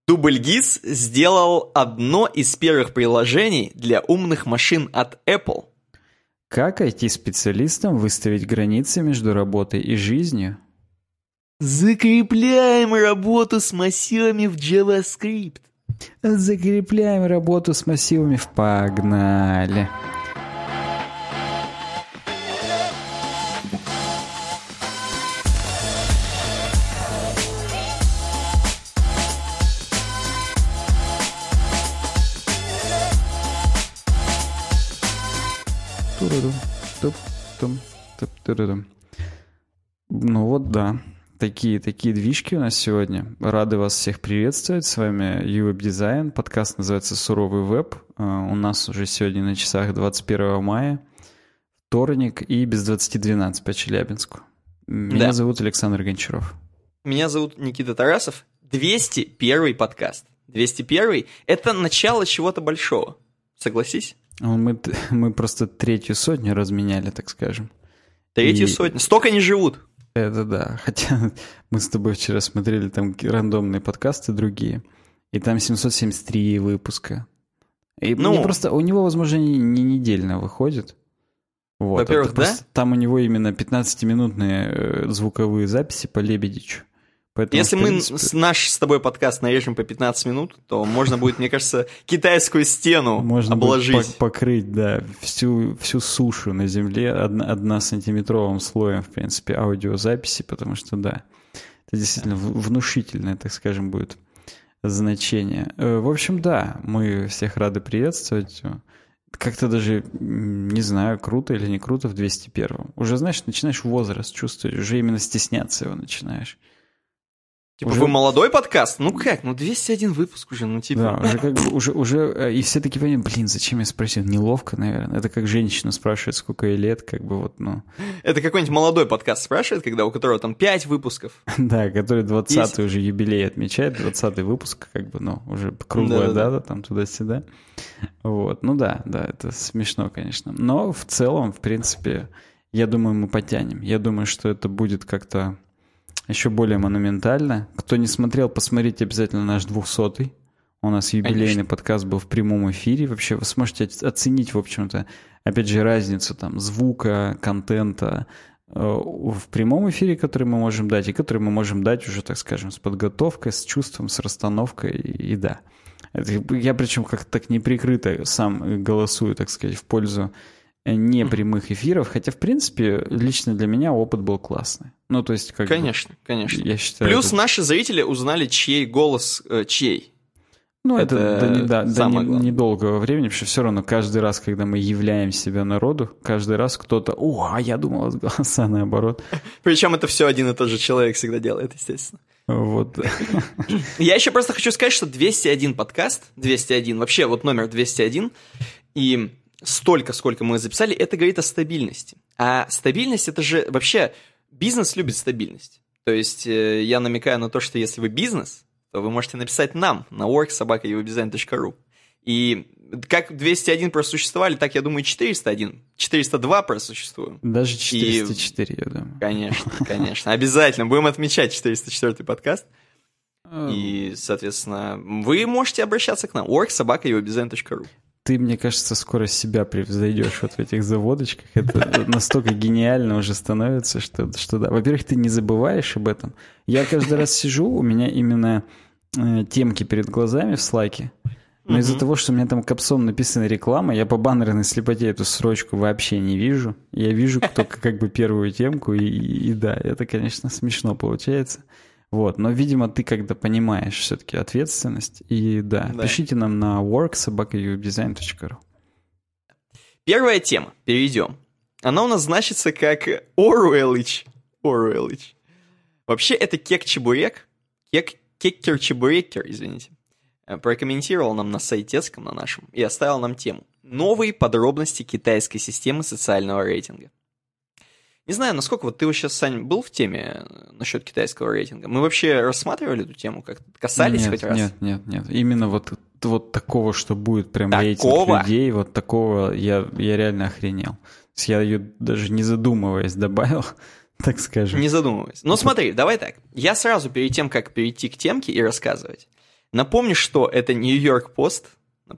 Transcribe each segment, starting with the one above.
Дубльгиз сделал одно из первых приложений для умных машин от Apple. Как IT-специалистам выставить границы между работой и жизнью? Закрепляем работу с массивами в JavaScript. Закрепляем работу с массивами в «Погнали». Ну вот да, такие движки у нас сегодня. Рады вас всех приветствовать. С вами UWeb Design. Подкаст называется «Суровый веб». У нас уже сегодня на часах 21 мая, вторник и без 20:12 по Челябинску. Меня зовут Александр Гончаров. Меня зовут Никита Тарасов. 201 подкаст. 201 — это начало чего-то большого. Согласись? Мы просто 300 разменяли, так скажем. 300. Столько не живут. Это да. Хотя мы с тобой вчера смотрели там рандомные подкасты другие, и там 773 выпуска. И мне просто у него, возможно, не недельно выходит. Вот. Во-первых, да? Там у него именно 15-минутные звуковые записи по Лебедичу. Поэтому, если мы наш с тобой подкаст нарежем по 15 минут, то можно будет, мне кажется, китайскую стену обложить. Можно покрыть, да, всю сушу на Земле 1-сантиметровым слоем, в принципе, аудиозаписи, потому что, да, это действительно внушительное, так скажем, будет значение. В общем, да, мы всех рады приветствовать. Как-то даже, не знаю, круто или не круто в 201-м. Уже, знаешь, начинаешь возраст чувствовать, уже именно стесняться его начинаешь. Типа, вы молодой подкаст? Ну как? 201 выпуск уже, типа. Да, уже как бы, уже, и все такие понимают, зачем я спросил? Неловко, наверное. Это как женщина спрашивает, сколько ей лет, как бы вот, Это какой-нибудь молодой подкаст спрашивает, у которого там 5 выпусков. Да, который 20-й уже юбилей отмечает, 20-й выпуск, как бы, уже круглая дата, там туда-сюда. Вот, да, это смешно, конечно. Но в целом, в принципе, я думаю, мы потянем. Я думаю, что это будет как-то еще более монументально. Кто не смотрел, посмотрите обязательно наш 200-й. У нас юбилейный подкаст был в прямом эфире. Вообще вы сможете оценить, в общем-то, опять же, разницу там звука, контента в прямом эфире, который мы можем дать, и который мы можем дать уже, так скажем, с подготовкой, с чувством, с расстановкой, и да. Я причем как-то так неприкрыто сам голосую, так сказать, в пользу не прямых эфиров, хотя, в принципе, лично для меня опыт был классный. То есть, конечно. Я считаю, плюс наши зрители узнали, чей голос чей. Это недолгого времени, потому что все равно каждый раз, когда мы являем себя народу, каждый раз кто-то, а я думал, голоса наоборот. Причем это все один и тот же человек всегда делает, естественно. Вот. Я еще просто хочу сказать, что 201 подкаст, 201, вообще вот номер 201, и столько, сколько мы записали, это говорит о стабильности. А стабильность — это же вообще... Бизнес любит стабильность. То есть я намекаю на то, что если вы бизнес, то вы можете написать нам на work@uwebdesign.ru. И как 201 просуществовали, так, я думаю, 401, 402 просуществуем. Даже 404, я думаю. Конечно. Обязательно будем отмечать 404 подкаст. И, соответственно, вы можете обращаться к нам work@uwebdesign.ru. Ты, мне кажется, скоро себя превзойдешь вот в этих заводочках. Это настолько гениально уже становится, что да. Во-первых, ты не забываешь об этом. Я каждый раз сижу, у меня именно темки перед глазами в слайке. Но из-за того, что у меня там капсом написана реклама, я по баннерной слепоте эту строчку вообще не вижу. Я вижу только как бы первую темку, и да, это, конечно, смешно получается. Вот, но, видимо, ты когда понимаешь все-таки ответственность, и да, пишите нам на work@uwebdesign.ru. Первая тема, перейдем. Она у нас значится как Оруэллыч. Вообще, это Кек-Чебурек, Кеккер-Чебурекер, извините, прокомментировал нам на сайтецком на нашем и оставил нам тему: новые подробности китайской системы социального рейтинга. Не знаю, насколько вот ты вот сейчас, Сань, был в теме насчет китайского рейтинга? Мы вообще рассматривали эту тему, как касались хоть раз? Нет. Именно вот такого, что будет прям рейтинг людей, вот такого я реально охренел. То есть я ее даже не задумываясь добавил, так скажем. Не задумываясь. Ну смотри, давай так. Я сразу перед тем, как перейти к темке и рассказывать, Напомню, что это Нью-Йорк Пост.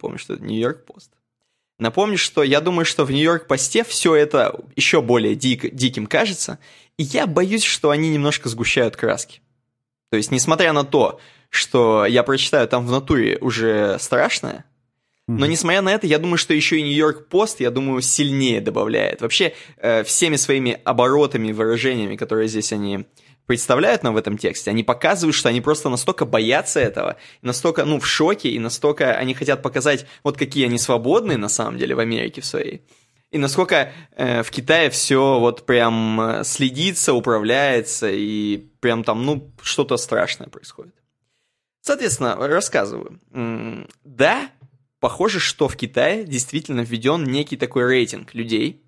Напомню, что я думаю, что в Нью-Йорк Посте все это еще более диким кажется, и я боюсь, что они немножко сгущают краски. То есть, несмотря на то, что я прочитаю там в натуре уже страшное, но несмотря на это, я думаю, что еще и Нью-Йорк Пост, я думаю, сильнее добавляет. Вообще, всеми своими оборотами, выражениями, которые здесь они представляют нам в этом тексте, они показывают, что они просто настолько боятся этого, настолько, в шоке, и настолько они хотят показать, вот какие они свободные на самом деле в Америке в своей. И насколько в Китае все вот прям следится, управляется, и прям там, что-то страшное происходит. Соответственно, рассказываю. Да, похоже, что в Китае действительно введен некий такой рейтинг людей,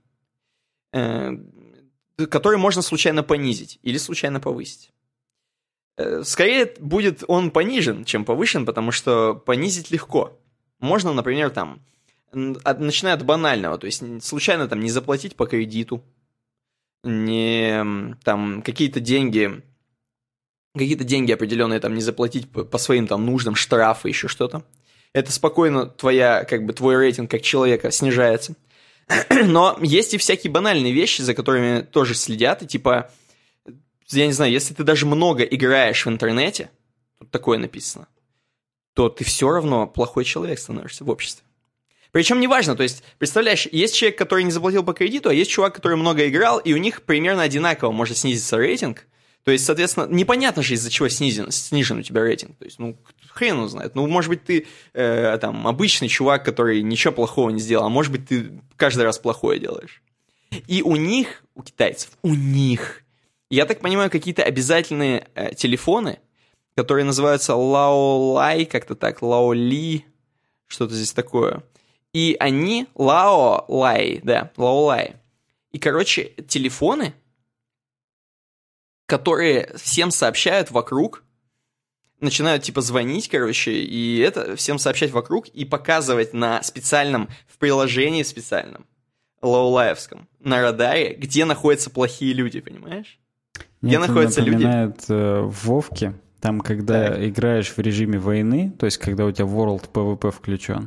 который можно случайно понизить или случайно повысить. Скорее будет он понижен, чем повышен, потому что понизить легко. Можно, например, там, начиная от банального, то есть случайно там не заплатить по кредиту, не там какие-то деньги определенные там не заплатить по своим там нуждам, штрафы, еще что-то. Это спокойно твой рейтинг как человека снижается. Но есть и всякие банальные вещи, за которыми тоже следят, и типа, я не знаю, если ты даже много играешь в интернете, тут такое написано, то ты все равно плохой человек становишься в обществе. Причем неважно, то есть, представляешь, есть человек, который не заплатил по кредиту, а есть чувак, который много играл, и у них примерно одинаково может снизиться рейтинг. То есть, соответственно, непонятно же, из-за чего снижен у тебя рейтинг. То есть, хрен его знает. Может быть, ты там обычный чувак, который ничего плохого не сделал, а может быть, ты каждый раз плохое делаешь. И у китайцев, я так понимаю, какие-то обязательные телефоны, которые называются Лаолай, как-то так, Лаоли, что-то здесь такое. И они Лаолай. И, короче, телефоны, которые всем сообщают вокруг, начинают типа звонить, и это всем сообщать вокруг и показывать в приложении специальном, лоулайевском, на радаре, где находятся плохие люди, понимаешь? Где находятся люди. Напоминает в Вовке, там, когда играешь в режиме войны, то есть, когда у тебя World PvP включен,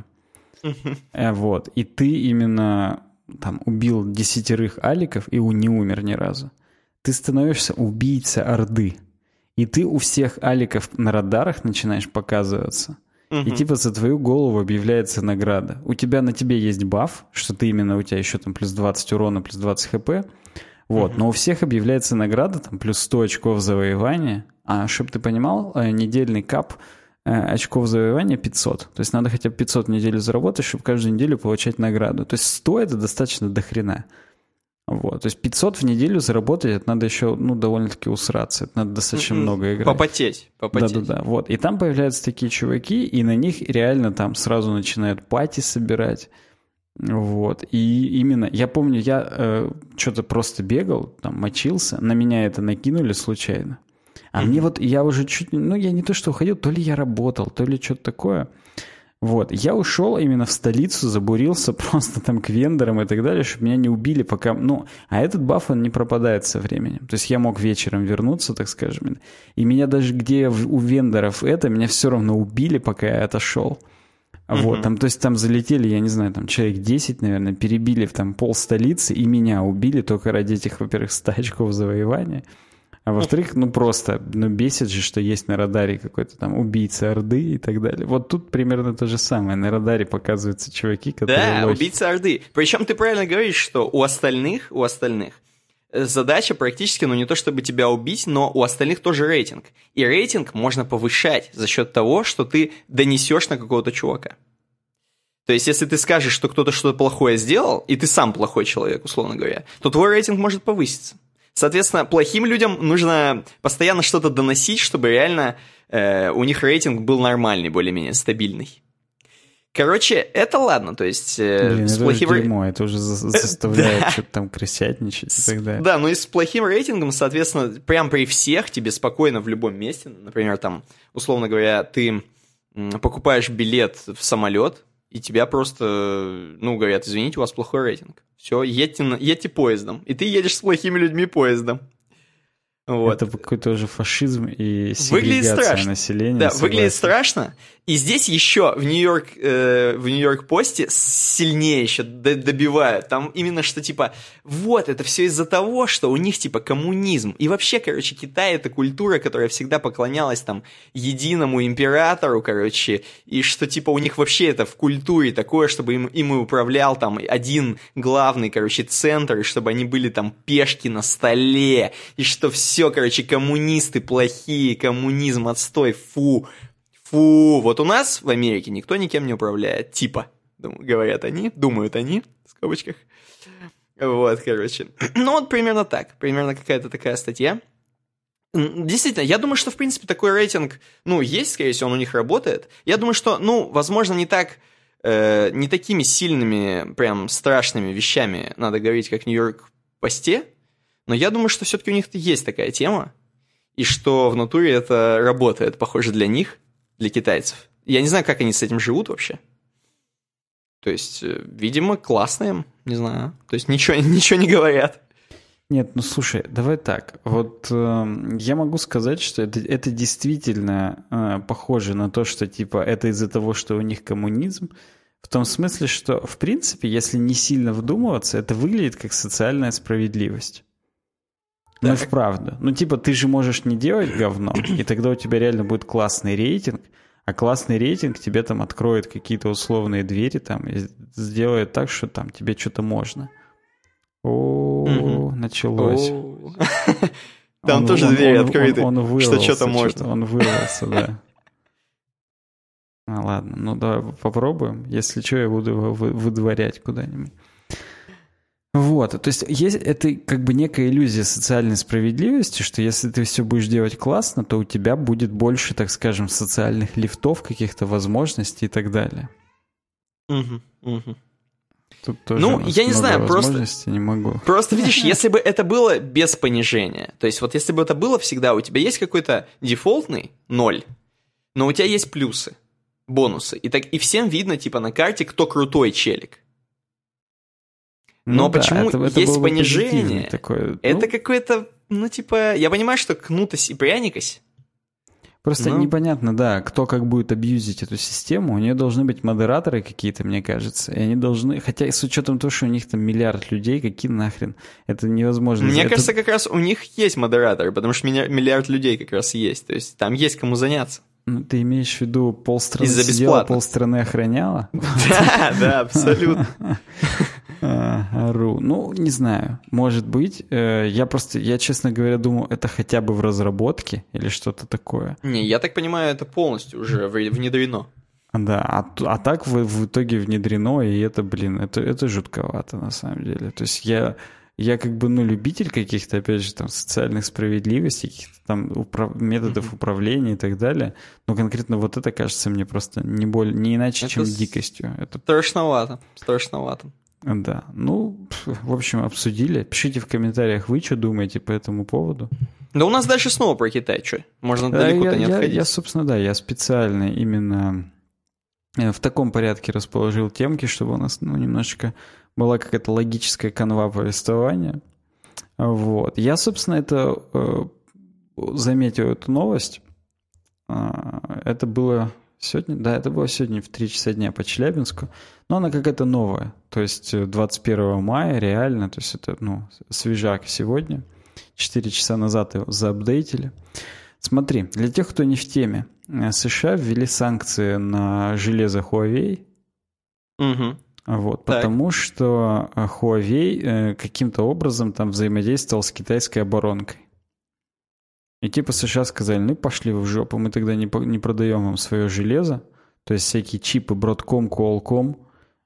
вот, и ты именно там убил 10 аликов и не умер ни разу. Ты становишься убийцей Орды. И ты у всех аликов на радарах начинаешь показываться. И типа за твою голову объявляется награда. На тебе есть баф, что ты именно, у тебя еще там плюс 20 урона, плюс 20 хп. Вот, но у всех объявляется награда, там плюс 100 очков завоевания. А чтоб ты понимал, недельный кап очков завоевания 500. То есть надо хотя бы 500 в неделю заработать, чтобы каждую неделю получать награду. То есть 100 это достаточно дохрена. Вот, то есть 500 в неделю заработать, это надо еще, довольно-таки усраться, это надо достаточно много играть. Попотеть. Да, вот, и там появляются такие чуваки, и на них реально там сразу начинают пати собирать, вот, и именно, я помню, я что-то просто бегал, там, мочился, на меня это накинули случайно, а мне вот, я уже чуть, я не то что уходил, то ли я работал, то ли что-то такое. Вот, я ушел именно в столицу, забурился просто там к вендорам и так далее, чтобы меня не убили пока, а этот баф, он не пропадает со временем. То есть я мог вечером вернуться, так скажем, и меня даже где у вендоров меня все равно убили, пока я отошел. Вот, там, то есть там залетели, я не знаю, там человек 10, наверное, перебили там пол столицы, и меня убили только ради этих, во-первых, 100 очков завоевания. А во-вторых, просто, бесит же, что есть на радаре какой-то там убийца Орды и так далее. Вот тут примерно то же самое. На радаре показываются чуваки, которые... Да, убийца Орды. Причем ты правильно говоришь, что у остальных задача практически, не то чтобы тебя убить, но у остальных тоже рейтинг. И рейтинг можно повышать за счет того, что ты донесешь на какого-то чувака. То есть, если ты скажешь, что кто-то что-то плохое сделал, и ты сам плохой человек, условно говоря, то твой рейтинг может повыситься. Соответственно, плохим людям нужно постоянно что-то доносить, чтобы реально у них рейтинг был нормальный, более-менее стабильный. Короче, это ладно, то есть... с плохим дерьмо, это уже заставляет что-то там крысятничать и так далее. Да, но и с плохим рейтингом, соответственно, прям при всех тебе спокойно в любом месте, например, там, условно говоря, ты покупаешь билет в самолет, и тебя просто, говорят, извините, у вас плохой рейтинг. Все, едьте поездом. И ты едешь с плохими людьми поездом. Вот. Это какой-то уже фашизм и сегрегация населения. Да, выглядит страшно. И здесь еще в Нью-Йорк Посте сильнее еще добивают. Там именно что типа, вот, это все из-за того, что у них типа коммунизм. И вообще, короче, Китай — это культура, которая всегда поклонялась там единому императору, короче, и что типа у них вообще это в культуре такое, чтобы им управлял там один главный, короче, центр, и чтобы они были там пешки на столе, и что все, короче, коммунисты плохие, коммунизм отстой, фу. Вот у нас в Америке никто никем не управляет, типа, говорят они, думают они, в скобочках. Вот, короче. Ну вот примерно так, примерно какая-то такая статья. Действительно, я думаю, что, в принципе, такой рейтинг, есть, скорее всего, он у них работает. Я думаю, что, возможно, не такими сильными, прям страшными вещами надо говорить, как в Нью-Йорк Посте, но я думаю, что все-таки у них есть такая тема, и что в натуре это работает, похоже, для них, для китайцев. Я не знаю, как они с этим живут вообще. То есть, видимо, классно им, не знаю. То есть, ничего не говорят. Нет, слушай, давай так. Вот я могу сказать, что это действительно похоже на то, что типа это из-за того, что у них коммунизм. В том смысле, что, в принципе, если не сильно вдумываться, это выглядит как социальная справедливость. Ну, и вправду. Типа, ты же можешь не делать говно, и тогда у тебя реально будет классный рейтинг, а классный рейтинг тебе там откроет какие-то условные двери там и сделает так, что там тебе что-то можно. Началось. Там тоже двери открыты, что что-то можно. Он вырвался, да. Ладно, давай попробуем. Если что, я буду его выдворять куда-нибудь. Вот, то есть это как бы некая иллюзия социальной справедливости, что если ты все будешь делать классно, то у тебя будет больше, так скажем, социальных лифтов, каких-то возможностей и так далее. Тут тоже я не знаю, просто не могу. Просто видишь, если бы это было без понижения, то есть вот если бы это было всегда, у тебя есть какой-то дефолтный 0, но у тебя есть плюсы, бонусы, и всем видно типа на карте, кто крутой челик. Но почему это есть понижение? Такое, это какое-то, я понимаю, что кнутость и пряникость. Просто непонятно, да, кто как будет абьюзить эту систему. У нее должны быть модераторы какие-то, мне кажется. И они должны... Хотя с учетом того, что у них там миллиард людей, какие нахрен? Это невозможно. Мне кажется, как раз у них есть модераторы, потому что миллиард людей как раз есть. То есть там есть кому заняться. Ты имеешь в виду полстраны сидела, полстраны охраняла? Да, абсолютно. Не знаю, может быть. Я, честно говоря, думал, это хотя бы в разработке или что-то такое. Не, я так понимаю, это полностью уже внедрено. Да, а так в итоге внедрено, и это жутковато на самом деле. То есть я как бы, любитель каких-то, опять же, там, социальных справедливостей, каких-то там методов управления и так далее, но конкретно вот это кажется мне просто не иначе, чем дикостью. Это страшновато. Да, в общем, обсудили. Пишите в комментариях, вы что думаете по этому поводу. Да у нас дальше снова про Китай, что? Можно далеко-то не отходить. Я специально именно в таком порядке расположил темки, чтобы у нас, немножечко была какая-то логическая канва повествования. Вот. Я, собственно, заметил эту новость. Это было сегодня? Да, это было сегодня в 3 часа дня по Челябинску. Но она какая-то новая. То есть 21 мая реально. То есть это, свежак сегодня. 4 часа назад его заапдейтили. Смотри, для тех, кто не в теме. США ввели санкции на железо Huawei. Угу. Вот, потому что Huawei каким-то образом там взаимодействовал с китайской оборонкой. И типа США сказали, пошли вы в жопу, мы тогда не продаем вам свое железо, то есть всякие чипы Broadcom, Qualcomm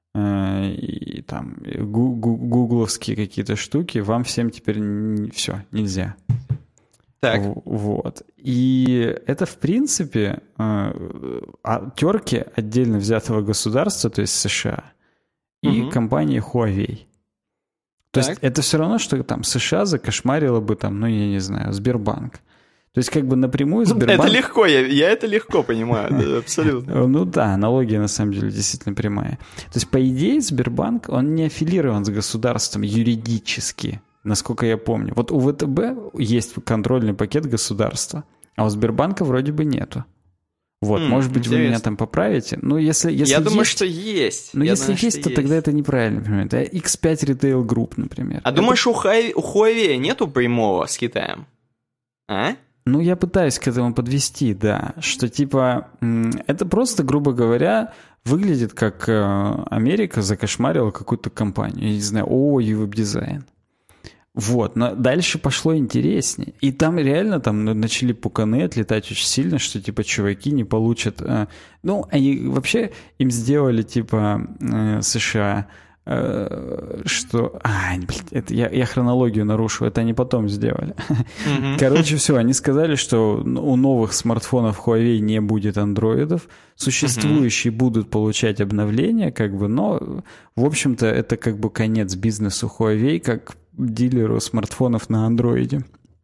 и там гугловские какие-то штуки, вам всем теперь все, нельзя. Так. Вот. И это, в принципе, терки отдельно взятого государства, то есть США, и компании Huawei. То есть это все равно, что там США закошмарило бы там, я не знаю, Сбербанк. То есть как бы напрямую Сбербанк... Это легко, я это легко понимаю, да, абсолютно. Да, аналогия на самом деле действительно прямая. То есть по идее Сбербанк, он не аффилирован с государством юридически. насколько я помню. Вот у ВТБ есть контрольный пакет государства, а у Сбербанка вроде бы нету. Вот, может быть, интересно. вы меня там поправите. Ну, если я думаю, есть, что есть. Ну, я если думаю, есть, то есть. тогда это неправильно, например. Это X5 Retail Group, например. А думаешь, у Huawei нету прямого с Китаем? А? Ну, я пытаюсь к этому подвести, да. Что, типа, это просто, грубо говоря, выглядит как Америка закошмарила какую-то компанию. Я не знаю, веб-дизайн. Вот, но дальше пошло интереснее. И там реально там начали пуканы отлетать очень сильно, что типа чуваки не получат... Ну, они вообще им сделали типа США, что... это я хронологию нарушу, это они потом сделали. Короче, все, они сказали, что у новых смартфонов Huawei не будет андроидов, существующие будут получать обновления, как бы, но, в общем-то, это как бы конец бизнесу Huawei, как дилеру смартфонов на андроиде.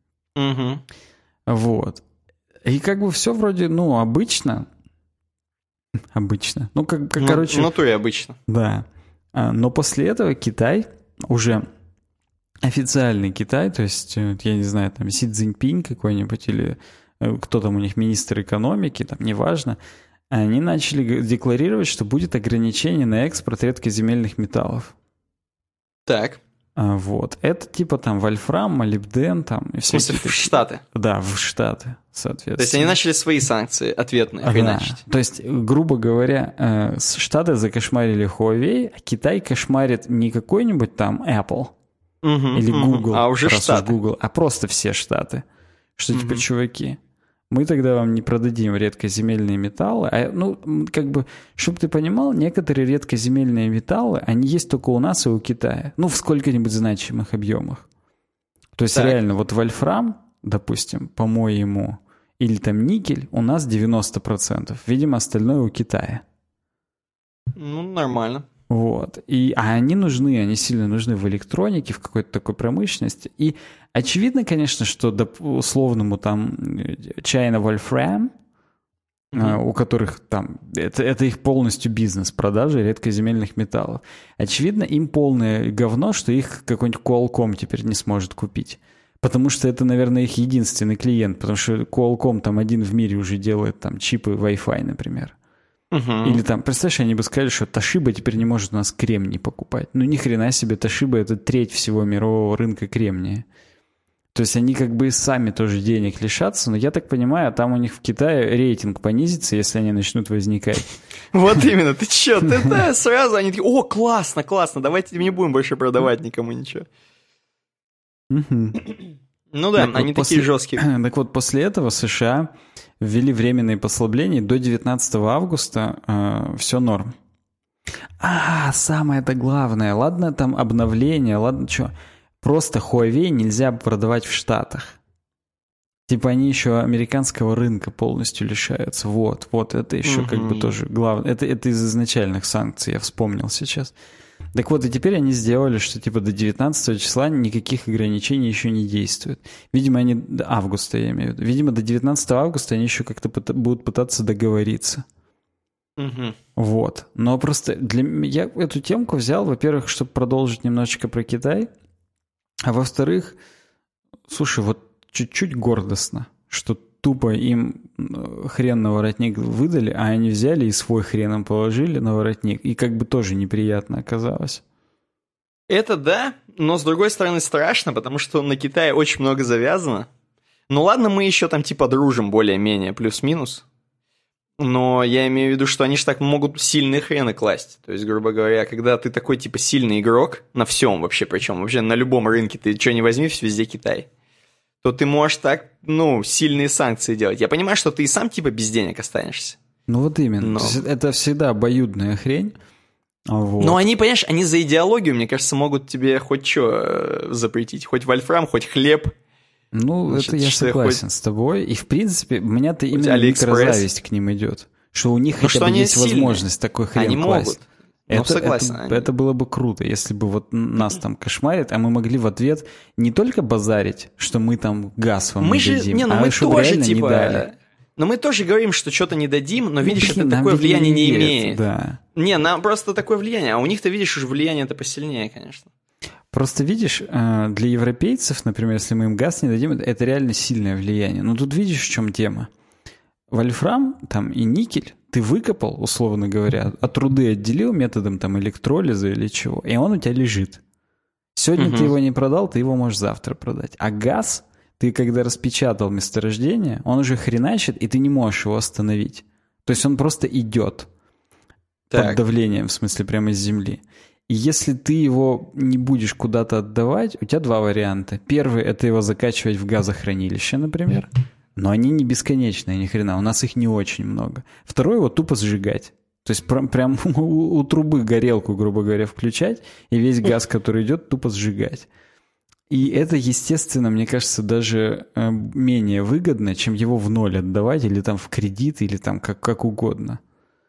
Вот. И как бы все вроде, ну, обычно. Обычно. Ну, короче... Ну, то и обычно. Да. Но после этого Китай, уже официальный Китай, то есть, я не знаю, там Си Цзиньпинь какой-нибудь или кто там у них, министр экономики, там, неважно, они начали декларировать, что будет ограничение на экспорт редкоземельных металлов. Так. Вот. Это типа там вольфрам, молибден там. И в смысле, в Штаты? Да, в Штаты, соответственно. То есть они начали свои санкции ответные хреначить. То есть, грубо говоря, Штаты закошмарили Huawei, а Китай кошмарит не какой-нибудь там Apple или Google, а уже Штаты. Google, а просто все Штаты. Что типа, чуваки, мы тогда вам не продадим редкоземельные металлы. Ну, как бы, чтобы ты понимал, некоторые редкоземельные металлы, они есть только у нас и у Китая. Ну, в сколько-нибудь значимых объемах. То есть, реально, вот вольфрам, допустим, по-моему, или там никель, у нас 90%. Видимо, остальное у Китая. Ну, нормально. Вот. А они нужны, они сильно нужны в электронике, в какой-то такой промышленности. И очевидно, конечно, что условному там China Wolfram, у которых там, это их полностью бизнес, продажи редкоземельных металлов. Очевидно, им полное говно, что их какой-нибудь Qualcomm теперь не сможет купить. Потому что это, наверное, их единственный клиент, потому что Qualcomm там один в мире уже делает там чипы Wi-Fi, например. Или там, представляешь, они бы сказали, что Toshiba теперь не может у нас кремний покупать. Ну, ни хрена себе, Toshiba — это треть всего мирового рынка кремния. То есть они как бы сами тоже денег лишатся, но я так понимаю, там у них в Китае рейтинг понизится, если они начнут возникать. Вот именно, ты чё, ты сразу они такие, о, классно, давайте не будем больше продавать никому ничего. Ну да, они такие жесткие. Так вот, после этого США ввели временные послабления, до 19 августа все норм. Самое-то главное, ладно там обновление, ладно что, просто Huawei нельзя продавать в Штатах. Типа они еще американского рынка полностью лишаются. Вот, это еще как бы тоже главное. Это из изначальных санкций, я вспомнил сейчас. Так вот, и теперь они сделали, что типа до 19 числа никаких ограничений еще не действует. Видимо, они... До августа, я имею в виду. Видимо, до 19 августа они еще как-то будут пытаться договориться. Вот. Но просто я эту темку взял, во-первых, чтобы продолжить немножечко про Китай, а во-вторых, слушай, вот чуть-чуть гордостно, что тупо им хрен на воротник выдали, а они взяли и свой хреном положили на воротник, и как бы тоже неприятно оказалось. Это да, но с другой стороны страшно, потому что на Китае очень много завязано. Ну ладно, мы еще там типа дружим более-менее, плюс-минус. Но я имею в виду, что они же так могут сильные хрены класть. То есть, грубо говоря, когда ты такой типа сильный игрок, на всем вообще, причем вообще на любом рынке, ты что не возьми, везде Китай, то ты можешь так, сильные санкции делать. Я понимаю, что ты и сам типа без денег останешься. Ну вот именно. Но... Это всегда обоюдная хрень. Вот. Но они, понимаешь, они за идеологию, мне кажется, могут тебе хоть что запретить. Хоть вольфрам, хоть хлеб. Ну, значит, это я согласен с тобой. И, в принципе, у меня-то именно микрозависть к ним идет. Что у них хотя бы есть возможность такой хрен они класть. Могут. Согласен. Это было бы круто, если бы вот нас там кошмарят, а мы могли в ответ не только базарить, что мы там газ вам не дадим, мы тоже типа... не дали. Но мы тоже говорим, что что-то не дадим, но видишь, это такое влияние не имеет. Да. Не, нам просто такое влияние, а у них-то, видишь, уже влияние-то посильнее, конечно. Просто видишь, для европейцев, например, если мы им газ не дадим, это реально сильное влияние. Но тут видишь, в чем тема. Вольфрам там, и никель ты выкопал, условно говоря, от руды отделил методом там, электролиза или чего, и он у тебя лежит. Сегодня ты его не продал, ты его можешь завтра продать. А газ, ты когда распечатал месторождение, он уже хреначит, и ты не можешь его остановить. То есть он просто идет под давлением, в смысле прямо из земли. И если ты его не будешь куда-то отдавать, у тебя два варианта. Первый — это его закачивать в газохранилище, например. Но они не бесконечные, ни хрена. У нас их не очень много. Второй — его тупо сжигать. То есть прям у трубы горелку, грубо говоря, включать, и весь газ, который идет, тупо сжигать. И это, естественно, мне кажется, даже менее выгодно, чем его в ноль отдавать, или там в кредит, или там как угодно.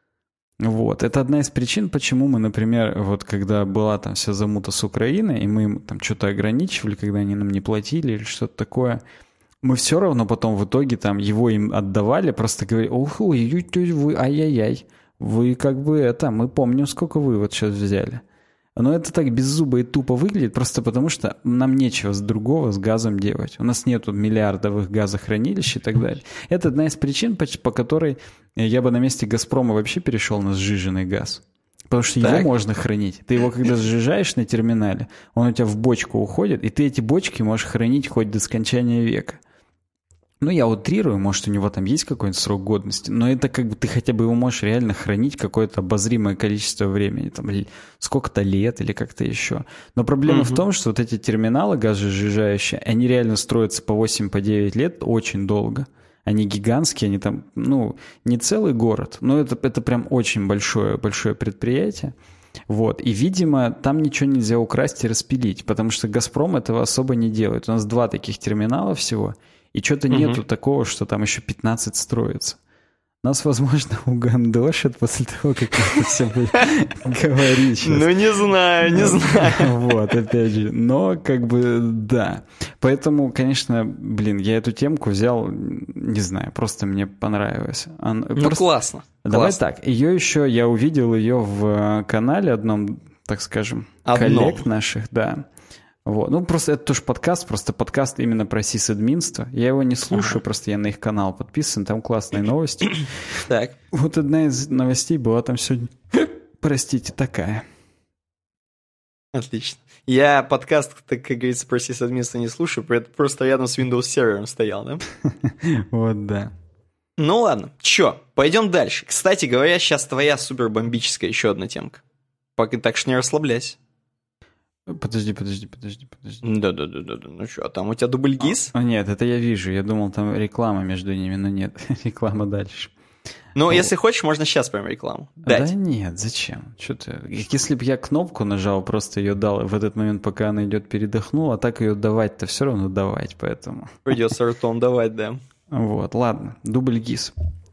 Вот. Это одна из причин, почему мы, например, вот когда была там вся замута с Украиной, и мы им там что-то ограничивали, когда они нам не платили или что-то такое, мы все равно потом в итоге там его им отдавали, просто говорили: ох, вы, ай-яй-яй, вы как бы это, мы помним, сколько вы вот сейчас взяли. Но это так беззубо и тупо выглядит, просто потому что нам нечего с другого с газом делать. У нас нету миллиардовых газохранилищ и так далее. Это одна из причин, по которой я бы на месте «Газпрома» вообще перешел на сжиженный газ. Потому что его можно хранить. Ты его когда сжижаешь на терминале, он у тебя в бочку уходит, и ты эти бочки можешь хранить хоть до скончания века. Ну, я утрирую, может, у него там есть какой-нибудь срок годности, но это как бы ты хотя бы его можешь реально хранить какое-то обозримое количество времени, там, сколько-то лет или как-то еще. Но проблема в том, что вот эти терминалы газосжижающие, они реально строятся по 8-9 лет очень долго. Они гигантские, они там, ну, не целый город, но это прям очень большое предприятие. Вот. И, видимо, там ничего нельзя украсть и распилить, потому что «Газпром» этого особо не делает. У нас 2 таких терминала всего, и что-то нету такого, что там еще 15 строится. Нас, возможно, угандошат после того, как мы это все будем говорить сейчас. Ну, не знаю. Вот, опять же. Но, как бы, да. Поэтому, конечно, блин, я эту темку взял, не знаю, просто мне понравилось. Классно. Давай так, я увидел ее в канале одном, так скажем, коллег наших, да. Вот. Ну, просто это тоже подкаст именно про сисадминство. Я его не слушаю, просто я на их канал подписан, там классные новости. Так. Вот одна из новостей была там сегодня, простите, такая. Отлично. Я подкаст, так как говорится, про сисадминство не слушаю, просто рядом с Windows сервером стоял, да? Вот, да. Ну ладно, чё, пойдем дальше. Кстати говоря, сейчас твоя супербомбическая еще одна темка. Так что не расслабляйся. Подожди. Да. Ну что, а там у тебя дубль ГИС? Нет, это я вижу. Я думал, там реклама между ними, но нет. Реклама дальше. Ну, если хочешь, можно сейчас прям рекламу дать. Да нет, зачем? Что ты? Если бы я кнопку нажал, просто ее дал в этот момент, пока она идет, передохнул, а так ее давать-то все равно давать, поэтому... Придется ртом давать, да. Вот, ладно. Дубль ГИС.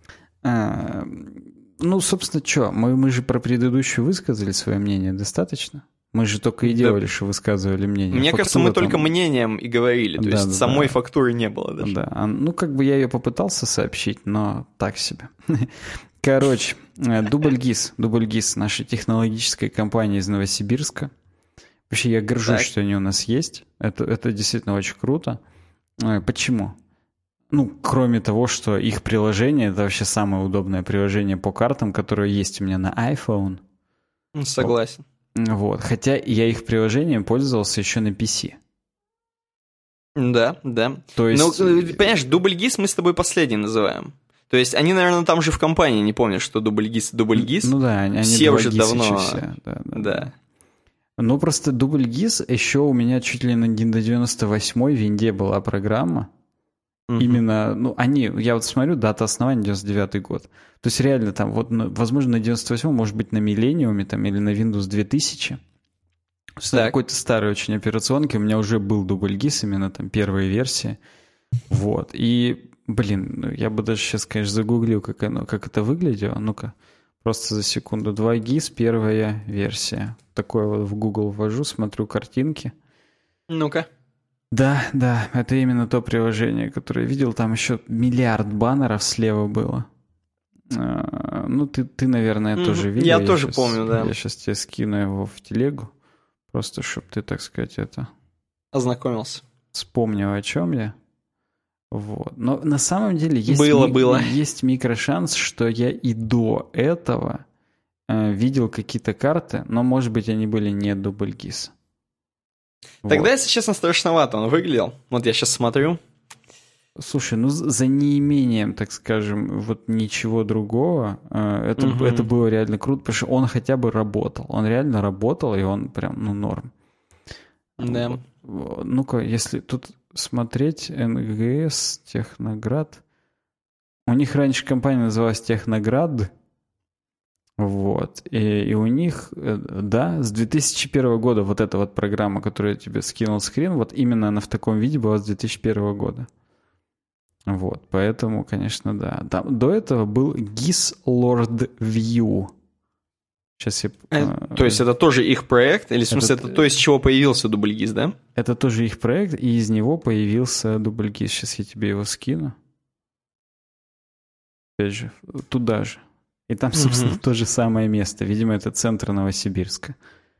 Ну, собственно, что? Мы же про предыдущую высказали свое мнение достаточно? Мы же только и делали, что высказывали мнение. Мне кажется, мы только мнением и говорили, то есть самой фактуры не было даже. Да, ну как бы я ее попытался сообщить, но так себе. Короче, Дубль ГИС, нашей технологической компании из Новосибирска. Вообще я горжусь, что они у нас есть. Это действительно очень круто. Почему? Ну, кроме того, что их приложение — это вообще самое удобное приложение по картам, которое есть у меня на iPhone. Согласен. Вот. Хотя я их приложением пользовался еще на PC. Да. То есть... Ну, понимаешь, дубль ГИС мы с тобой последний называем. То есть они, наверное, там же в компании не помнят, что дубль ГИС. Ну да, они все уже GIS давно. Все. Да. Ну просто дубль ГИС еще у меня чуть ли не до 98-й винде была программа. Именно, ну, я вот смотрю, дата основания 99-й год. То есть реально там, вот, возможно, на 98-м, может быть, на Millennium там, или на Windows 2000. На какой-то старой очень операционке у меня уже был дубль ГИС, именно там первая версия. Вот. И, блин, я бы даже сейчас, конечно, загуглил, как это выглядело. Ну-ка, просто за секунду. 2 ГИС, первая версия. Такое вот в Google ввожу, смотрю картинки. Ну-ка. Да, это именно то приложение, которое я видел. Там еще миллиард баннеров слева было. Ну, ты наверное, тоже видел. Я тоже помню, да. Я сейчас тебе скину его в телегу. Просто, чтобы ты, так сказать, это... Ознакомился. Вспомнил, о чем я. Вот. Но на самом деле есть, есть микрошанс, что я и до этого видел какие-то карты, но, может быть, они были не дубльгиз. Тогда, вот. Если честно, страшновато он выглядел. Вот я сейчас смотрю. Слушай, ну за неимением, так скажем, вот ничего другого, это было реально круто, потому что он хотя бы работал. Он реально работал, и он прям, ну, норм. Да. Ну-ка, если тут смотреть НГС, Техноград. У них раньше компания называлась Техноград. Вот. И у них, да, с 2001 года вот эта вот программа, которую я тебе скинул скрин, вот именно она в таком виде была с 2001 года. Вот, поэтому, конечно, да. Там, до этого был GIS Lord View. Сейчас я... То есть это тоже их проект? Или в смысле это то, из чего появился дубльгиз, да? Это тоже их проект, и из него появился дубльгиз. Сейчас я тебе его скину. Опять же, туда же. И там, собственно, то же самое место. Видимо, это центр Новосибирска.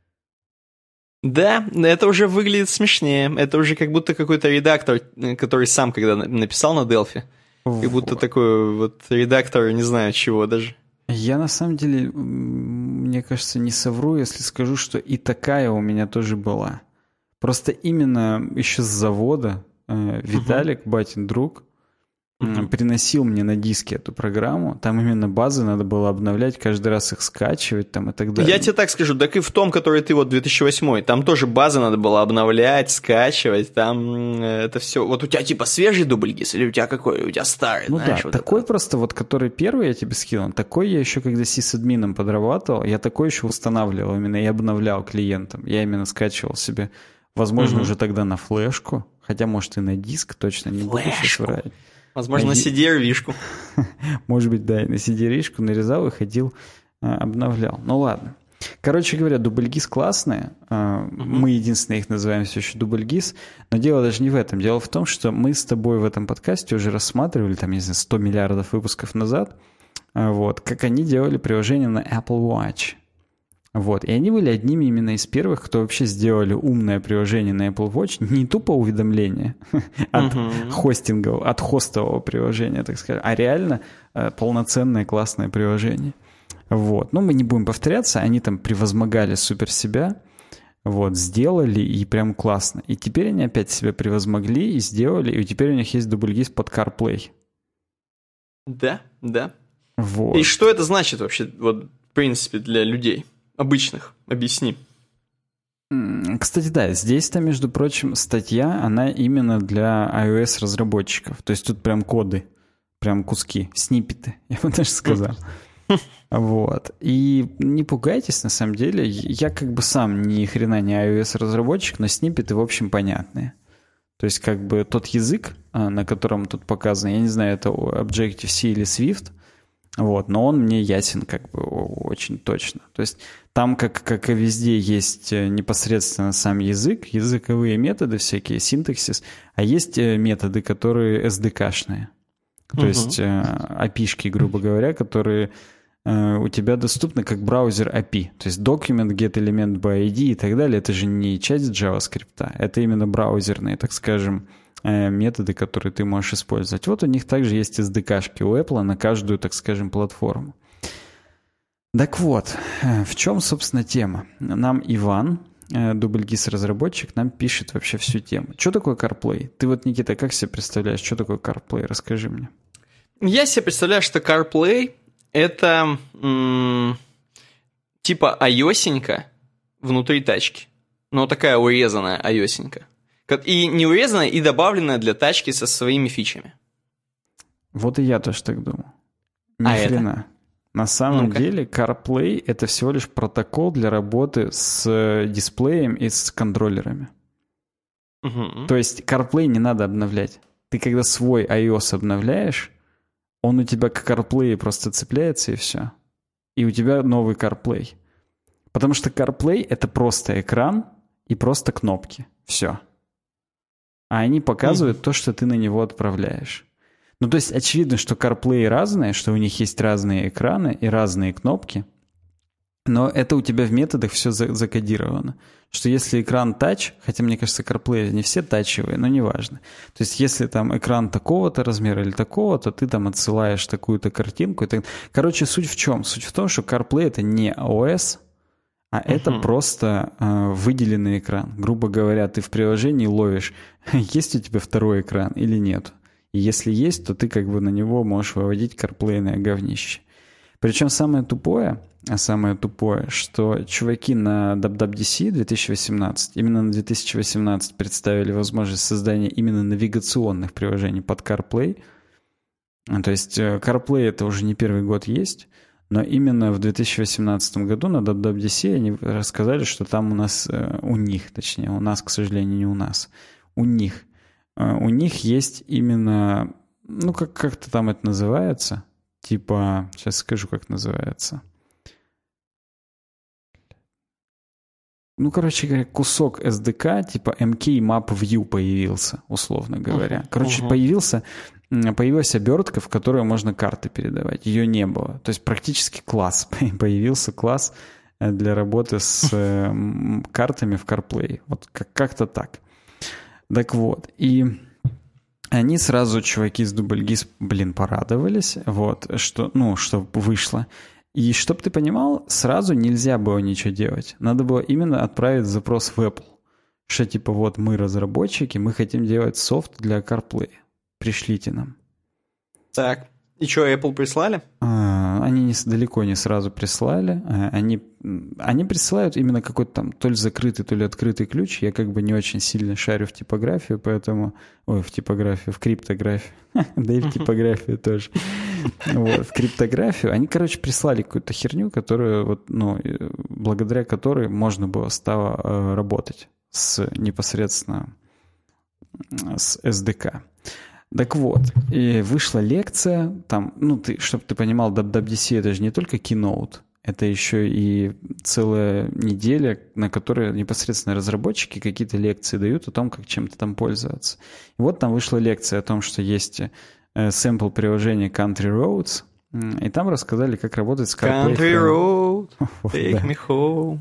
Да, это уже выглядит смешнее. Это уже как будто какой-то редактор, который сам когда написал на Delphi. Вот. Как будто такой вот редактор, не знаю чего даже. Я на самом деле, мне кажется, не совру, если скажу, что и такая у меня тоже была. Просто именно еще с завода Виталик, батин друг, приносил мне на диске эту программу. Там именно базы надо было обновлять, каждый раз их скачивать там и так далее. Я тебе так скажу, так и в том, который ты вот 2008, там тоже базы надо было обновлять, скачивать, там это все. Вот у тебя типа свежий дубльгиз или у тебя какой? У тебя старый, ну знаешь? Да, вот такой это. Просто вот, который первый я тебе скинул, такой я еще когда сисадмином подрабатывал, я такой еще устанавливал именно и обновлял клиентам. Я именно скачивал себе, возможно, уже тогда на флешку, хотя, может, и на диск, точно не буду сейчас врать. Возможно, на CD-ришку. Может быть, да, и на CD-ришку нарезал и ходил, обновлял. Ну ладно. Короче говоря, дубльгиз классные. Мы единственные их называем все еще дубльгиз. Но дело даже не в этом. Дело в том, что мы с тобой в этом подкасте уже рассматривали, там, не знаю, 100 миллиардов выпусков назад, вот, как они делали приложение на Apple Watch. Вот. И они были одними именно из первых, кто вообще сделали умное приложение на Apple Watch, не тупо уведомление от хостингового, от хостового приложения, так сказать, а реально полноценное классное приложение. Вот. Но мы не будем повторяться, они там превозмогали супер себя, вот, сделали, и прям классно. И теперь они опять себя превозмогли и сделали, и теперь у них есть дубльгиз под CarPlay. Да, да. Вот. И что это значит вообще, вот, в принципе, для людей? Обычных. Объясни. Кстати, да, здесь-то, между прочим, статья, она именно для iOS-разработчиков. То есть тут прям коды, прям куски, сниппеты, я бы даже сказал. Вот. И не пугайтесь, на самом деле. Я как бы сам ни хрена не iOS-разработчик, но сниппеты, в общем, понятные. То есть как бы тот язык, на котором тут показано, я не знаю, это Objective-C или Swift, вот, но он мне ясен как бы очень точно. То есть там, как и везде, есть непосредственно сам язык, языковые методы всякие, синтаксис, а есть методы, которые SDK-шные. То есть API-шки, грубо говоря, которые у тебя доступны как браузер API. То есть document, get element by ID и так далее. Это же не часть JavaScript, это именно браузерные, так скажем, методы, которые ты можешь использовать. Вот у них также есть SDK-шки у Apple на каждую, так скажем, платформу. Так вот, в чем, собственно, тема? Нам Иван, дубльгиз-разработчик, нам пишет вообще всю тему. Что такое CarPlay? Ты вот, Никита, как себе представляешь, что такое CarPlay? Расскажи мне. Я себе представляю, что CarPlay — это типа iOS-нька внутри тачки. Но такая урезанная iOS-нька. И не урезанная, и добавленная для тачки со своими фичами. Вот и я тоже так думал. Ни хрена. Это? На самом деле CarPlay — это всего лишь протокол для работы с дисплеем и с контроллерами. То есть CarPlay не надо обновлять. Ты когда свой iOS обновляешь, он у тебя к CarPlay просто цепляется и все. И у тебя новый CarPlay. Потому что CarPlay — это просто экран и просто кнопки. Все. А они показывают то, что ты на него отправляешь. Ну, то есть очевидно, что CarPlay разные, что у них есть разные экраны и разные кнопки. Но это у тебя в методах все закодировано. Что если экран тач, хотя мне кажется, CarPlay не все тачевые, но неважно. То есть если там экран такого-то размера или такого-то, ты там отсылаешь такую-то картинку. Короче, суть в чем? Суть в том, что CarPlay это не iOS, а это просто выделенный экран. Грубо говоря, ты в приложении ловишь, есть у тебя второй экран или нет. И если есть, то ты как бы на него можешь выводить CarPlay-ное говнище. Причем самое тупое, что чуваки на WWDC 2018, именно на 2018 представили возможность создания именно навигационных приложений под CarPlay. То есть CarPlay это уже не первый год есть, но именно в 2018 году на WWDC они рассказали, что там у нас, у них, к сожалению, не у нас, у них есть именно, ну как-то там это называется, типа, сейчас скажу, как называется. Ну, короче говоря, кусок SDK, типа MK Map View появился, условно говоря. Короче, появилась обертка, в которую можно карты передавать. Ее не было. То есть практически класс. Появился класс для работы с картами в CarPlay. Вот как-то так. Так вот. И они сразу, чуваки с DoubleGIS, порадовались, вот, что вышло. И чтоб ты понимал, сразу нельзя было ничего делать. Надо было именно отправить запрос в Apple. Что типа вот мы разработчики, мы хотим делать софт для CarPlay. Пришлите нам. Так, и что, Apple прислали? Они далеко не сразу прислали. Они присылают именно какой-то там то ли закрытый, то ли открытый ключ. Я как бы не очень сильно шарю в типографию, поэтому... Ой, в криптографию. Да и в типографию тоже. Вот, в криптографию. Они, прислали какую-то херню, которую, благодаря которой можно было стало работать непосредственно с SDK. Так вот, и вышла лекция, там, чтобы ты понимал, WWDC это же не только keynote, это еще и целая неделя, на которой непосредственно разработчики какие-то лекции дают о том, как чем-то там пользоваться. И вот там вышла лекция о том, что есть сэмпл приложения Country Roads, и там рассказали, как работать с CarPlay. Country Road, take me home.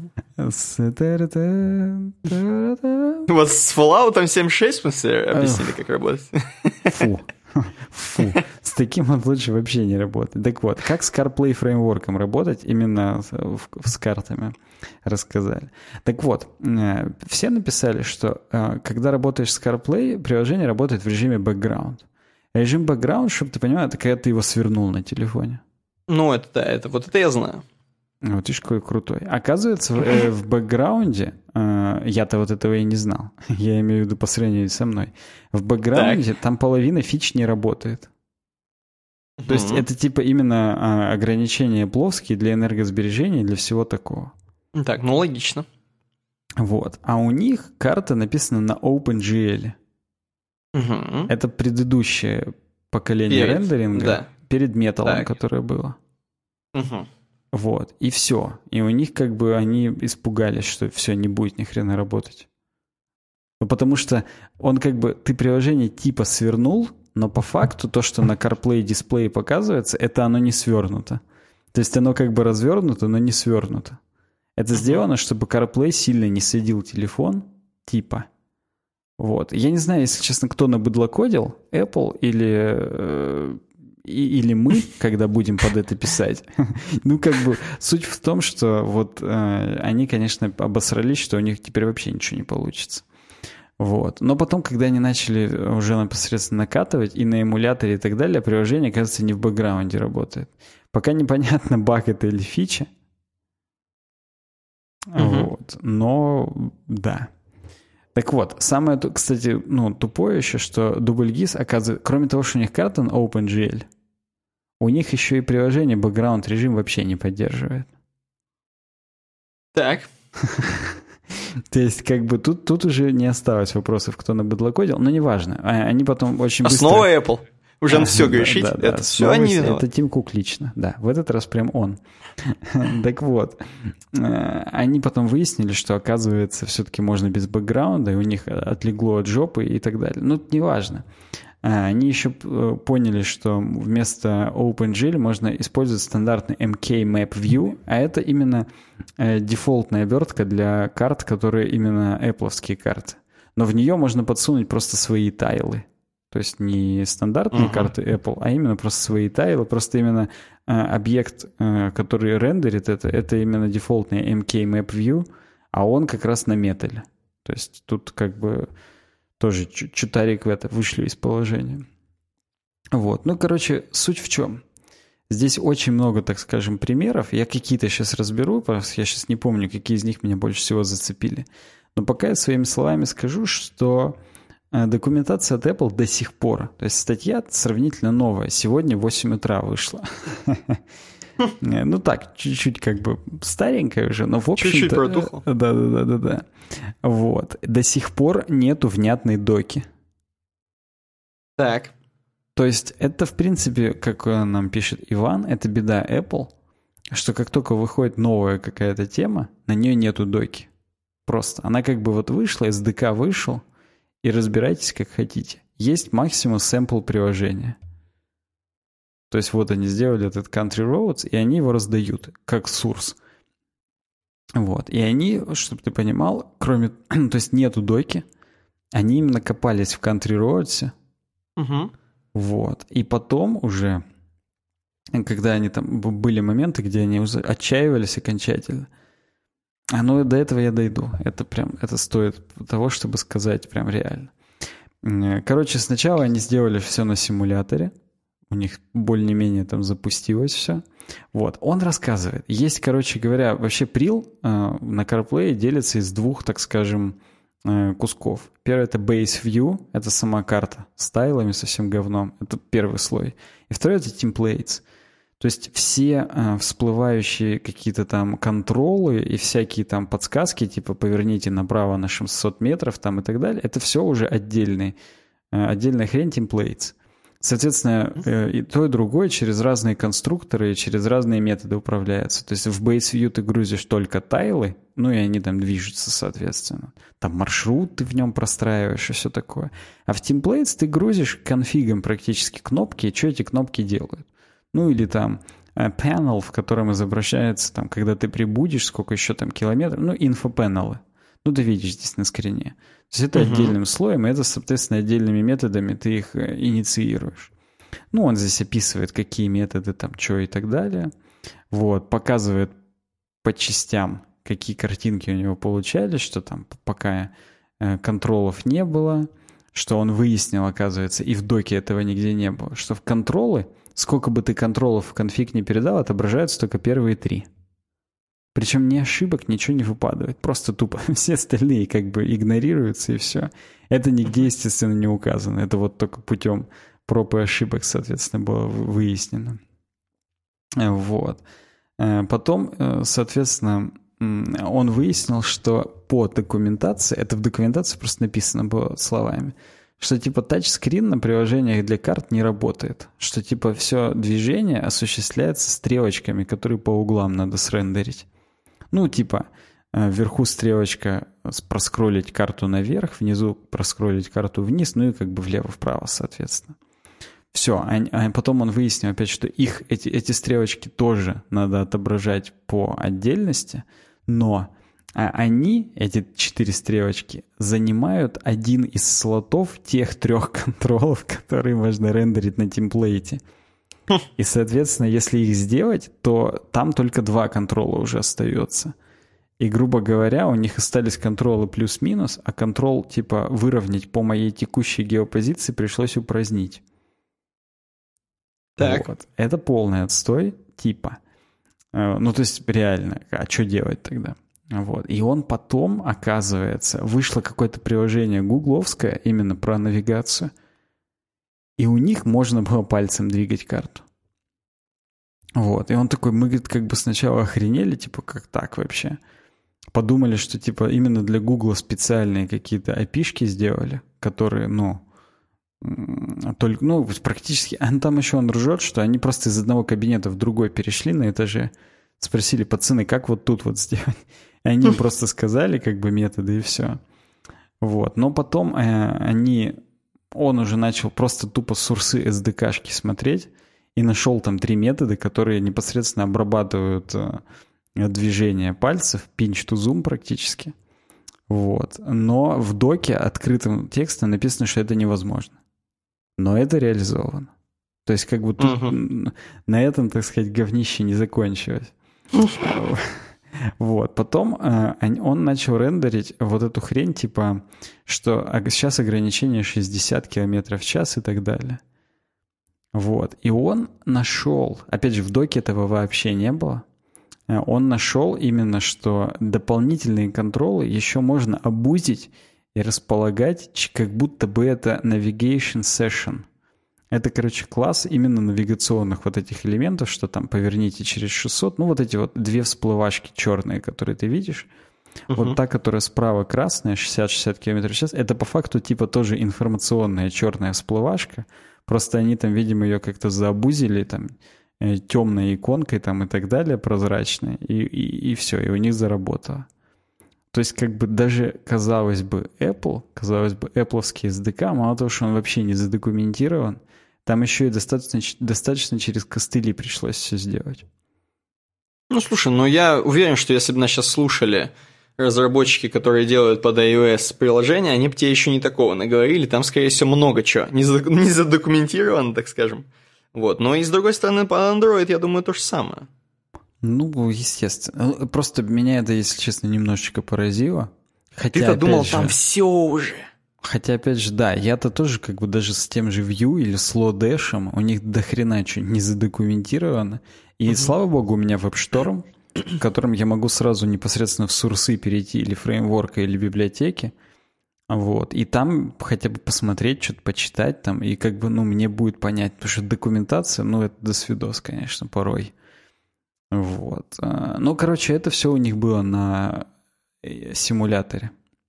Вот с Fallout 76, в смысле, объяснили, как работать. Фу. С таким он лучше вообще не работать. Так вот, как с CarPlay фреймворком работать именно с картами рассказали. Так вот, все написали, что когда работаешь с CarPlay, приложение работает в режиме background. Режим background, чтобы ты понимал, это когда ты его свернул на телефоне. Ну, это я знаю. Вот видишь, какой крутой. Оказывается, в бэкграунде, я-то вот этого и не знал, я имею в виду по сравнению со мной, в бэкграунде там половина фич не работает. То есть это типа именно ограничения плоские для энергосбережения и для всего такого. Так, логично. Вот. А у них карта написана на OpenGL. Это предыдущее поколение рендеринга перед металлом, которое было. Вот, и все. И у них они испугались, что все, не будет ни хрена работать. Ну, потому что ты приложение типа свернул, но по факту то, что на CarPlay дисплее показывается, это оно не свернуто. То есть оно развернуто, но не свернуто. Это сделано, чтобы CarPlay сильно не следил телефон, типа. Вот. Я не знаю, если честно, кто набыдлокодил, Apple или мы, когда будем под это писать. Суть в том, что они, конечно, обосрались, что у них теперь вообще ничего не получится. Вот. Но потом, когда они начали уже непосредственно накатывать и на эмуляторе и так далее, приложение, кажется, не в бэкграунде работает. Пока непонятно, баг это или фича. Вот. Но, да. Так вот, самое, кстати, тупое еще, что DoubleGIS, оказывается, кроме того, что у них карта на OpenGL, у них еще и приложение background режим вообще не поддерживает. Так. То есть, тут уже не осталось вопросов, кто набыдлокодил, но неважно. Они потом очень быстро... Снова Apple. Уже на все грешить. Это все они виноваты. Это Тим Кук лично, да. В этот раз прям он. Так вот. Они потом выяснили, что, оказывается, все-таки можно без бэкграунда, и у них отлегло от жопы и так далее. Ну, это неважно. Они еще поняли, что вместо OpenGL можно использовать стандартный MK-Map-View, а это именно дефолтная обертка для карт, которые именно Apple-овские карты. Но в нее можно подсунуть просто свои тайлы. То есть не стандартные карты Apple, а именно просто свои тайлы. Просто именно объект, который рендерит это именно дефолтный MK-Map-View, а он как раз на металле. То есть тут как бы тоже чутарик в это вышли из положения. Вот. Ну, короче, суть в чем? Здесь очень много, так скажем, примеров. Я какие-то сейчас разберу, потому что я сейчас не помню, какие из них меня больше всего зацепили. Но пока я своими словами скажу, что документация от Apple до сих пор, то есть статья сравнительно новая, сегодня в 8 утра вышла. Ну так, чуть-чуть как бы старенькая уже, но в общем-то... Чуть-чуть протухло. Да. Вот. До сих пор нету внятной доки. Так. То есть это, в принципе, как нам пишет Иван, это беда Apple, что как только выходит новая какая-то тема, на нее нету доки. Просто. Она как бы вот вышла, SDK вышел, и разбирайтесь как хотите. Есть максимум сэмпл приложения. То есть вот они сделали этот Country Roads, и они его раздают как source. Вот. И они, чтобы ты понимал, кроме... То есть нету доки, они именно копались в Country Roads. Вот. И потом уже, когда они там... Были моменты, где они уже отчаивались окончательно. Но до этого я дойду. Это прям... Это стоит того, чтобы сказать прям реально. Короче, сначала они сделали все на симуляторе. У них более-менее там запустилось все. Вот. Он рассказывает. Есть, короче говоря, вообще Pril на CarPlay делится из двух, так скажем, кусков. Первый — это Base View. Это сама карта с тайлами, со всем говном. Это первый слой. И второй — это Templates. То есть все всплывающие какие-то там контролы и всякие там подсказки, типа поверните направо на 600 метров там и так далее, это все уже отдельная хрень Templates. Соответственно, и то, и другое через разные конструкторы и через разные методы управляется. То есть в Base View ты грузишь только тайлы, ну и они там движутся, соответственно. Там маршрут ты в нем простраиваешь и все такое. А в Templates ты грузишь конфигом практически кнопки, и что эти кнопки делают. Ну или там panel, в котором изображается, там, когда ты прибудешь, сколько еще там километров, ну инфопанелы. Ну, ты видишь здесь на скрине. То есть это отдельным слоем, и это, соответственно, отдельными методами ты их инициируешь. Ну, он здесь описывает, какие методы там, что и так далее. Вот, показывает по частям, какие картинки у него получались, что там пока контролов не было, что он выяснил, оказывается, и в доке этого нигде не было, что в контролы, сколько бы ты контролов в конфиг не передал, отображаются только первые 3. Причем ни ошибок, ничего не выпадает. Просто тупо все остальные как бы игнорируются и все. Это нигде, естественно, не указано. Это вот только путем проб и ошибок, соответственно, было выяснено. Вот. Потом, соответственно, он выяснил, что по документации, это в документации просто написано было словами, что типа тачскрин на приложениях для карт не работает. Что типа все движение осуществляется стрелочками, которые по углам надо срендерить. Ну, типа, вверху стрелочка проскроллить карту наверх, внизу проскроллить карту вниз, ну и как бы влево-вправо, соответственно. Все. А потом он выяснил опять, что эти стрелочки тоже надо отображать по отдельности, но они, эти 4 стрелочки, занимают один из слотов тех 3 контролов, которые можно рендерить на темплейте. И, соответственно, если их сделать, то там только 2 контрола уже остается. И, грубо говоря, у них остались контролы плюс-минус, а контрол, типа, выровнять по моей текущей геопозиции пришлось упразднить. Так. Вот. Это полный отстой, типа. Ну, то есть, реально, а что делать тогда? Вот. И он потом, оказывается, вышло какое-то приложение гугловское именно про навигацию, и у них можно было пальцем двигать карту. Вот. И он такой, мы, говорит, как бы сначала охренели, типа, как так вообще? Подумали, что, типа, именно для Гугла специальные какие-то API-шки сделали, которые, только, практически... А там еще он ржет, что они просто из одного кабинета в другой перешли на этаже, спросили, пацаны, как вот тут вот сделать? И они им просто сказали, как бы, методы, и все. Вот. Но потом они он уже начал просто тупо сурсы SDK-шки смотреть и нашел там 3 метода, которые непосредственно обрабатывают движение пальцев, pinch to zoom практически. Вот. Но в доке открытым текстом написано, что это невозможно. Но это реализовано. То есть как бы тут на этом, так сказать, говнище не закончилось. Вот. Потом он начал рендерить вот эту хрень, типа, что сейчас ограничение 60 км в час и так далее. Вот. И он нашел, опять же, в доке этого вообще не было, он нашел именно, что дополнительные контролы еще можно обузить и располагать, как будто бы это navigation session. Это, короче, класс именно навигационных вот этих элементов, что там поверните через 600, ну вот эти вот 2 всплывашки черные, которые ты видишь. Вот та, которая справа красная, 60-60 км в час, это по факту типа тоже информационная черная всплывашка, просто они там, видимо, ее как-то заобузили, там, темной иконкой там и так далее, прозрачной, и все, и у них заработало. То есть как бы даже, казалось бы, Apple-овский SDK, мало того, что он вообще не задокументирован, там еще и достаточно через костыли пришлось все сделать. Ну, слушай, ну я уверен, что если бы нас сейчас слушали разработчики, которые делают под iOS приложения, они бы тебе еще не такого наговорили, там, скорее всего, много чего не задокументировано, так скажем. Вот. Но и с другой стороны, по Android, я думаю, то же самое. Ну, естественно. Просто меня это, если честно, немножечко поразило. Хотя, ты-то думал, там все уже. Хотя, опять же, да, я-то тоже как бы даже с тем же Vue или с Lodash, у них дохрена что не задокументировано. И слава богу, у меня WebStorm, в котором я могу сразу непосредственно в сурсы перейти или фреймворка, или библиотеки. Вот. И там хотя бы посмотреть, что-то почитать там, и как бы, ну, мне будет понять, потому что документация, ну, это досвидос, конечно, порой. Вот. Ну, короче, это все у них было на симуляторе.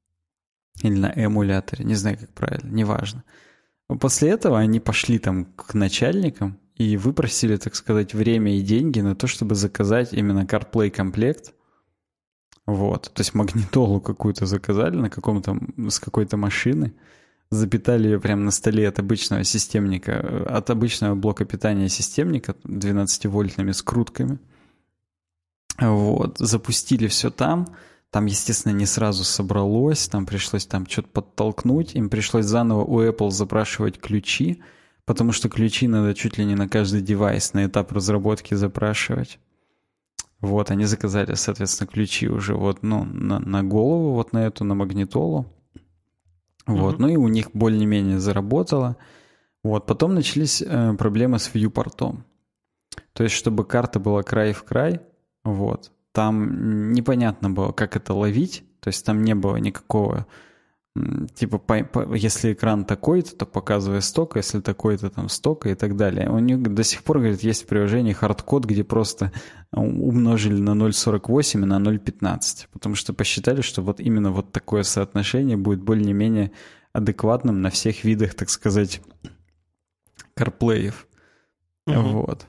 Или на эмуляторе, не знаю, как правильно, неважно. После этого они пошли там к начальникам и выпросили, так сказать, время и деньги на то, чтобы заказать именно CarPlay комплект. Вот. То есть магнитолу какую-то заказали на с какой-то машины, запитали ее прямо на столе от обычного системника, от обычного блока питания системника 12-вольтными скрутками. Вот. Запустили все там. Там, естественно, не сразу собралось, там пришлось там что-то подтолкнуть, им пришлось заново у Apple запрашивать ключи, потому что ключи надо чуть ли не на каждый девайс на этап разработки запрашивать. Вот, они заказали, соответственно, ключи уже вот, ну, на голову, вот на эту, на магнитолу. Вот, ну и у них более-менее заработало. Вот, потом начались проблемы с вьюпортом. То есть, чтобы карта была край в край, вот, там непонятно было, как это ловить, то есть там не было никакого, типа, если экран такой-то, то показывай столько, если такой-то, там столько и так далее. У них до сих пор, говорит, есть в приложении хардкод, где просто умножили на 0,48 и на 0,15, потому что посчитали, что вот именно вот такое соотношение будет более-менее адекватным на всех видах, так сказать, CarPlay'ев. Вот.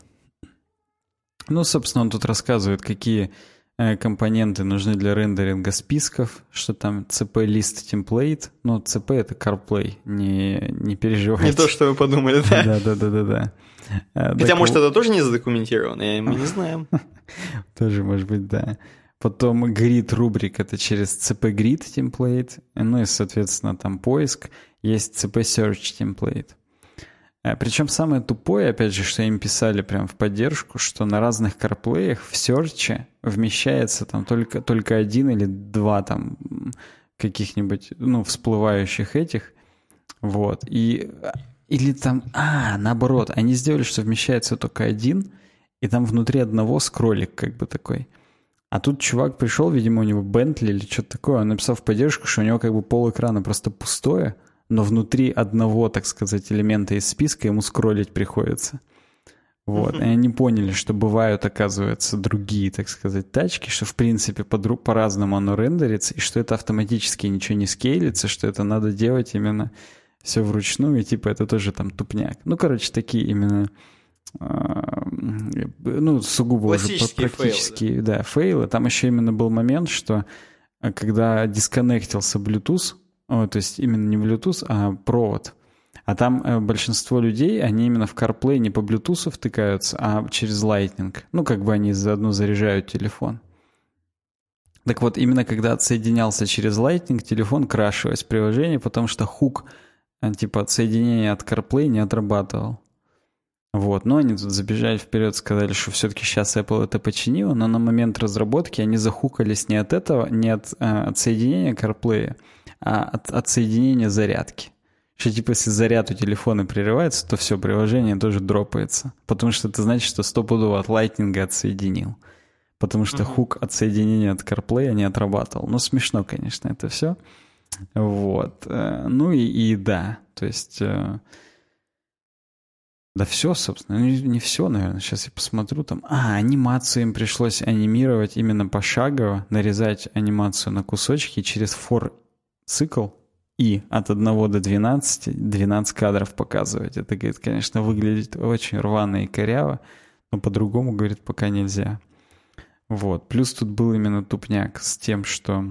Ну, собственно, он тут рассказывает, какие компоненты нужны для рендеринга списков, что там CP-list template. Ну, CP — это CarPlay, не переживайте. Не то, что вы подумали, да? Да. Хотя, может, это тоже не задокументировано, мы не знаем. Тоже, может быть, да. Потом grid рубрик — это через CP-grid template. Ну и, соответственно, там поиск. Есть CP-search template. Причем самое тупое, опять же, что им писали прям в поддержку, что на разных CarPlay'ах в Search вмещается там только 1 или 2 там каких-нибудь, ну, всплывающих этих. Вот. Или там, наоборот, они сделали, что вмещается только 1, и там внутри одного скроллик как бы такой. А тут чувак пришел, видимо, у него Bentley или что-то такое, он написал в поддержку, что у него как бы полэкрана просто пустое, но внутри одного, так сказать, элемента из списка ему скроллить приходится. Вот. И они поняли, что бывают, оказывается, другие, так сказать, тачки, что, в принципе, по-разному оно рендерится, и что это автоматически ничего не скейлится, что это надо делать именно все вручную, и типа это тоже там тупняк. Ну, короче, такие именно, ну, сугубо уже практические, да, фейлы. Там еще именно был момент, что когда дисконнектился Bluetooth, то есть именно не Bluetooth, а провод, А там большинство людей, они именно в CarPlay не по Bluetooth втыкаются, а через Lightning. Ну, как бы они заодно заряжают телефон. Так вот, именно когда отсоединялся через Lightning, телефон крашилось приложение, потому что хук, типа отсоединения от CarPlay не отрабатывал. Вот, но они тут забежали вперед, сказали, что все-таки сейчас Apple это починила, но на момент разработки они захукались не от этого, не от отсоединения CarPlay, а от отсоединения зарядки. Что типа если заряд у телефона прерывается, то все, приложение тоже дропается. Потому что это значит, что стопудово от Lightning отсоединил. Потому что хук отсоединения от CarPlay не отрабатывал. Ну, смешно, конечно, это все. Вот. Ну и да, то есть... Да все, собственно, не все, наверное. Сейчас я посмотрю там. Анимацию им пришлось анимировать именно пошагово, нарезать анимацию на кусочки через for цикл и от 1 до 12 кадров показывать. Это, говорит, конечно, выглядит очень рвано и коряво, но по-другому, говорит, пока нельзя. Вот. Плюс тут был именно тупняк с тем, что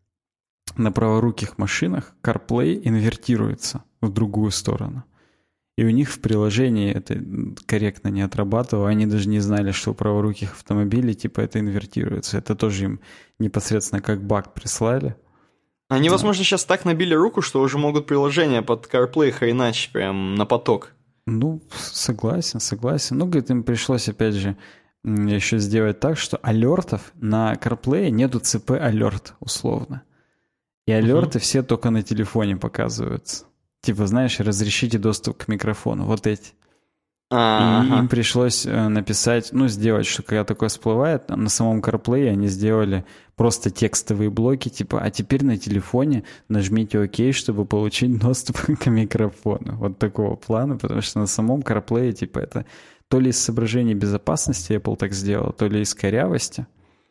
на праворуких машинах CarPlay инвертируется в другую сторону. И у них в приложении это корректно не отрабатывало. Они даже не знали, что у праворуких автомобилей типа это инвертируется. Это тоже им непосредственно как баг прислали. Они, возможно, сейчас так набили руку, что уже могут приложение под CarPlay хреначить прям на поток. Ну, согласен. Ну, говорит, им пришлось, опять же, еще сделать так, что алертов на CarPlay нету CP алерт, условно. И алерты все только на телефоне показываются. Типа, знаешь, разрешите доступ к микрофону. Вот эти. И им пришлось написать, ну, сделать, что когда такое всплывает, на самом CarPlay они сделали просто текстовые блоки, типа, а теперь на телефоне нажмите ОК, чтобы получить доступ к микрофону. Вот такого плана, потому что на самом CarPlay, типа, это то ли из соображений безопасности Apple так сделал, то ли из корявости.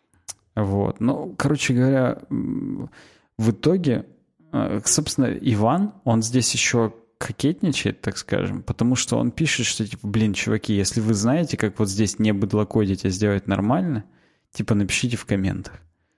Вот. Ну, короче говоря, в итоге... Собственно, Иван, он здесь еще кокетничает, так скажем, потому что он пишет, что, типа, блин, чуваки, если вы знаете, как вот здесь не быдлокодить, а сделать нормально, типа, напишите в комментах.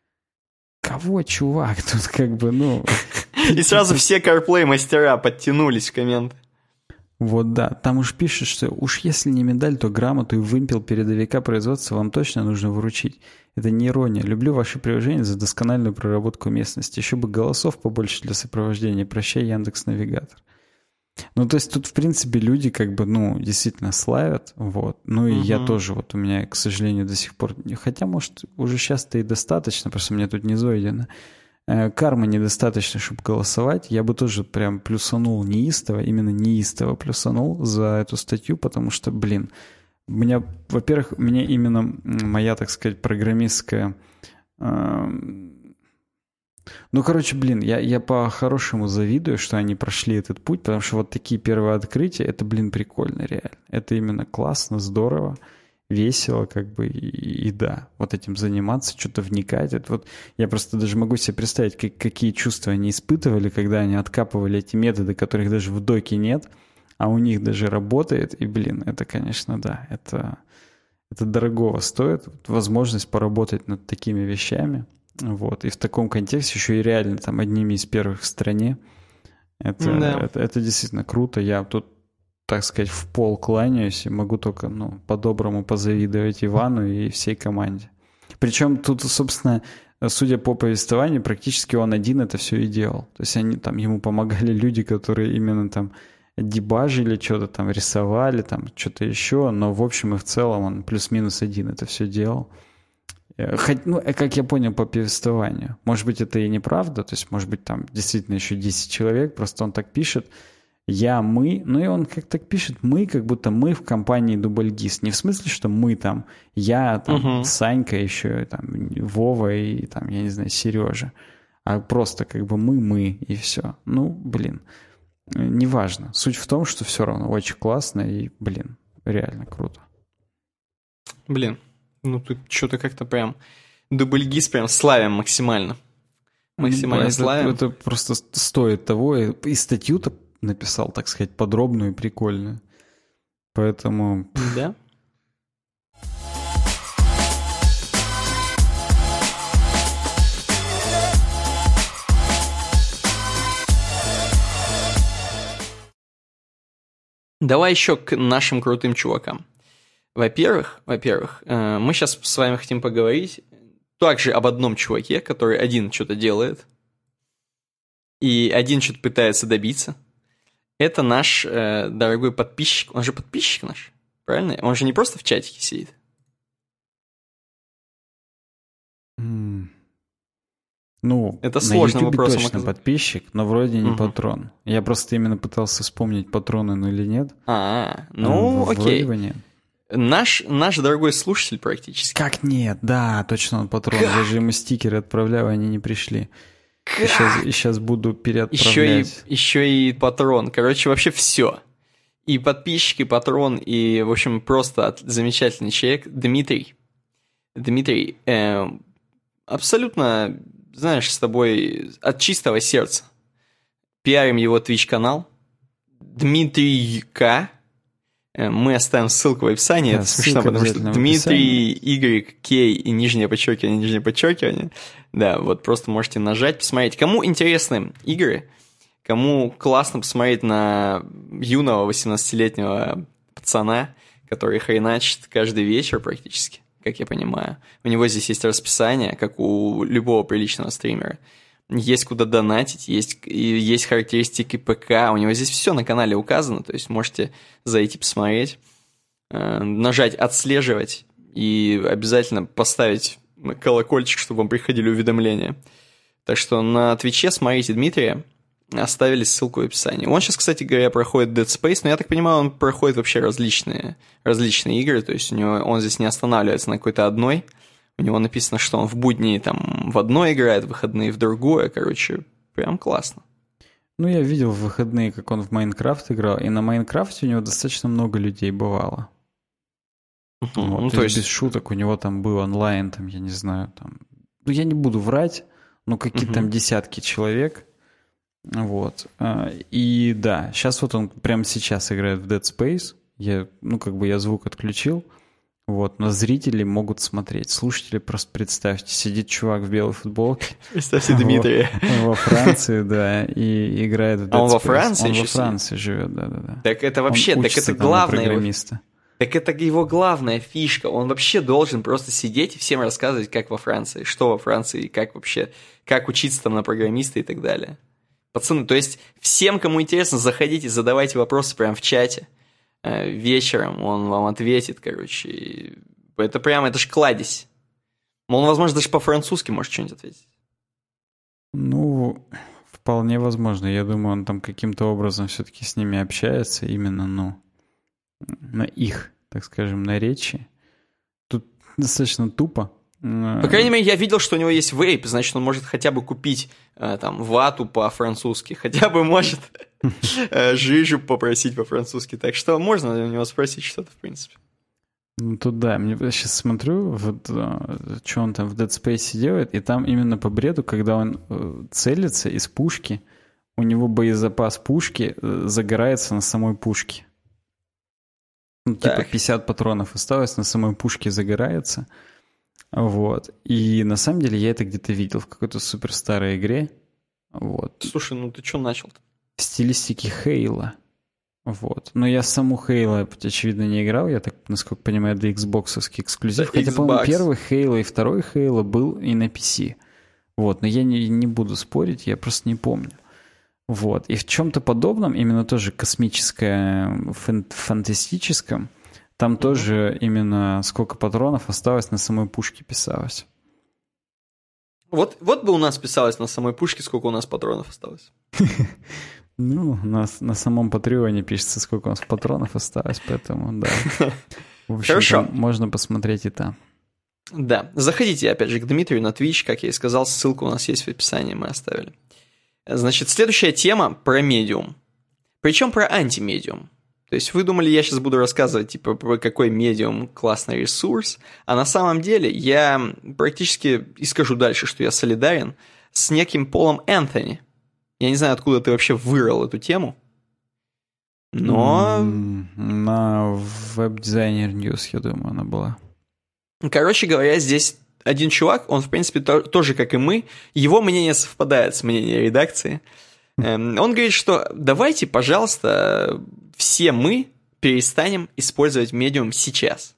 Кого, чувак? Тут как бы, ну... И сразу все CarPlay мастера подтянулись в комменты. Вот да, там уж пишет, что уж если не медаль, то грамоту и вымпел передовика производства вам точно нужно вручить. Это не ирония. Люблю ваши приложения за доскональную проработку местности. Еще бы голосов побольше для сопровождения. Прощай, Яндекс.Навигатор. Ну, то есть тут, в принципе, люди как бы, ну, действительно славят, вот. Ну, и я тоже, вот у меня, к сожалению, до сих пор... Хотя, может, уже сейчас-то и достаточно, просто мне тут не зайдено. Кармы недостаточно, чтобы голосовать. Я бы тоже прям плюсанул неистово, именно неистово плюсанул за эту статью, потому что, блин, меня, во-первых, мне именно моя, так сказать, программистская... Ну, короче, блин, я по-хорошему завидую, что они прошли этот путь, потому что вот такие первые открытия, это, блин, прикольно, реально. Это именно классно, здорово, весело, как бы, и да, вот этим заниматься, что-то вникать. Это вот я просто даже могу себе представить, какие чувства они испытывали, когда они откапывали эти методы, которых даже в доке нет, а у них даже работает, и, блин, это, конечно, да, это дорогого стоит, возможность поработать над такими вещами. Вот. И в таком контексте еще и реально там одними из первых в стране. Это действительно круто. Я тут, так сказать, в пол кланяюсь и могу только, ну, по-доброму позавидовать Ивану и всей команде. Причем тут, собственно, судя по повествованию, практически он один это все и делал. То есть они там ему помогали люди, которые именно там дебажили, что-то там рисовали, там что-то еще, но в общем и в целом он плюс-минус один это все делал. Ну, как я понял по повествованию. Может быть, это и неправда, то есть, может быть, там действительно еще 10 человек, просто он так пишет, мы, ну и он как так пишет, мы, как будто мы в компании Дубльгиз. Не в смысле, что мы там, я, там, Санька еще, там, Вова и, там, я не знаю, Сережа, а просто как бы мы и все. Ну, блин, неважно. Суть в том, что все равно очень классно и, блин, реально круто. Блин. Ну, тут что-то как-то прям... Дубльгиз прям славим максимально. Максимально славим. Это просто стоит того. И статью-то написал, так сказать, подробную и прикольную. Поэтому... Да? Давай еще к нашим крутым чувакам. Во-первых, мы сейчас с вами хотим поговорить также об одном чуваке, который один что-то делает, и один что-то пытается добиться. Это наш дорогой подписчик. Он же подписчик наш, правильно? Он же не просто в чатике сидит. Ну, это сложный на YouTube вопрос. Точно подписчик, но вроде не патрон. Я просто именно пытался вспомнить, патрон он или нет. Окей. Вроде бы нет. Наш дорогой слушатель практически. Как нет? Да, точно он патрон. Я же ему стикеры отправлял, они не пришли. Сейчас буду переотправлять. Еще и патрон. Короче, вообще все. И подписчик, и патрон, и, в общем, просто замечательный человек. Дмитрий, абсолютно, знаешь, с тобой от чистого сердца. Пиарим его Twitch-канал. Дмитрий.К. Мы оставим ссылку в описании. Да, это смешно, потому что Дмитрий, Y, К и нижнее подчеркивание. Да, вот просто можете нажать, посмотреть. Кому интересны игры, кому классно посмотреть на юного 18-летнего пацана, который хреначит каждый вечер практически, как я понимаю. У него здесь есть расписание, как у любого приличного стримера. Есть куда донатить, есть характеристики ПК, у него здесь все на канале указано, то есть можете зайти посмотреть, нажать «Отслеживать» и обязательно поставить колокольчик, чтобы вам приходили уведомления. Так что на Твиче смотрите Дмитрия, оставили ссылку в описании. Он сейчас, кстати говоря, проходит Dead Space, но я так понимаю, он проходит вообще различные игры, то есть он здесь не останавливается на какой-то одной. У него написано, что он в будни там в одно играет, в выходные в другое. Короче, прям классно. Ну, я видел в выходные, как он в Майнкрафт играл, и на Майнкрафте у него достаточно много людей бывало. Вот, то есть без шуток, у него там был онлайн, там, я не знаю, там... Ну, я не буду врать, но какие-то там десятки человек. Вот. И да, сейчас вот он прямо сейчас играет в Dead Space. Я звук отключил. Вот, но зрители могут смотреть. Слушатели, просто представьте, сидит чувак в белой футболке. Представьте Дмитрия. Во Франции, да, и играет в Dead Space. Он во Франции еще? Он во Франции живет, да. Так это вообще, так это главное. Так это его главная фишка. Он вообще должен просто сидеть и всем рассказывать, как во Франции, что во Франции, и как вообще, как учиться там на программиста и так далее. Пацаны, то есть всем, кому интересно, заходите, задавайте вопросы прямо в чате. Вечером он вам ответит, короче. Это ж кладезь. Он, возможно, даже по-французски может что-нибудь ответить. Ну, вполне возможно. Я думаю, он там каким-то образом все-таки с ними общается, именно, на их, так скажем, наречии. Тут достаточно тупо. По крайней мере, я видел, что у него есть вейп, значит, он может хотя бы купить там вату по-французски, хотя бы может жижу попросить по-французски. Так что можно у него спросить что-то, в принципе. Ну, тут да, я сейчас смотрю, вот, что он там в Dead Space делает, и там именно по бреду, когда он целится из пушки, у него боезапас пушки загорается на самой пушке. Ну, типа 50 патронов осталось, на самой пушке загорается. Вот. И на самом деле я это где-то видел в какой-то супер старой игре. Вот. Слушай, ну ты что начал-то? В стилистике Хейла. Вот. Но я саму Хейла, очевидно, не играл. Я так, насколько понимаю, это Xbox-овский эксклюзив. Хотя, по-моему, первый Хейла и второй Хейла был и на PC. Вот. Но я не буду спорить, я просто не помню. Вот. И в чем-то подобном, именно тоже космическое, фантастическом, там тоже именно сколько патронов осталось на самой пушке писалось. Вот бы у нас писалось на самой пушке, сколько у нас патронов осталось. Ну, на самом Патреоне пишется, сколько у нас патронов осталось, поэтому, да. В общем, хорошо. Можно посмотреть и там. Да, заходите, опять же, к Дмитрию на Twitch, как я и сказал, ссылка у нас есть в описании, мы оставили. Значит, следующая тема про медиум. Причем про антимедиум. То есть вы думали, я сейчас буду рассказывать, типа, про какой медиум классный ресурс, а на самом деле я практически и скажу дальше, что я солидарен с неким Полом Энтони. Я не знаю, откуда ты вообще вырвал эту тему, но... На Web Designer News, я думаю, она была. Короче говоря, здесь один чувак, он, в принципе, тоже, как и мы, его мнение совпадает с мнением редакции. Он говорит, что давайте, пожалуйста, все мы перестанем использовать медиум сейчас.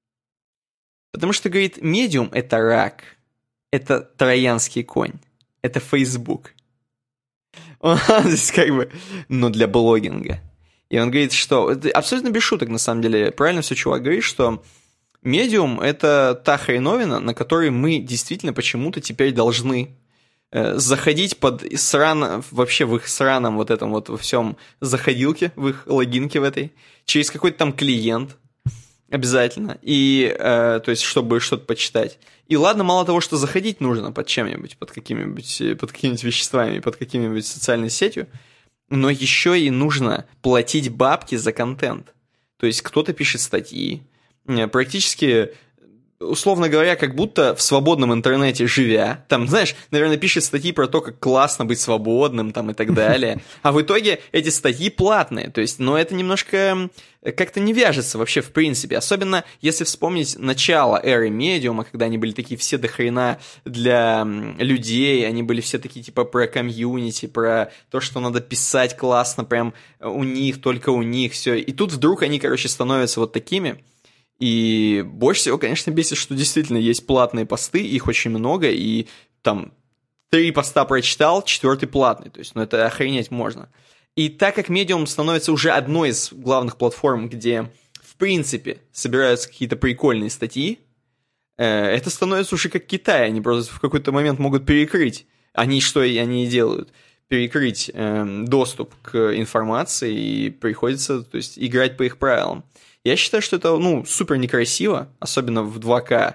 Потому что, говорит, медиум — это рак, это троянский конь, это Facebook. Он здесь как бы, ну, для блогинга. И он говорит, что... Абсолютно без шуток, на самом деле. Правильно все чувак говорит, что медиум — это та хреновина, на которой мы действительно почему-то теперь должны заходить под вообще в их сраном вот этом вот во всем заходилке, в их логинке в этой, через какой-то там клиент обязательно, и, то есть, чтобы что-то почитать. И ладно, мало того, что заходить нужно под чем-нибудь, под какими-нибудь веществами, под какими-нибудь социальной сетью, но еще и нужно платить бабки за контент. То есть кто-то пишет статьи, практически, условно говоря, как будто в свободном интернете живя, там, знаешь, наверное, пишет статьи про то, как классно быть свободным, там, и так далее, а в итоге эти статьи платные, то есть, но это немножко как-то не вяжется вообще в принципе, особенно если вспомнить начало эры медиума, когда они были такие все до хрена для людей, они были все такие типа про комьюнити, про то, что надо писать классно, прям у них, только у них, все, и тут вдруг они, короче, становятся вот такими. И больше всего, конечно, бесит, что действительно есть платные посты, их очень много, и там 3 поста прочитал, 4-й платный, то есть, ну, это охренеть можно. И так как Medium становится уже одной из главных платформ, где, в принципе, собираются какие-то прикольные статьи, это становится уже как Китай, они просто в какой-то момент могут перекрыть, что они и делают, перекрыть доступ к информации, и приходится, то есть, играть по их правилам. Я считаю, что это, ну, супер некрасиво, особенно в 2К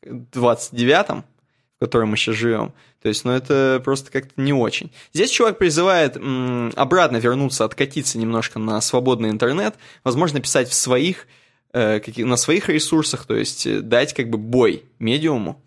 29, в котором мы сейчас живем. То есть, ну, это просто как-то не очень. Здесь чувак призывает обратно вернуться, откатиться немножко на свободный интернет, возможно, писать на своих ресурсах, то есть дать как бы бой медиуму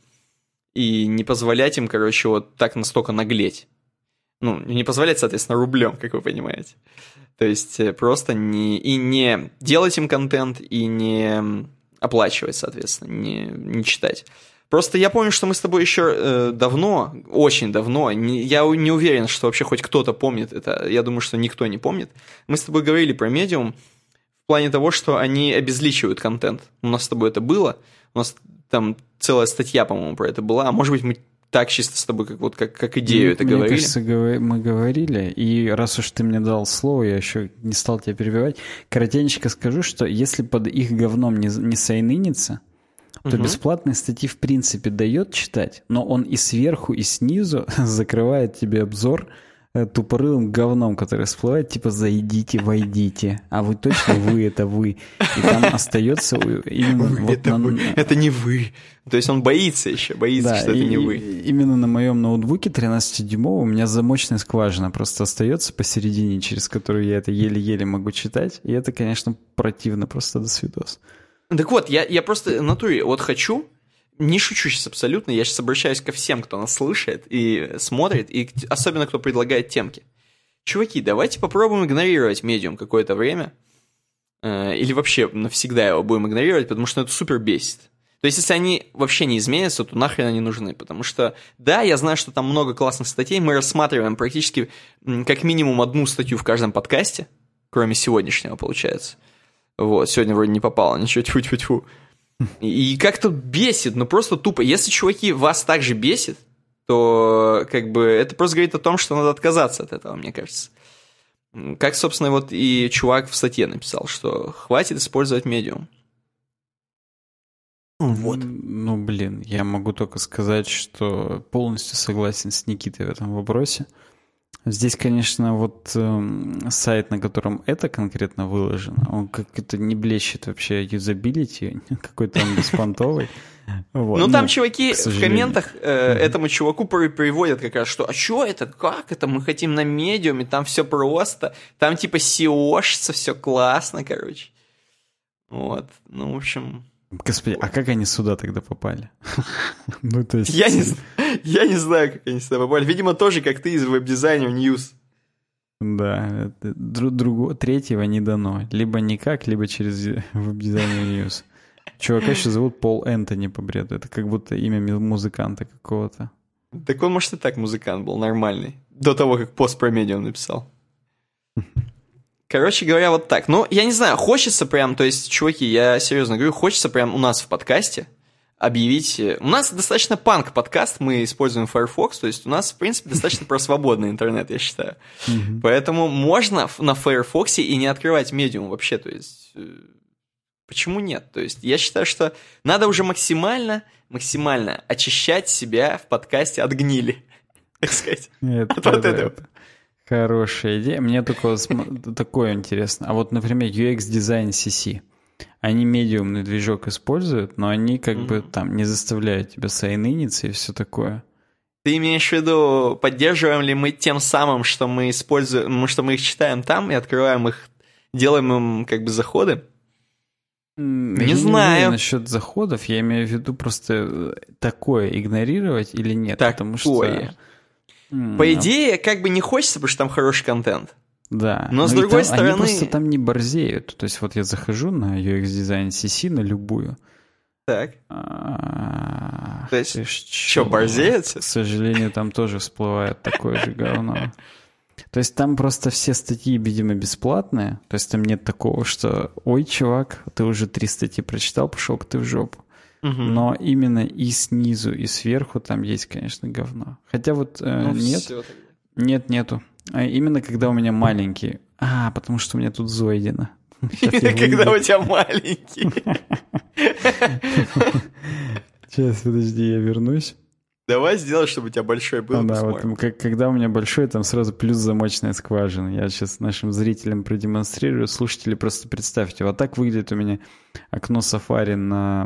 и не позволять им, короче, вот так настолько наглеть. Ну, не позволять, соответственно, рублем, как вы понимаете. То есть просто не делать им контент и не оплачивать, соответственно, не читать. Просто я помню, что мы с тобой еще давно, очень давно, я не уверен, что вообще хоть кто-то помнит это, я думаю, что никто не помнит. Мы с тобой говорили про Medium в плане того, что они обезличивают контент. У нас с тобой это было, у нас там целая статья, по-моему, про это была, а может быть мы так чисто с тобой как идею это говорили. Мне кажется, мы говорили, и раз уж ты мне дал слово, я еще не стал тебя перебивать, коротенько скажу, что если под их говном не сайниниться, то бесплатные статьи в принципе дает читать, но он и сверху, и снизу закрывает тебе обзор тупорылым говном, который всплывает, типа «зайдите, войдите», а вы точно вы, это вы. И там остается именно... Это не вы. То есть он боится еще, боится, что это не вы. Именно на моем ноутбуке 13-дюймовом у меня замочная скважина просто остается посередине, через которую я это еле-еле могу читать. И это, конечно, противно просто до свидос. Так вот, я просто в натуре вот хочу... Не шучу сейчас абсолютно, я сейчас обращаюсь ко всем, кто нас слышит и смотрит, и особенно кто предлагает темки. Чуваки, давайте попробуем игнорировать медиум какое-то время, или вообще навсегда его будем игнорировать, потому что это супер бесит. То есть, если они вообще не изменятся, то нахрен они нужны, потому что, да, я знаю, что там много классных статей, мы рассматриваем практически как минимум одну статью в каждом подкасте, кроме сегодняшнего, получается. Вот, сегодня вроде не попало, ничего, тьфу-тьфу-тьфу. И как-то бесит, ну просто тупо. Если, чуваки, вас так же бесит, то как бы это просто говорит о том, что надо отказаться от этого, мне кажется. Как, собственно, вот и чувак в статье написал, что хватит использовать медиум. Вот. Ну, блин, я могу только сказать, что полностью согласен с Никитой в этом вопросе. Здесь, конечно, вот сайт, на котором это конкретно выложено, он как-то не блещет вообще юзабилити, какой-то он беспонтовый. Вот. Ну, там чуваки в комментах этому чуваку приводят как раз, что «А что это? Как это? Мы хотим на медиуме, там все просто, там типа SEO-шится, все классно, короче». Вот, ну, в общем... Господи, а как они сюда тогда попали? Ну, то есть... Я не знаю, как они сюда попали. Видимо, тоже как ты из веб-дизайнер News. Да, третьего не дано. Либо никак, либо через веб-дизайнер News. Чувака еще зовут Пол Энтони по бреду. Это как будто имя музыканта какого-то. Так он, может, и так музыкант был, нормальный. До того, как пост про медиум написал. Короче говоря, вот так. Ну, я не знаю, хочется прям, то есть, чуваки, я серьезно говорю, хочется прям у нас в подкасте объявить... У нас достаточно панк-подкаст, мы используем Firefox, то есть у нас, в принципе, достаточно про свободный интернет, я считаю. Поэтому можно на Firefox и не открывать Medium вообще, то есть... Почему нет? То есть я считаю, что надо уже максимально очищать себя в подкасте от гнили, так сказать. Это хорошая идея. Мне только такое интересно. А вот, например, UX Design CC. Они медиумный движок используют, но они как бы там не заставляют тебя сайниниться и все такое. Ты имеешь в виду, поддерживаем ли мы тем самым, что мы используем, что мы их читаем там и открываем их, делаем им как бы заходы? Не знаю. Насчет заходов, я имею в виду просто такое игнорировать или нет. Такое. Потому что... По идее, как бы не хочется, потому что там хороший контент. Да. Но с другой стороны... Они просто там не борзеют. То есть вот я захожу на UX Design CC, на любую. Так. То есть, что, борзеют? К сожалению, там тоже всплывает такое же говно. То есть там просто все статьи, видимо, бесплатные. То есть там нет такого, что «Ой, чувак, ты уже 3 статьи прочитал, пошел-ка ты в жопу». Но именно и снизу, и сверху там есть, конечно, говно. Хотя вот нету. А именно когда у меня маленький. Потому что у меня тут Зойдина. Именно когда у тебя маленький. Сейчас, подожди, я вернусь. Давай сделай, чтобы у тебя большой был. Да, вот когда у меня большой, там сразу плюс замочная скважина. Я сейчас нашим зрителям продемонстрирую. Слушатели, просто представьте. Вот так выглядит у меня окно Safari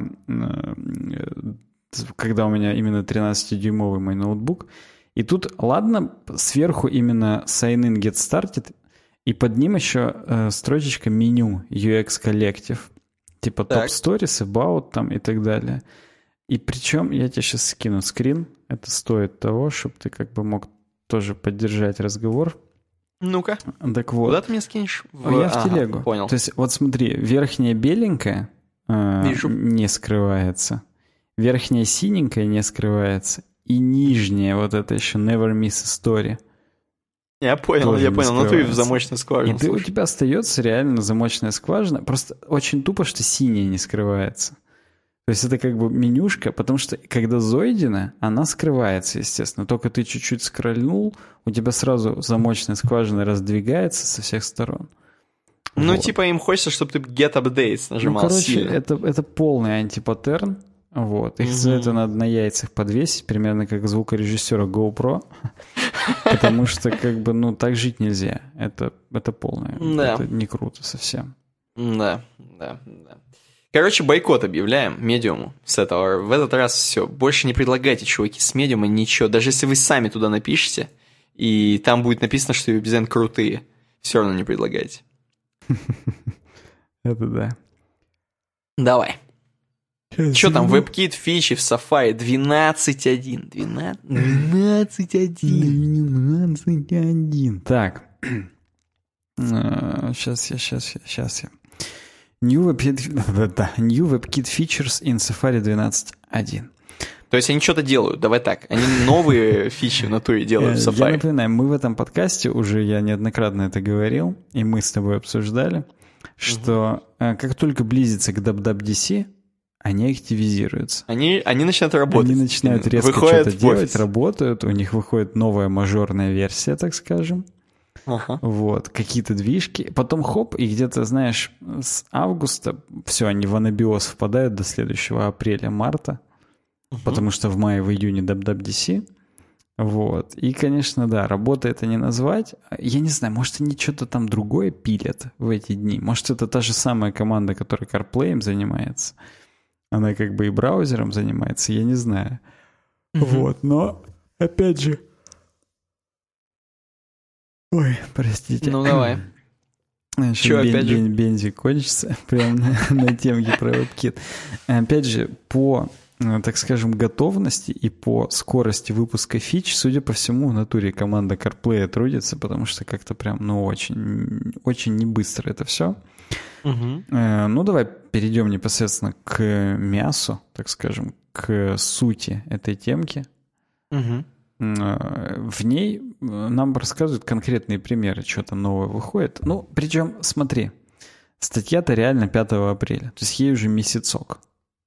когда у меня именно 13-дюймовый мой ноутбук. И тут, ладно, сверху именно Sign in Get Started, и под ним еще строчечка меню UX Collective. Типа Top Stories, About там и так далее. И причем, я тебе сейчас скину скрин, это стоит того, чтобы ты как бы мог тоже поддержать разговор. Ну-ка. Так вот. Куда ты мне скинешь? Я в телегу. Понял. То есть вот смотри, верхняя беленькая не скрывается, верхняя синенькая не скрывается, и нижняя вот это еще Never Miss a Story. Я понял. Ну ты в замочную скважину. И у тебя остается реально замочная скважина, просто очень тупо, что синяя не скрывается. То есть это как бы менюшка, потому что когда Зойдина, она скрывается, естественно. Только ты чуть-чуть скрольнул, у тебя сразу замочная скважина раздвигается со всех сторон. Ну, вот. Типа им хочется, чтобы ты Get Updates нажимал сильно. Это полный антипаттерн. Вот. Их за это надо на яйцах подвесить, примерно как звукорежиссера GoPro. Потому что как бы, так жить нельзя. Это полное. Это не круто совсем. Да. Короче, бойкот объявляем Медиуму с этого. В этот раз все. Больше не предлагайте, чуваки, с Медиума ничего. Даже если вы сами туда напишете, и там будет написано, что веб-дизайн крутые, все равно не предлагайте. Это да. Давай. Что там, WebKit фичи в Safari 12.1. 12.1. Так. Сейчас я. New WebKit Features in Safari 12.1. То есть они что-то делают, давай так. Они новые фичи в натуре делают в Safari. Я напоминаю, мы в этом подкасте уже, я неоднократно это говорил, и мы с тобой обсуждали, что как только близится к WWDC, они активизируются. Они начинают работать. Они начинают резко что-то делать, работают, у них выходит новая мажорная версия, так скажем. Вот, какие-то движки. Потом хоп, и где-то, знаешь, с августа все, они в анабиоз впадают до следующего апреля-марта, потому что в мае, в июне WWDC. Вот. И, конечно, да, работа это не назвать. Я не знаю, может, они что-то там другое пилят в эти дни. Может, это та же самая команда, которая CarPlay занимается. Она как бы и браузером занимается, я не знаю. Вот, но, опять же... Ой, простите. Ну, давай. Что, опять же? Бензин кончится прямо на темке про WebKit. Опять же, по, так скажем, готовности и по скорости выпуска фич, судя по всему, в натуре команда CarPlay трудится, потому что как-то прям, очень, очень не быстро это все. Ну, давай перейдем непосредственно к мясу, так скажем, к сути этой темки. В ней нам рассказывают конкретные примеры, что там новое выходит. Ну, причем, смотри, статья-то реально 5 апреля, то есть ей уже месяцок.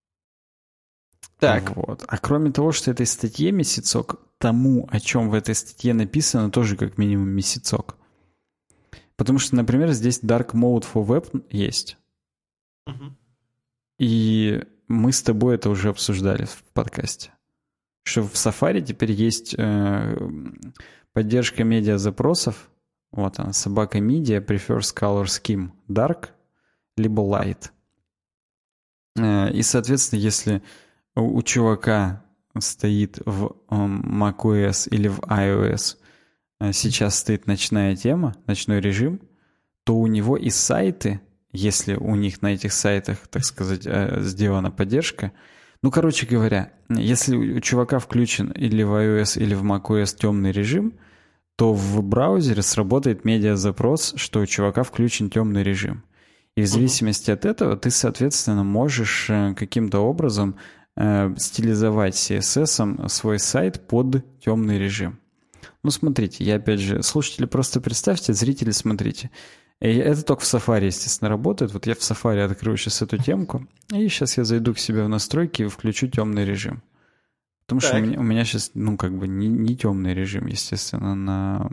Так. Вот. А кроме того, что этой статье месяцок, тому, о чем в этой статье написано, тоже как минимум месяцок. Потому что, например, здесь Dark Mode for Web есть. Угу. И мы с тобой это уже обсуждали в подкасте. Что в Safari теперь есть поддержка медиа-запросов. Вот она, собака media, prefers color scheme dark, либо light. И, соответственно, если у чувака стоит в macOS или в iOS сейчас стоит ночная тема, ночной режим, то у него и сайты, если у них на этих сайтах, так сказать, сделана поддержка, ну, короче говоря, если у чувака включен или в iOS, или в macOS темный режим, то в браузере сработает медиа-запрос, что у чувака включен темный режим. И в зависимости от этого ты, соответственно, можешь каким-то образом стилизовать CSS свой сайт под темный режим. Ну, смотрите, я опять же, слушатели, просто представьте, зрители, смотрите. Это только в Safari, естественно, работает. Вот я в Safari открою сейчас эту темку, и сейчас я зайду к себе в настройки и включу темный режим. Потому что у меня сейчас, ну, как бы не темный режим, естественно,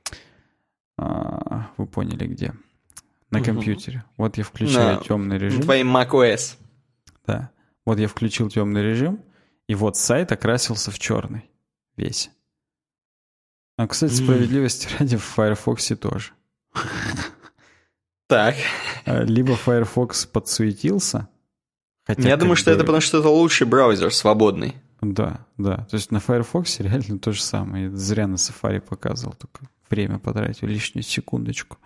вы поняли где. На компьютере. Вот я включаю темный режим. На твоем macOS. Да. Вот я включил темный режим, и вот сайт окрасился в черный весь. А, кстати, справедливости ради, в Firefox тоже. Так. Либо Firefox подсуетился. Я думаю, что это потому, что это лучший браузер, свободный. Да, да. То есть на Firefox реально то же самое. Я зря на Safari показывал, только время потратил, лишнюю секундочку.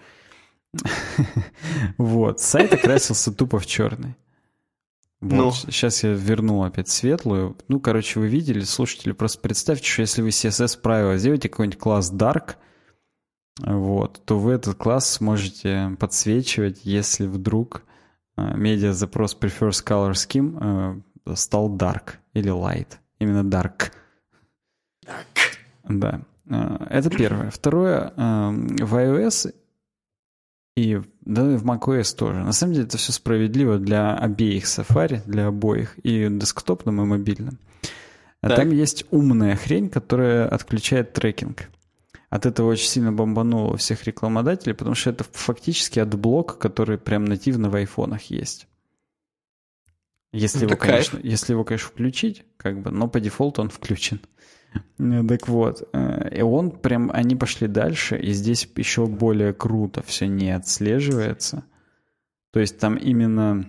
Вот. Сайт окрасился тупо в черный. Вот. Сейчас я верну опять светлую. Ну, короче, вы видели, слушатели, просто представьте, что если вы CSS правила сделаете какой-нибудь класс Dark, вот, то вы этот класс сможете подсвечивать, если вдруг медиа-запрос prefers color scheme стал Dark или Light. Именно Dark. Dark. Да. Это первое. Второе, в iOS и в macOS тоже. На самом деле это все справедливо для обеих Safari, для обоих, и десктопным, и мобильным. Там есть умная хрень, которая отключает трекинг. От этого очень сильно бомбануло всех рекламодателей, потому что это фактически адблок, который прям нативно в айфонах есть. Если его, конечно, включить, как бы, но по дефолту он включен. Так вот, и он прям, они пошли дальше, и здесь еще более круто все не отслеживается. То есть там именно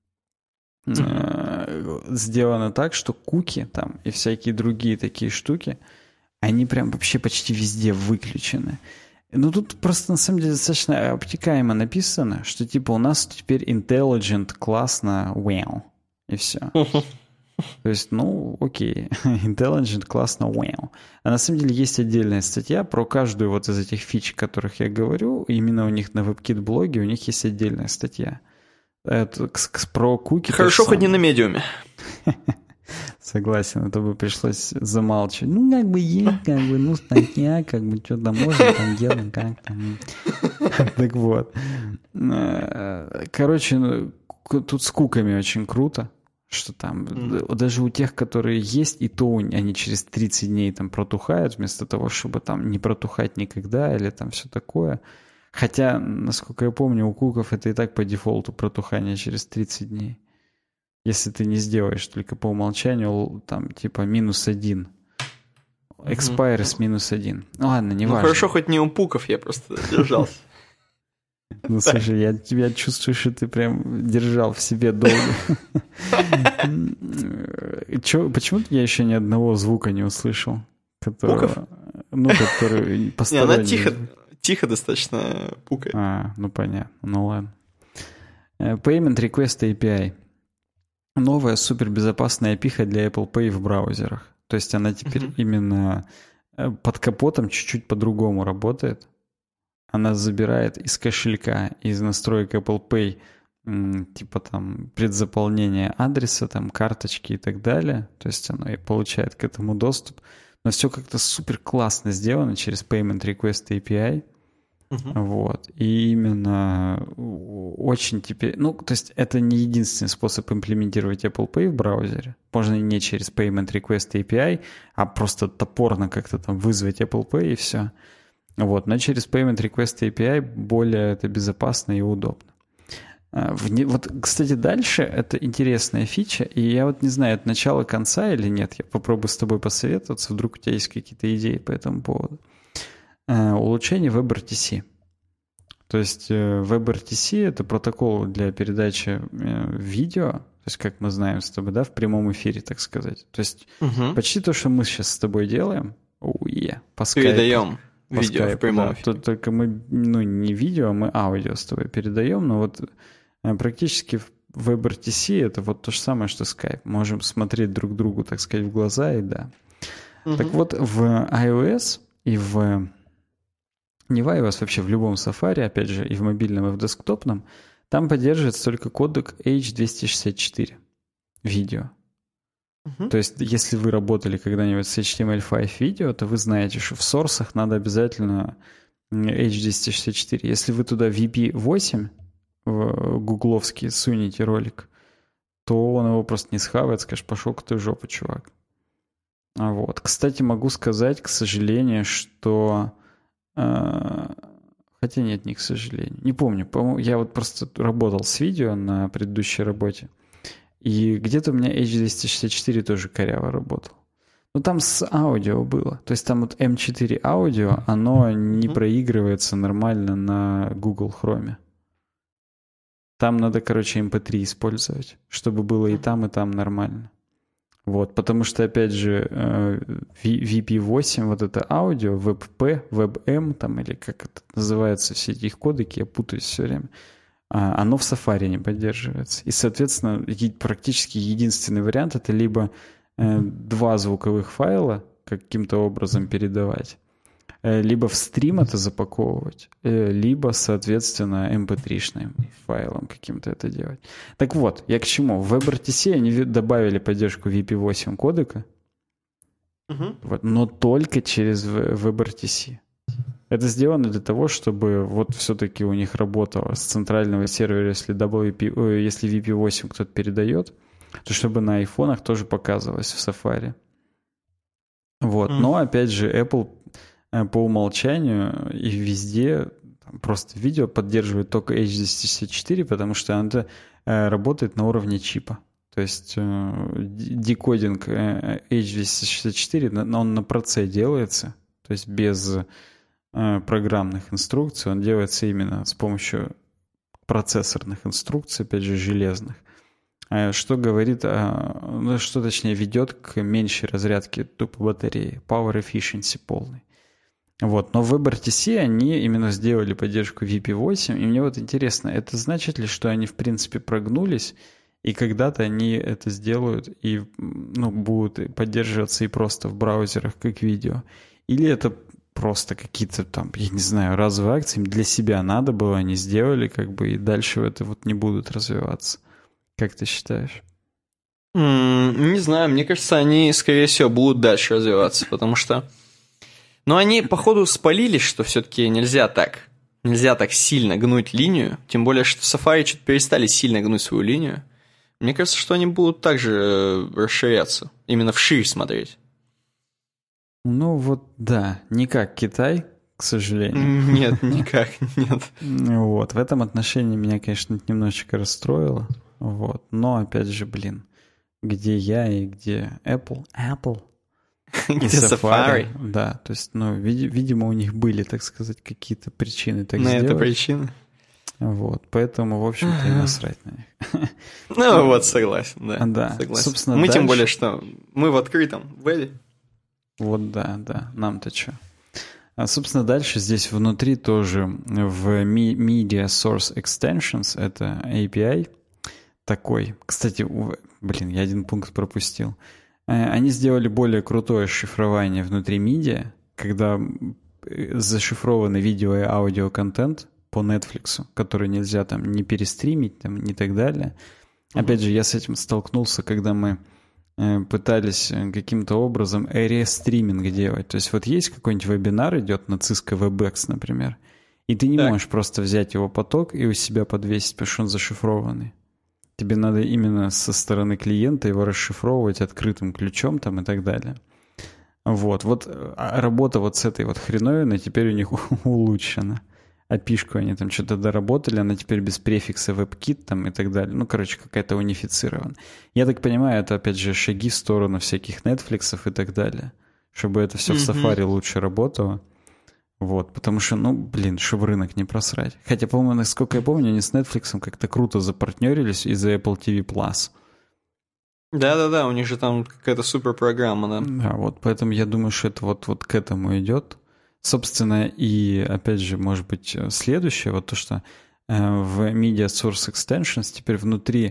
сделано так, что куки там и всякие другие такие штуки, они прям вообще почти везде выключены. Ну, тут просто, на самом деле, достаточно обтекаемо написано, что типа у нас теперь intelligent, классно, wow, и все. То есть, ну, окей, intelligent, классно, wow. А на самом деле есть отдельная статья про каждую вот из этих фич, о которых я говорю. Именно у них на WebKit-блоге у них есть отдельная статья. Это, про куки. Хорошо, хоть не на медиуме. Согласен, это бы пришлось замалчивать. Ну, как бы есть, как бы, ну, статья, как бы, что-то можно там делать, как там. Так вот. Короче, тут с куками очень круто, что там даже у тех, которые есть, и то они через 30 дней там протухают, вместо того, чтобы там не протухать никогда или там все такое. Хотя, насколько я помню, у куков это и так по дефолту протухание через 30 дней. Если ты не сделаешь только по умолчанию, там, типа, -1. Expire с -1. Ну ладно, не важно. Ну хорошо, хоть не у пуков, я просто держался. Ну, слушай, я чувствую, что ты прям держал в себе долго. Почему я еще ни одного звука не услышал? Пуков? Ну, который посторонний. Она тихо достаточно пукает. Ну понятно, ну ладно. Payment Request API. Новая супербезопасная API для Apple Pay в браузерах. То есть она теперь именно под капотом чуть-чуть по-другому работает. Она забирает из кошелька, из настроек Apple Pay, типа там предзаполнение адреса, там карточки и так далее. То есть она и получает к этому доступ. но все как-то супер классно сделано через Payment Request API. Вот. И именно очень теперь... Ну, то есть это не единственный способ имплементировать Apple Pay в браузере. Можно не через Payment Request API, а просто топорно как-то там вызвать Apple Pay и все. Вот. Но через Payment Request API более это безопасно и удобно. Вот, кстати, дальше это интересная фича, и я вот не знаю, это начало конца или нет. Я попробую с тобой посоветоваться, вдруг у тебя есть какие-то идеи по этому поводу. Улучшение WebRTC. То есть WebRTC — это протокол для передачи видео, то есть, как мы знаем с тобой, да, в прямом эфире, так сказать. То есть почти то, что мы сейчас с тобой делаем, по скайпу. Передаем видео скайпу, в прямом да. эфире. Только мы, не видео, мы аудио с тобой передаем, но вот практически WebRTC — это вот то же самое, что Skype. Можем смотреть друг другу, так сказать, в глаза, и да. Так вот, в iOS и не в iOS, вообще в любом Safari, опять же, и в мобильном, и в десктопном, там поддерживается только кодек H264 видео. То есть, если вы работали когда-нибудь с HTML5 видео, то вы знаете, что в сорсах надо обязательно H264. Если вы туда VP8 в гугловский сунете ролик, то он его просто не схавает, скажет, пошел-ка ты в жопу, чувак. Вот. Кстати, могу сказать, к сожалению, что... Хотя нет, не к сожалению. Не помню. По-моему, я вот просто работал с видео на предыдущей работе, и где-то у меня H264 тоже коряво работал. Но там с аудио было. То есть там вот M4 аудио, оно не проигрывается нормально на Google Chrome. Там надо, короче, MP3 использовать, чтобы было и там нормально. Вот, потому что, опять же, VP8, вот это аудио, WebP, WebM, там, или как это называется, все эти их кодеки, я путаюсь все время, оно в Safari не поддерживается. И, соответственно, практически единственный вариант — это либо два звуковых файла каким-то образом передавать, либо в стрим это запаковывать, либо, соответственно, MP3-шным файлом каким-то это делать. Так вот, я к чему? В WebRTC они добавили поддержку VP8 кодека, вот, но только через WebRTC. Это сделано для того, чтобы вот все-таки у них работало с центрального сервера, если VP8 кто-то передает, то чтобы на айфонах тоже показывалось в Safari. Вот. Но, опять же, Apple по умолчанию и везде просто видео поддерживает только H264, потому что оно работает на уровне чипа. То есть декодинг H264, он на проце делается, то есть без программных инструкций, он делается именно с помощью процессорных инструкций, опять же, железных. Что говорит, что точнее ведет к меньшей разрядке тупо батареи, power efficiency полный. Вот. Но в WebRTC они именно сделали поддержку VP8, и мне вот интересно, это значит ли, что они в принципе прогнулись, и когда-то они это сделают и будут поддерживаться и просто в браузерах как видео? Или это просто какие-то там, я не знаю, разовые акции, им для себя надо было, они сделали как бы, и дальше это вот не будут развиваться? Как ты считаешь? Не знаю, мне кажется, они, скорее всего, будут дальше развиваться, потому что... Но они, походу, спалились, что все-таки нельзя так сильно гнуть линию, тем более, что Safari что-то перестали сильно гнуть свою линию. Мне кажется, что они будут также расширяться, именно вширь смотреть. Ну вот, да, не как Китай, к сожалению. Нет, никак, нет. Вот, в этом отношении меня, конечно, немножечко расстроило. Вот, но опять же, где я и где Apple? Где Safari? Да, то есть, видимо, у них были, так сказать, какие-то причины так сделать. На это причины. Вот, поэтому, в общем-то, и насрать на них. Вот, согласен, да. Да, согласен. Собственно, мы дальше... тем более, что мы в открытом вебе. Вот, да, нам-то что. Собственно, дальше здесь внутри тоже в Media Source Extensions, это API такой. Кстати, я один пункт пропустил. Они сделали более крутое шифрование внутри медиа, когда зашифрованы видео и аудиоконтент по Netflix, который нельзя там не перестримить, там, не так далее. Опять же, я с этим столкнулся, когда мы пытались каким-то образом рестриминг делать. То есть вот есть какой-нибудь вебинар идет на Cisco WebEx, например, и ты не можешь просто взять его поток и у себя подвесить, потому что он зашифрованный. Тебе надо именно со стороны клиента его расшифровывать открытым ключом там и так далее. Вот работа вот с этой вот хреновиной теперь у них улучшена. API-шку они там что-то доработали, она теперь без префикса WebKit там и так далее. Ну, короче, какая-то унифицирована. Я так понимаю, это, опять же, шаги в сторону всяких Netflix'ов и так далее. Чтобы это все в Safari лучше работало. Вот, потому что, чтобы рынок не просрать. Хотя, по-моему, насколько я помню, они с Netflix'ом как-то круто запартнерились из-за Apple TV+. Да-да-да, у них же там какая-то суперпрограмма, да. Да, вот поэтому я думаю, что это вот к этому идет. Собственно, и, опять же, может быть, следующее, вот то, что в Media Source Extensions теперь внутри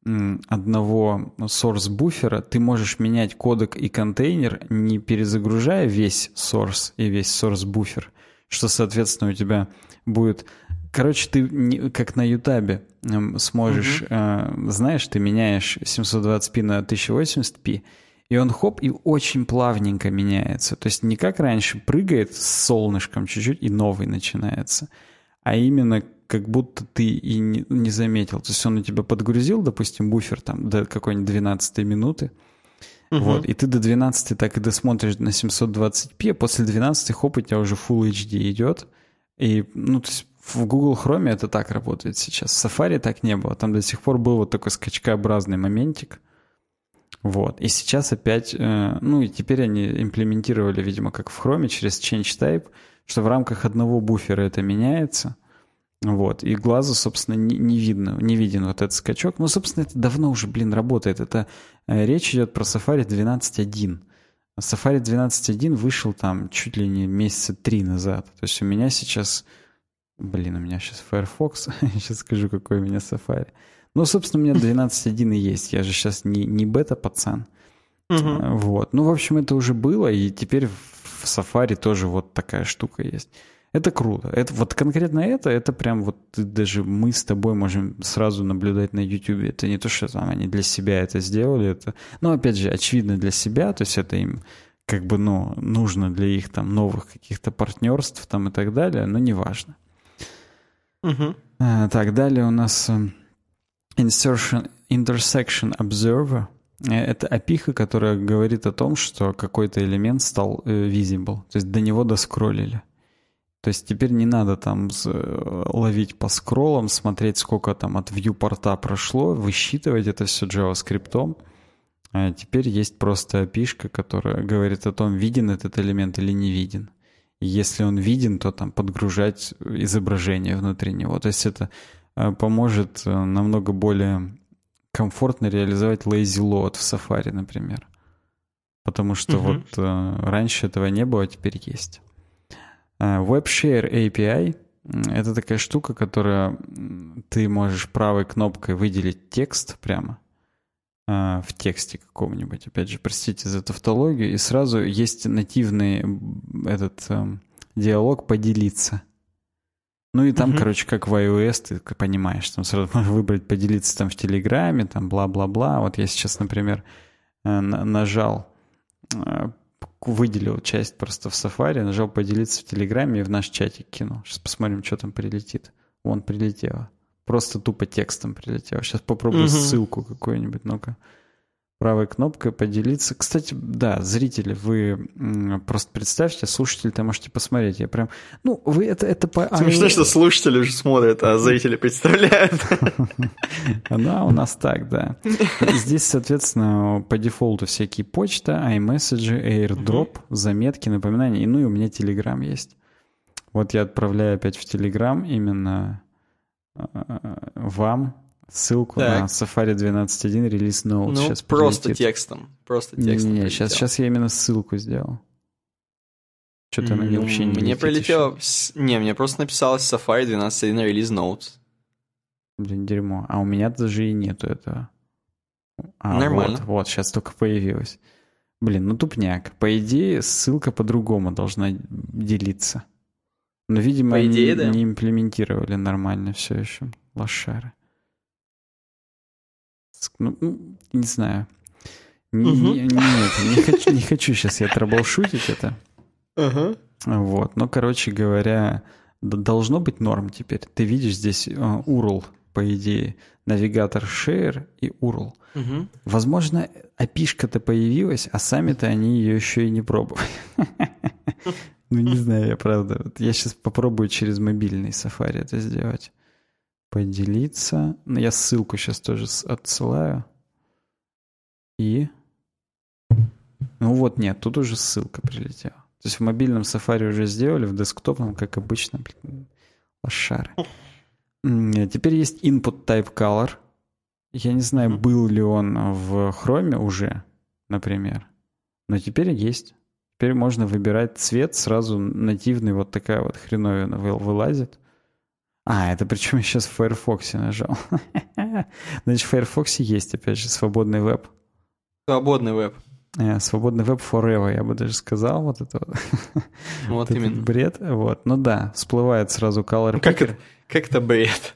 одного source буфера ты можешь менять кодек и контейнер, не перезагружая весь source и весь source буфер, что, соответственно, у тебя будет... Короче, ты как на Ютабе сможешь... знаешь, ты меняешь 720p на 1080p, и он хоп, и очень плавненько меняется. То есть не как раньше прыгает с солнышком чуть-чуть, и новый начинается, а именно как будто ты и не заметил. То есть он у тебя подгрузил, допустим, буфер там до какой-нибудь 12 минуты, вот, и ты до 12 так и досмотришь на 720p, а после 12 хоп, у тебя уже Full HD идет. И, то есть в Google Chrome это так работает сейчас. В Safari так не было. Там до сих пор был вот такой скачкообразный моментик. Вот. И сейчас опять, и теперь они имплементировали, видимо, как в Chrome через Change Type, что в рамках одного буфера это меняется. Вот. И глазу, собственно, не виден вот этот скачок. Ну, собственно, это давно уже, работает. Это речь идет про Safari 12.1. Safari 12.1 вышел там чуть ли не месяца 3 назад. То есть у меня сейчас... у меня сейчас Firefox. Сейчас скажу, какой у меня Safari. Ну, собственно, у меня 12.1 и есть. Я же сейчас не бета-пацан. Вот. Ну, в общем, это уже было, и теперь в Safari тоже вот такая штука есть. Это круто. Это, вот конкретно это прям вот даже мы с тобой можем сразу наблюдать на YouTube. Это не то, что там они для себя это сделали. Это, опять же, очевидно для себя. То есть это им нужно для их там новых каких-то партнерств там и так далее, но неважно. Так, далее у нас Intersection Observer. Это API, которая говорит о том, что какой-то элемент стал visible. То есть до него доскроллили. То есть теперь не надо там ловить по скроллам, смотреть, сколько там от view-порта прошло, высчитывать это все JavaScript. А теперь есть просто API, которая говорит о том, виден этот элемент или не виден. И если он виден, то там подгружать изображение внутри него. То есть это поможет намного более комфортно реализовать lazy load в Safari, например. Потому что раньше этого не было, а теперь есть. WebShare API — это такая штука, которая ты можешь правой кнопкой выделить текст прямо в тексте каком-нибудь. Опять же, простите за тавтологию. И сразу есть нативный этот диалог «поделиться». Ну и там, короче, как в iOS, ты понимаешь, там сразу можешь выбрать «поделиться» там в Телеграме, там бла-бла-бла. Вот я сейчас, например, нажал... выделил часть просто в Safari, нажал «поделиться» в Телеграме и в наш чатик кинул. Сейчас посмотрим, что там прилетит. Вон прилетело. Просто тупо текстом прилетело. Сейчас попробую ссылку какую-нибудь. Ну-ка. Правой кнопкой «поделиться». Кстати, да, зрители, вы просто представьте, слушатели-то можете посмотреть. Я прям... вы это по... Смешно, что слушатели уже смотрят, а зрители представляют. Да, у нас так, да. Здесь, соответственно, по дефолту всякие почта, iMessage, AirDrop, заметки, напоминания. И у меня Telegram есть. Вот я отправляю опять в Telegram именно вам ссылку на Safari 12.1 релиз Notes. Сейчас просто прилетит. текстом. Просто текстом. Не, сейчас я именно ссылку сделал. Что-то она вообще не мне летит прилетело... Не, мне просто написалось Safari 12.1 релиз Notes. Блин, дерьмо. А у меня даже и нету этого. Нормально. Вот, сейчас только появилось. Блин, тупняк. По идее, ссылка по-другому должна делиться. Но, видимо, по идее, они да. не имплементировали нормально все еще. Лошары. Не знаю. Нет, не хочу сейчас я траблшутить это. Вот, но, короче говоря, должно быть норм теперь. Ты видишь здесь URL, по идее, навигатор Share и URL. Возможно, API-шка-то появилась, а сами-то они ее еще и не пробовали. Ну, не знаю, я правда. Я сейчас попробую через мобильный Safari это сделать. Поделиться. Я ссылку сейчас тоже отсылаю. И... Ну вот, нет, тут уже ссылка прилетела. То есть в мобильном Safari уже сделали, в десктопном, как обычно, лошары. Теперь есть input type color. Я не знаю, был ли он в Chrome уже, например. Но теперь есть. Теперь можно выбирать цвет, сразу нативный, вот такая вот хреновина вылазит. Это причем я сейчас в Firefox нажал. Значит, в Firefox есть, опять же, свободный веб. Свободный веб. Свободный веб forever, я бы даже сказал. Вот это вот именно. Этот бред. Вот. Ну да, всплывает сразу color picker. Как это бред?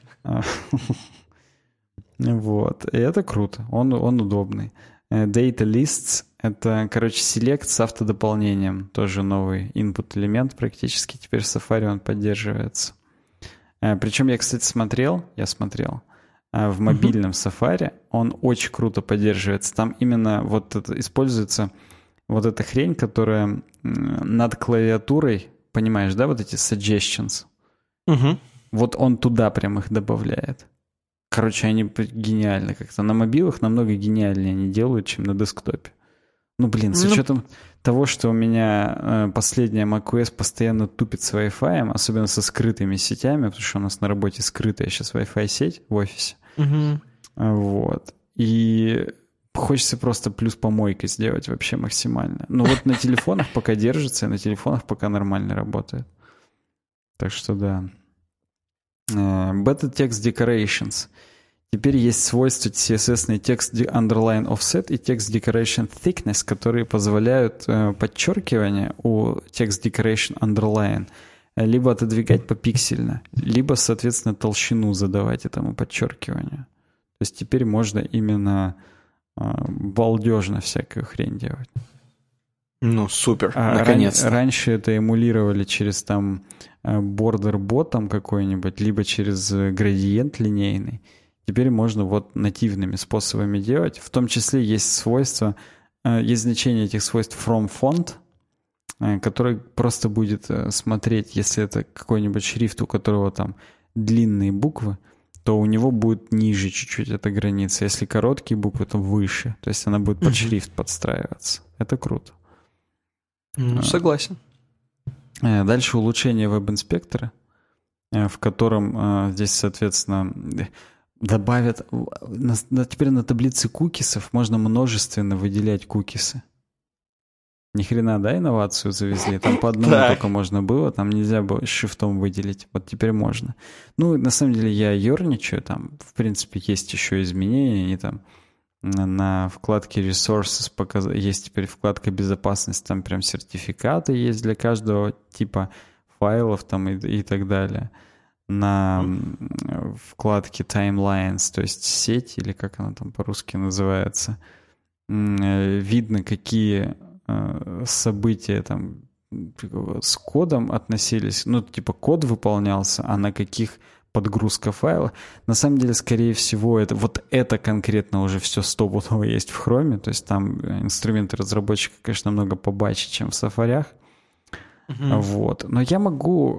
Вот. И это круто. Он удобный. Data lists — это, короче, select с автодополнением. Тоже новый input элемент практически. Теперь в Safari он поддерживается. Причем я, кстати, смотрел в мобильном Safari он очень круто поддерживается. Там именно вот это используется вот эта хрень, которая над клавиатурой, понимаешь, да, вот эти suggestions. Вот он туда прям их добавляет. Короче, они гениально как-то. На мобилах намного гениальнее они делают, чем на десктопе. Ну, блин, с учетом того, что у меня последняя macOS постоянно тупит с Wi-Fi, особенно со скрытыми сетями, потому что у нас на работе скрытая сейчас Wi-Fi сеть в офисе. Вот. И хочется просто плюс помойкой сделать вообще максимально. Ну вот на телефонах пока держится, и на телефонах пока нормально работает. Так что да. Beta Text Decorations. Теперь есть свойства CSS-ный Text Underline Offset и Text Decoration Thickness, которые позволяют подчеркивание у Text Decoration Underline либо отодвигать попиксельно, либо, соответственно, толщину задавать этому подчеркиванию. То есть теперь можно именно балдежно всякую хрень делать. Ну, супер, наконец-то. Раньше это эмулировали через там border bottom какой-нибудь, либо через градиент линейный. Теперь можно вот нативными способами делать. В том числе есть свойства, есть значение этих свойств from font, который просто будет смотреть, если это какой-нибудь шрифт, у которого там длинные буквы, то у него будет ниже чуть-чуть эта граница. Если короткие буквы, то выше. То есть она будет под шрифт подстраиваться. Это круто. Ну, согласен. Дальше улучшение веб-инспектора, в котором здесь, соответственно, добавят... Теперь на таблице кукисов можно множественно выделять кукисы. Ни хрена, да, инновацию завезли? Там по одному только можно было, там нельзя было шрифтом выделить. Вот теперь можно. Ну, на самом деле я ерничаю, там, в принципе, есть еще изменения, они там на вкладке Resources есть теперь вкладка безопасность, там прям сертификаты есть для каждого типа файлов там и так далее. На вкладке Timelines, то есть сеть, или как она там по-русски называется, видно, какие события там с кодом относились. Ну, типа код выполнялся, а на каких подгрузка файла. На самом деле, скорее всего, это конкретно уже все стопудово есть в Chrome. То есть там инструменты разработчика, конечно, намного побаче, чем в Safari. Вот. Но я могу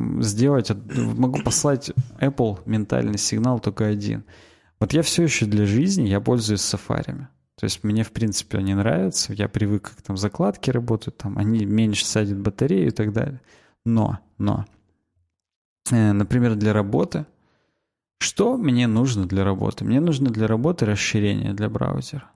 могу послать Apple ментальный сигнал только один. Вот я все еще для жизни, я пользуюсь Safari. То есть мне, в принципе, они нравятся. Я привык, как там закладки работают, там они меньше садят батарею и так далее. Но, например, для работы, что мне нужно для работы? Мне нужно для работы расширение для браузера.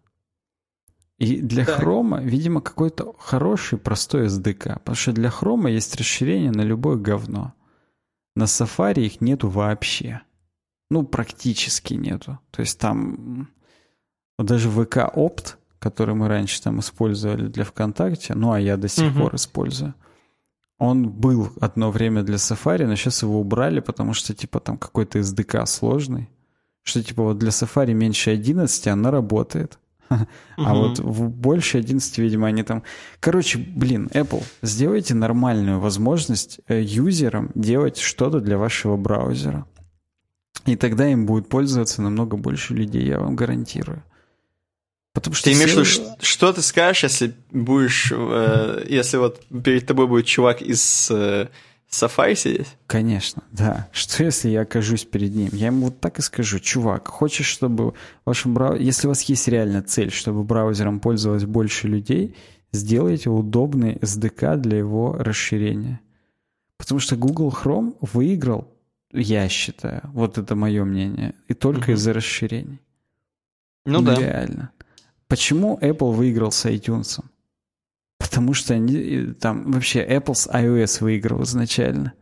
И для Chrome, видимо, какой-то хороший, простой SDK. Потому что для Chrome есть расширение на любое говно. На Safari их нету вообще. Ну, практически нету. То есть там вот даже VK Opt, который мы раньше там использовали для ВКонтакте, ну, а я до сих пор использую, он был одно время для Safari, но сейчас его убрали, потому что, типа, там какой-то SDK сложный. Что, типа, вот для Safari меньше 11 она работает. А вот больше 11, видимо, они там... Короче, Apple, сделайте нормальную возможность юзерам делать что-то для вашего браузера. И тогда им будет пользоваться намного больше людей, я вам гарантирую. Потому что ты имеешь в виду, что ты скажешь, если будешь, если вот перед тобой будет чувак из Safari сидеть? Конечно, да. Что если я окажусь перед ним? Я ему вот так и скажу: чувак, хочешь, чтобы вашим браузером... Если у вас есть реально цель, чтобы браузером пользовалось больше людей, сделайте удобный SDK для его расширения. Потому что Google Chrome выиграл, я считаю, вот это мое мнение, и только из-за расширений. Ну да. Реально. Почему Apple выиграл с iTunes? Потому что они там... Вообще, Apple с iOS выиграл изначально.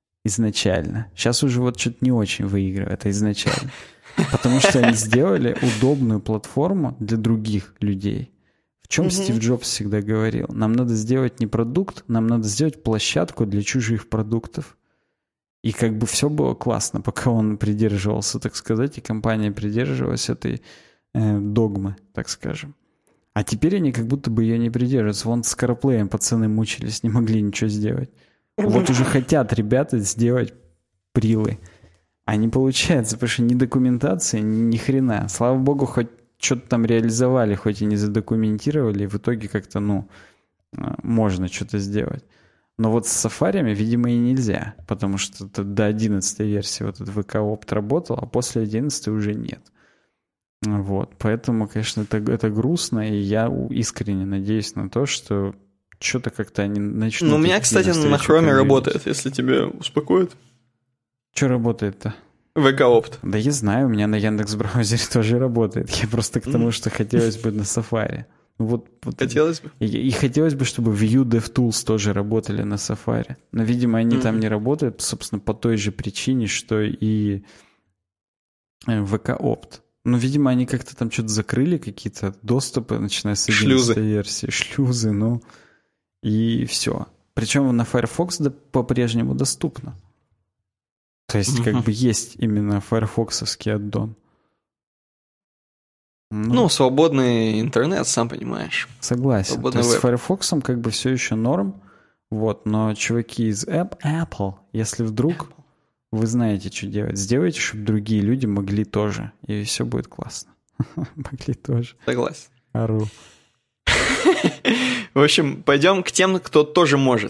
Сейчас уже вот что-то не очень выигрывает, это изначально. Потому что они сделали удобную платформу для других людей. В чем Стив Джобс всегда говорил? Нам надо сделать не продукт, нам надо сделать площадку для чужих продуктов. И как бы все было классно, пока он придерживался, так сказать, и компания придерживалась этой догмы, так скажем. А теперь они как будто бы ее не придерживаются. Вон с CarPlay пацаны мучились, не могли ничего сделать. Вот уже хотят ребята сделать прилы. А не получается, потому что ни документации, ни хрена. Слава богу, хоть что-то там реализовали, хоть и не задокументировали, и в итоге как-то, можно что-то сделать. Но вот с Safari, видимо, и нельзя, потому что до 11 версии вот этот VK-Opt работал, а после 11 уже нет. Вот, поэтому, конечно, это грустно, и я искренне надеюсь на то, что что-то как-то они начнут... У меня, кстати, на Chrome работает, если тебя успокоит. Что работает-то? VK-Opt. Да я знаю, у меня на Яндекс.Браузере тоже работает. Я просто к тому, что хотелось бы на Safari. Вот, хотелось бы. И хотелось бы, чтобы Vue DevTools тоже работали на Safari. Но, видимо, они там не работают, собственно, по той же причине, что и VK-Opt. Ну, видимо, они как-то там что-то закрыли, какие-то доступы, начиная с 11 версии. Шлюзы, и все. Причем на Firefox по-прежнему доступно. То есть, как бы есть именно файрфоксовский аддон. Свободный интернет, сам понимаешь. Согласен. Свободный То есть веб. с Firefox'ом как бы все еще норм. Вот, но чуваки из Apple, если вдруг вы знаете, что делать, сделайте, чтобы другие люди могли тоже. И все будет классно. Могли тоже. Согласен. Ору. В общем, пойдем к тем, кто тоже может.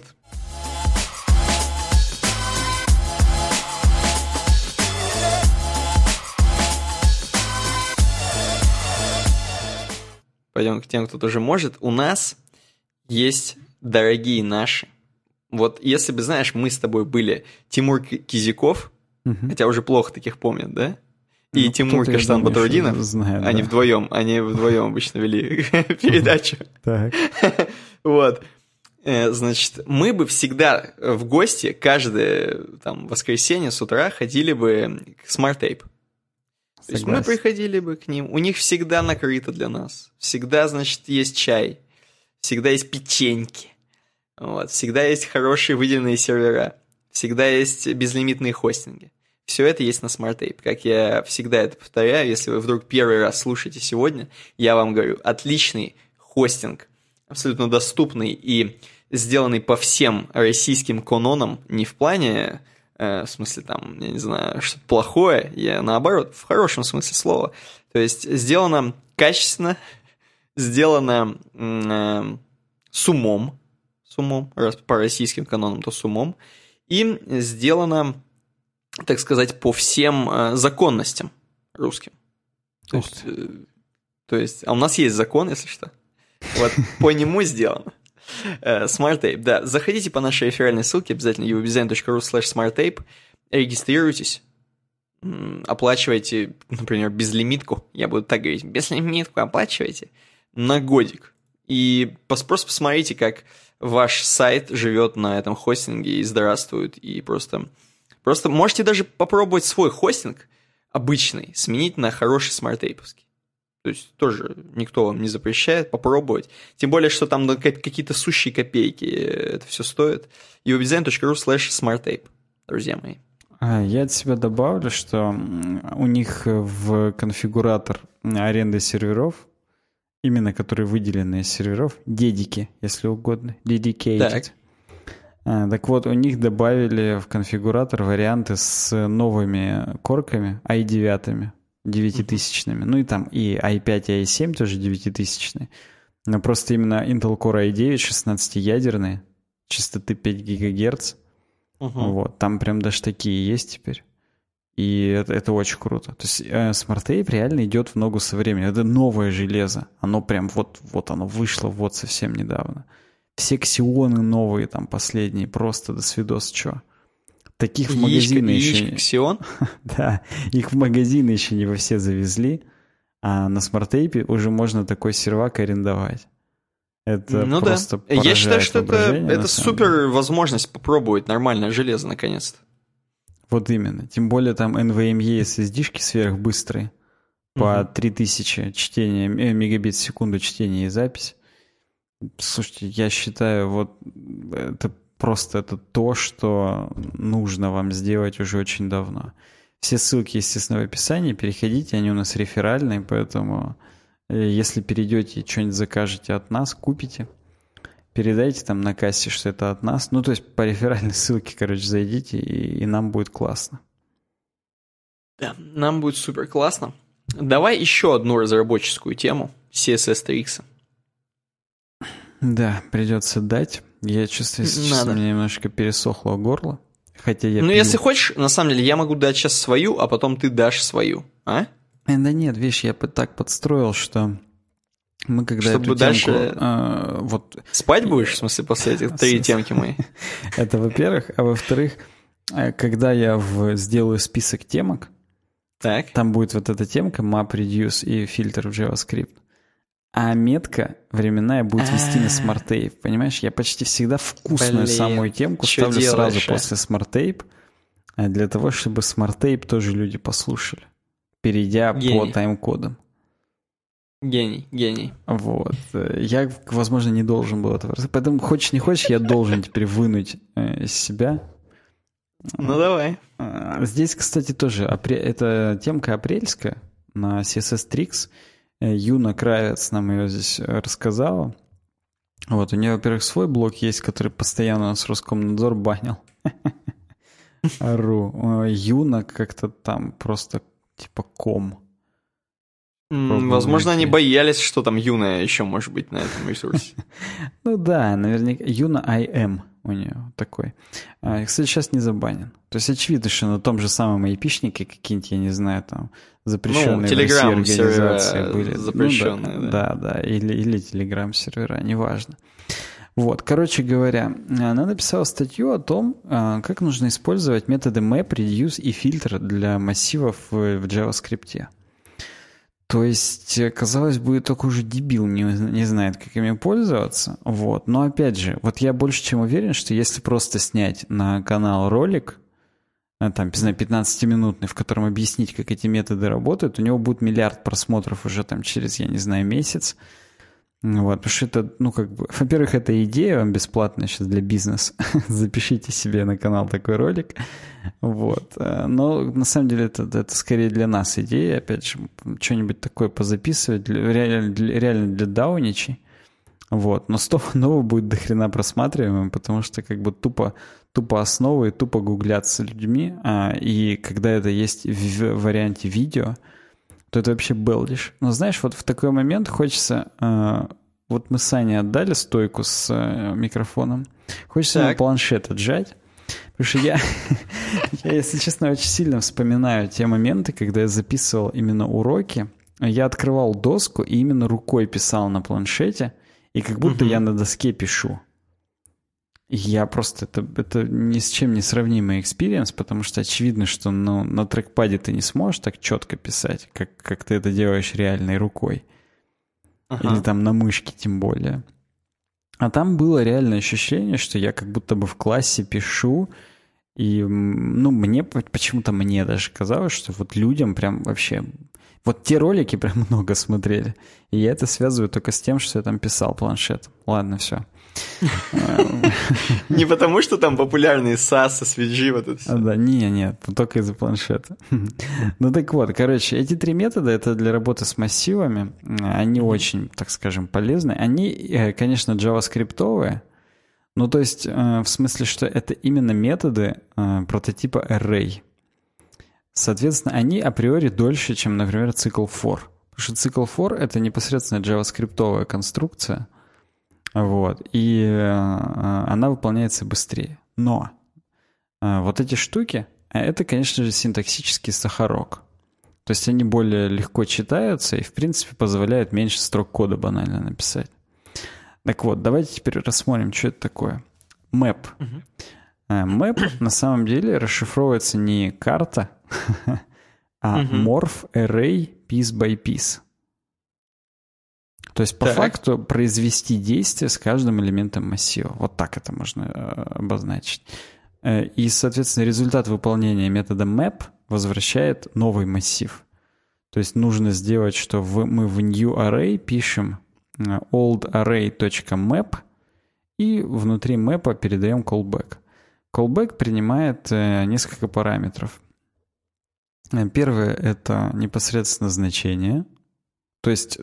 Пойдем к тем, кто тоже может. У нас есть дорогие наши. Вот если бы, знаешь, мы с тобой были Тимур Кизяков, хотя уже плохо таких помнят, да? И Тимур Каштан-Батрудинов, они вдвоем обычно вели передачу. Так. Вот. Значит, мы бы всегда в гости каждое воскресенье с утра ходили бы к Smart Tape. То есть мы приходили бы к ним, у них всегда накрыто для нас. Всегда, значит, есть чай, всегда есть печеньки, вот, всегда есть хорошие выделенные сервера, всегда есть безлимитные хостинги. Все это есть на Smart Tape. Как я всегда это повторяю, если вы вдруг первый раз слушаете сегодня, я вам говорю, отличный хостинг, абсолютно доступный и сделанный по всем российским канонам, не в плане... в смысле, я не знаю, что-то плохое, я наоборот, в хорошем смысле слова. То есть сделано качественно, сделано с умом, раз по российским канонам, то с умом, и сделано, так сказать, по всем законностям русским. То есть, а у нас есть закон, если что. Вот по нему сделано. Smart Tape, да. Заходите по нашей реферальной ссылке, обязательно uwebdesign.ru/smarttape, регистрируйтесь, оплачивайте, например, безлимитку, я буду так говорить, безлимитку оплачивайте на годик. И просто посмотрите, как ваш сайт живет на этом хостинге и здравствует, и просто можете даже попробовать свой хостинг обычный сменить на хороший смарт-тейповский. То есть тоже никто вам не запрещает попробовать. Тем более, что там какие-то сущие копейки это все стоит. uwebdesign.ru/smarttape, друзья мои. Я от себя добавлю, что у них в конфигуратор аренды серверов именно которые выделены из серверов, дедики, если угодно, dedicated. Так вот, у них добавили в конфигуратор варианты с новыми корками, i9, 9000-ми. Ну и там и i5, и i7 тоже 9000-е. Но просто именно Intel Core i9 16-ядерные, частоты 5 ГГц. Вот, там прям даже такие есть теперь. И это очень круто. То есть Smart Tape реально идет в ногу со временем. Это новое железо. Оно прям вот оно вышло вот совсем недавно. Все ксионы новые там последние. Просто до свидос, чё. Таких в магазины еще... Ксион? Да, их в магазины еще не во все завезли. А на Smart Tape уже можно такой сервак арендовать. Это просто поражает. Я считаю, что это супер возможность попробовать нормальное железо наконец-то. Вот именно. Тем более там NVMe SSD-шки сверхбыстрые. По 3000 чтения, мегабит в секунду чтения и запись. Слушайте, я считаю, вот это просто это то, что нужно вам сделать уже очень давно. Все ссылки, естественно, в описании. Переходите, они у нас реферальные, поэтому если перейдете и что-нибудь закажете от нас, купите, передайте там на кассе, что это от нас. Ну, то есть по реферальной ссылке, короче, зайдите, и нам будет классно. Да, нам будет супер классно. Давай еще одну разработческую тему CSS Tricks. Да, придется дать. Я чувствую, что мне немножко пересохло горло. Хотя я если хочешь, на самом деле, я могу дать сейчас свою, а потом ты дашь свою. А? Да нет, видишь, я так подстроил, что мы когда чтобы эту дальше темку... Спать будешь, в смысле, после этих 3 темки мои? Это во-первых. А во-вторых, когда я сделаю список темок, там будет вот эта темка map, reduce и фильтр в JavaScript. А метка временная будет вести на Smart Tape. Понимаешь, я почти всегда вкусную самую темку ставлю сразу после Smart Tape, для того, чтобы Smart Tape тоже люди послушали, перейдя по тайм-кодам. Гений. Вот. Я, возможно, не должен был этого. Поэтому, хочешь не хочешь, я должен теперь вынуть из себя. Ну, давай. Здесь, кстати, тоже эта темка апрельская на CSS Tricks. Юна Кравец нам ее здесь рассказала. Вот, у нее, во-первых, свой блог есть, который постоянно у нас Роскомнадзор банил. Юна как-то там просто типа ком. Возможно, они боялись, что там Юна еще может быть на этом ресурсе. Ну да, наверняка. Юна IM у нее такой. Кстати, сейчас не забанен. То есть очевидно, что на том же самом айпишнике какие-нибудь, я не знаю, там запрещенные в России организации были. Запрещенные, да. Или Telegram-сервера, неважно. Вот, короче говоря, она написала статью о том, как нужно использовать методы map, reduce и фильтр для массивов в JavaScript. То есть, казалось бы, только уже дебил не знает, как ими пользоваться. Вот. Но опять же, вот я больше чем уверен, что если просто снять на канал ролик, там, не знаю, 15-минутный, в котором объяснить, как эти методы работают, у него будет миллиард просмотров уже там через, я не знаю, месяц. Вот, потому что это, во-первых, это идея вам бесплатная сейчас для бизнеса. Запишите себе на канал такой ролик. Вот. Но на самом деле это скорее для нас идея. Опять же, что-нибудь такое позаписывать, реально для дауничей. Вот. Но снова будет дохрена просматриваемым, потому что как бы тупо основы и тупо гуглятся людьми. И когда это есть в варианте видео, то это вообще белдиш. Но знаешь, вот в такой момент хочется... Вот мы с Саней отдали стойку с микрофоном. Хочется на планшет отжать. Потому что я, если честно, очень сильно вспоминаю те моменты, когда я записывал именно уроки. Я открывал доску и именно рукой писал на планшете. И как будто я на доске пишу. Я просто... Это ни с чем не сравнимый экспириенс, потому что очевидно, что на трекпаде ты не сможешь так четко писать, как ты это делаешь реальной рукой. Или там на мышке тем более. А там было реальное ощущение, что я как будто бы в классе пишу, и почему-то мне даже казалось, что вот людям прям вообще... Вот те ролики прям много смотрели. И я это связываю только с тем, что я там писал планшет. Ладно, все. Не потому, что там популярные SAS, SVG, вот это все. Да, нет, только из-за планшета. Ну так вот, короче, эти три метода, это для работы с массивами, они очень, так скажем, полезны. Они, конечно, джаваскриптовые, ну то есть в смысле, что это именно методы прототипа array. Соответственно, они априори дольше, чем, например, цикл for. Потому что цикл for — это непосредственно джаваскриптовая конструкция, вот, и она выполняется быстрее. Но вот эти штуки, это, конечно же, синтаксический сахарок. То есть они более легко читаются и, в принципе, позволяют меньше строк кода банально написать. Так вот, давайте теперь рассмотрим, что это такое. Map. Map на самом деле расшифровывается не карта, а morph array piece by piece. То есть по факту произвести действие с каждым элементом массива. Вот так это можно обозначить. И, соответственно, результат выполнения метода map возвращает новый массив. То есть нужно сделать, что мы в new array пишем oldarray.map и внутри мэпа передаем callback. Callback принимает несколько параметров. Первое — это непосредственно значение. То есть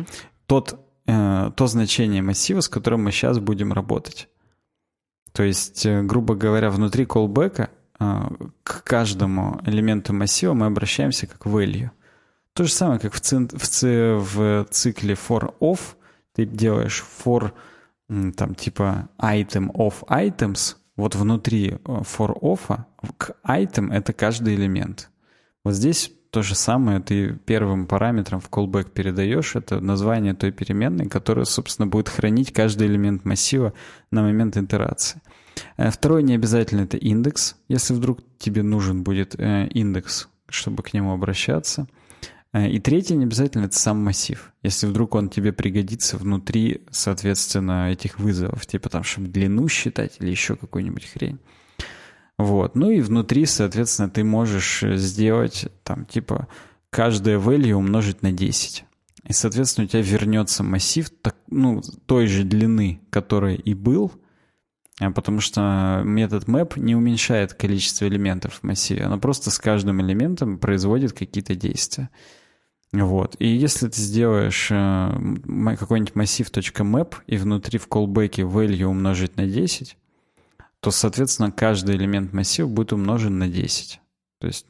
то значение массива, с которым мы сейчас будем работать. То есть, грубо говоря, внутри callback к каждому элементу массива мы обращаемся как value. То же самое, как в цикле for of ты делаешь for там типа item of items, вот внутри for of к item — это каждый элемент. Вот здесь то же самое, ты первым параметром в callback передаешь, это название той переменной, которая, собственно, будет хранить каждый элемент массива на момент итерации. Второе, не обязательно, это индекс, если вдруг тебе нужен будет индекс, чтобы к нему обращаться. И третье, не обязательно, это сам массив, если вдруг он тебе пригодится внутри, соответственно, этих вызовов, типа там, чтобы длину считать или еще какую-нибудь хрень. Вот. Ну и внутри, соответственно, ты можешь сделать там типа каждое value умножить на 10. И, соответственно, у тебя вернется массив той же длины, который и был, потому что метод map не уменьшает количество элементов в массиве, оно просто с каждым элементом производит какие-то действия. Вот. И если ты сделаешь какой-нибудь массив.map и внутри в callback'е value умножить на 10, то, соответственно, каждый элемент массива будет умножен на 10. То есть,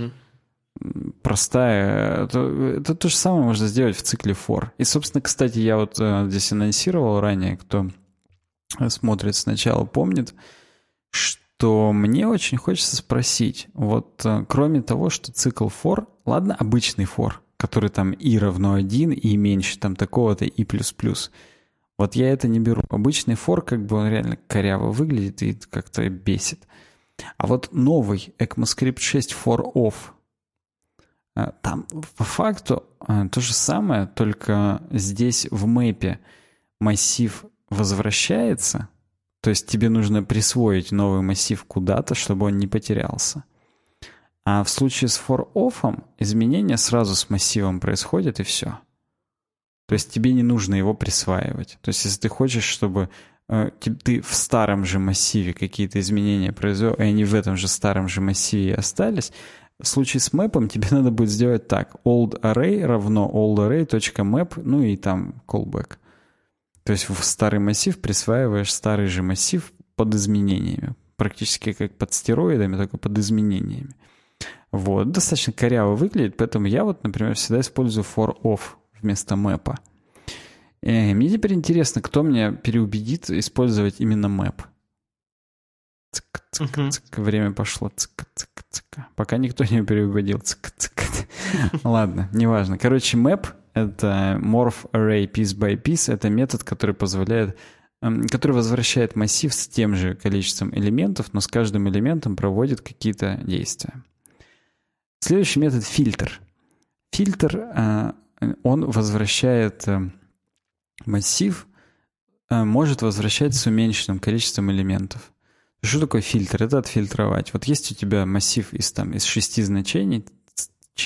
простая... Это то же самое можно сделать в цикле for. И, собственно, кстати, я вот здесь анонсировал ранее, кто смотрит сначала, помнит, что мне очень хочется спросить, вот кроме того, что цикл for, ладно, обычный for, который там и равно 1, и меньше там такого-то, и плюс-плюс, вот я это не беру. Обычный for, как бы он реально коряво выглядит и как-то бесит. А вот новый ECMAScript 6 for off, там по факту то же самое, только здесь в мэпе массив возвращается, то есть тебе нужно присвоить новый массив куда-то, чтобы он не потерялся. А в случае с for off изменения сразу с массивом происходят, и все. То есть тебе не нужно его присваивать. То есть если ты хочешь, чтобы ты в старом же массиве какие-то изменения произвел, и они в этом же старом же массиве и остались, в случае с мэпом тебе надо будет сделать так. oldarray равно oldarray.map, ну и там callback. То есть в старый массив присваиваешь старый же массив под изменениями. Практически как под стероидами, только под изменениями. Вот. Достаточно коряво выглядит, поэтому я вот, например, всегда использую for off вместо мэпа. Мне теперь интересно, кто меня переубедит использовать именно мэп. Время пошло. Пока никто не переубедил. Ладно, неважно. Короче, map — это morph array piece by piece. Это метод, который возвращает массив с тем же количеством элементов, но с каждым элементом проводит какие-то действия. Следующий метод — фильтр. Фильтр, он возвращает массив, может возвращать с уменьшенным количеством элементов. Что такое фильтр? Это отфильтровать. Вот есть у тебя массив из 6 значений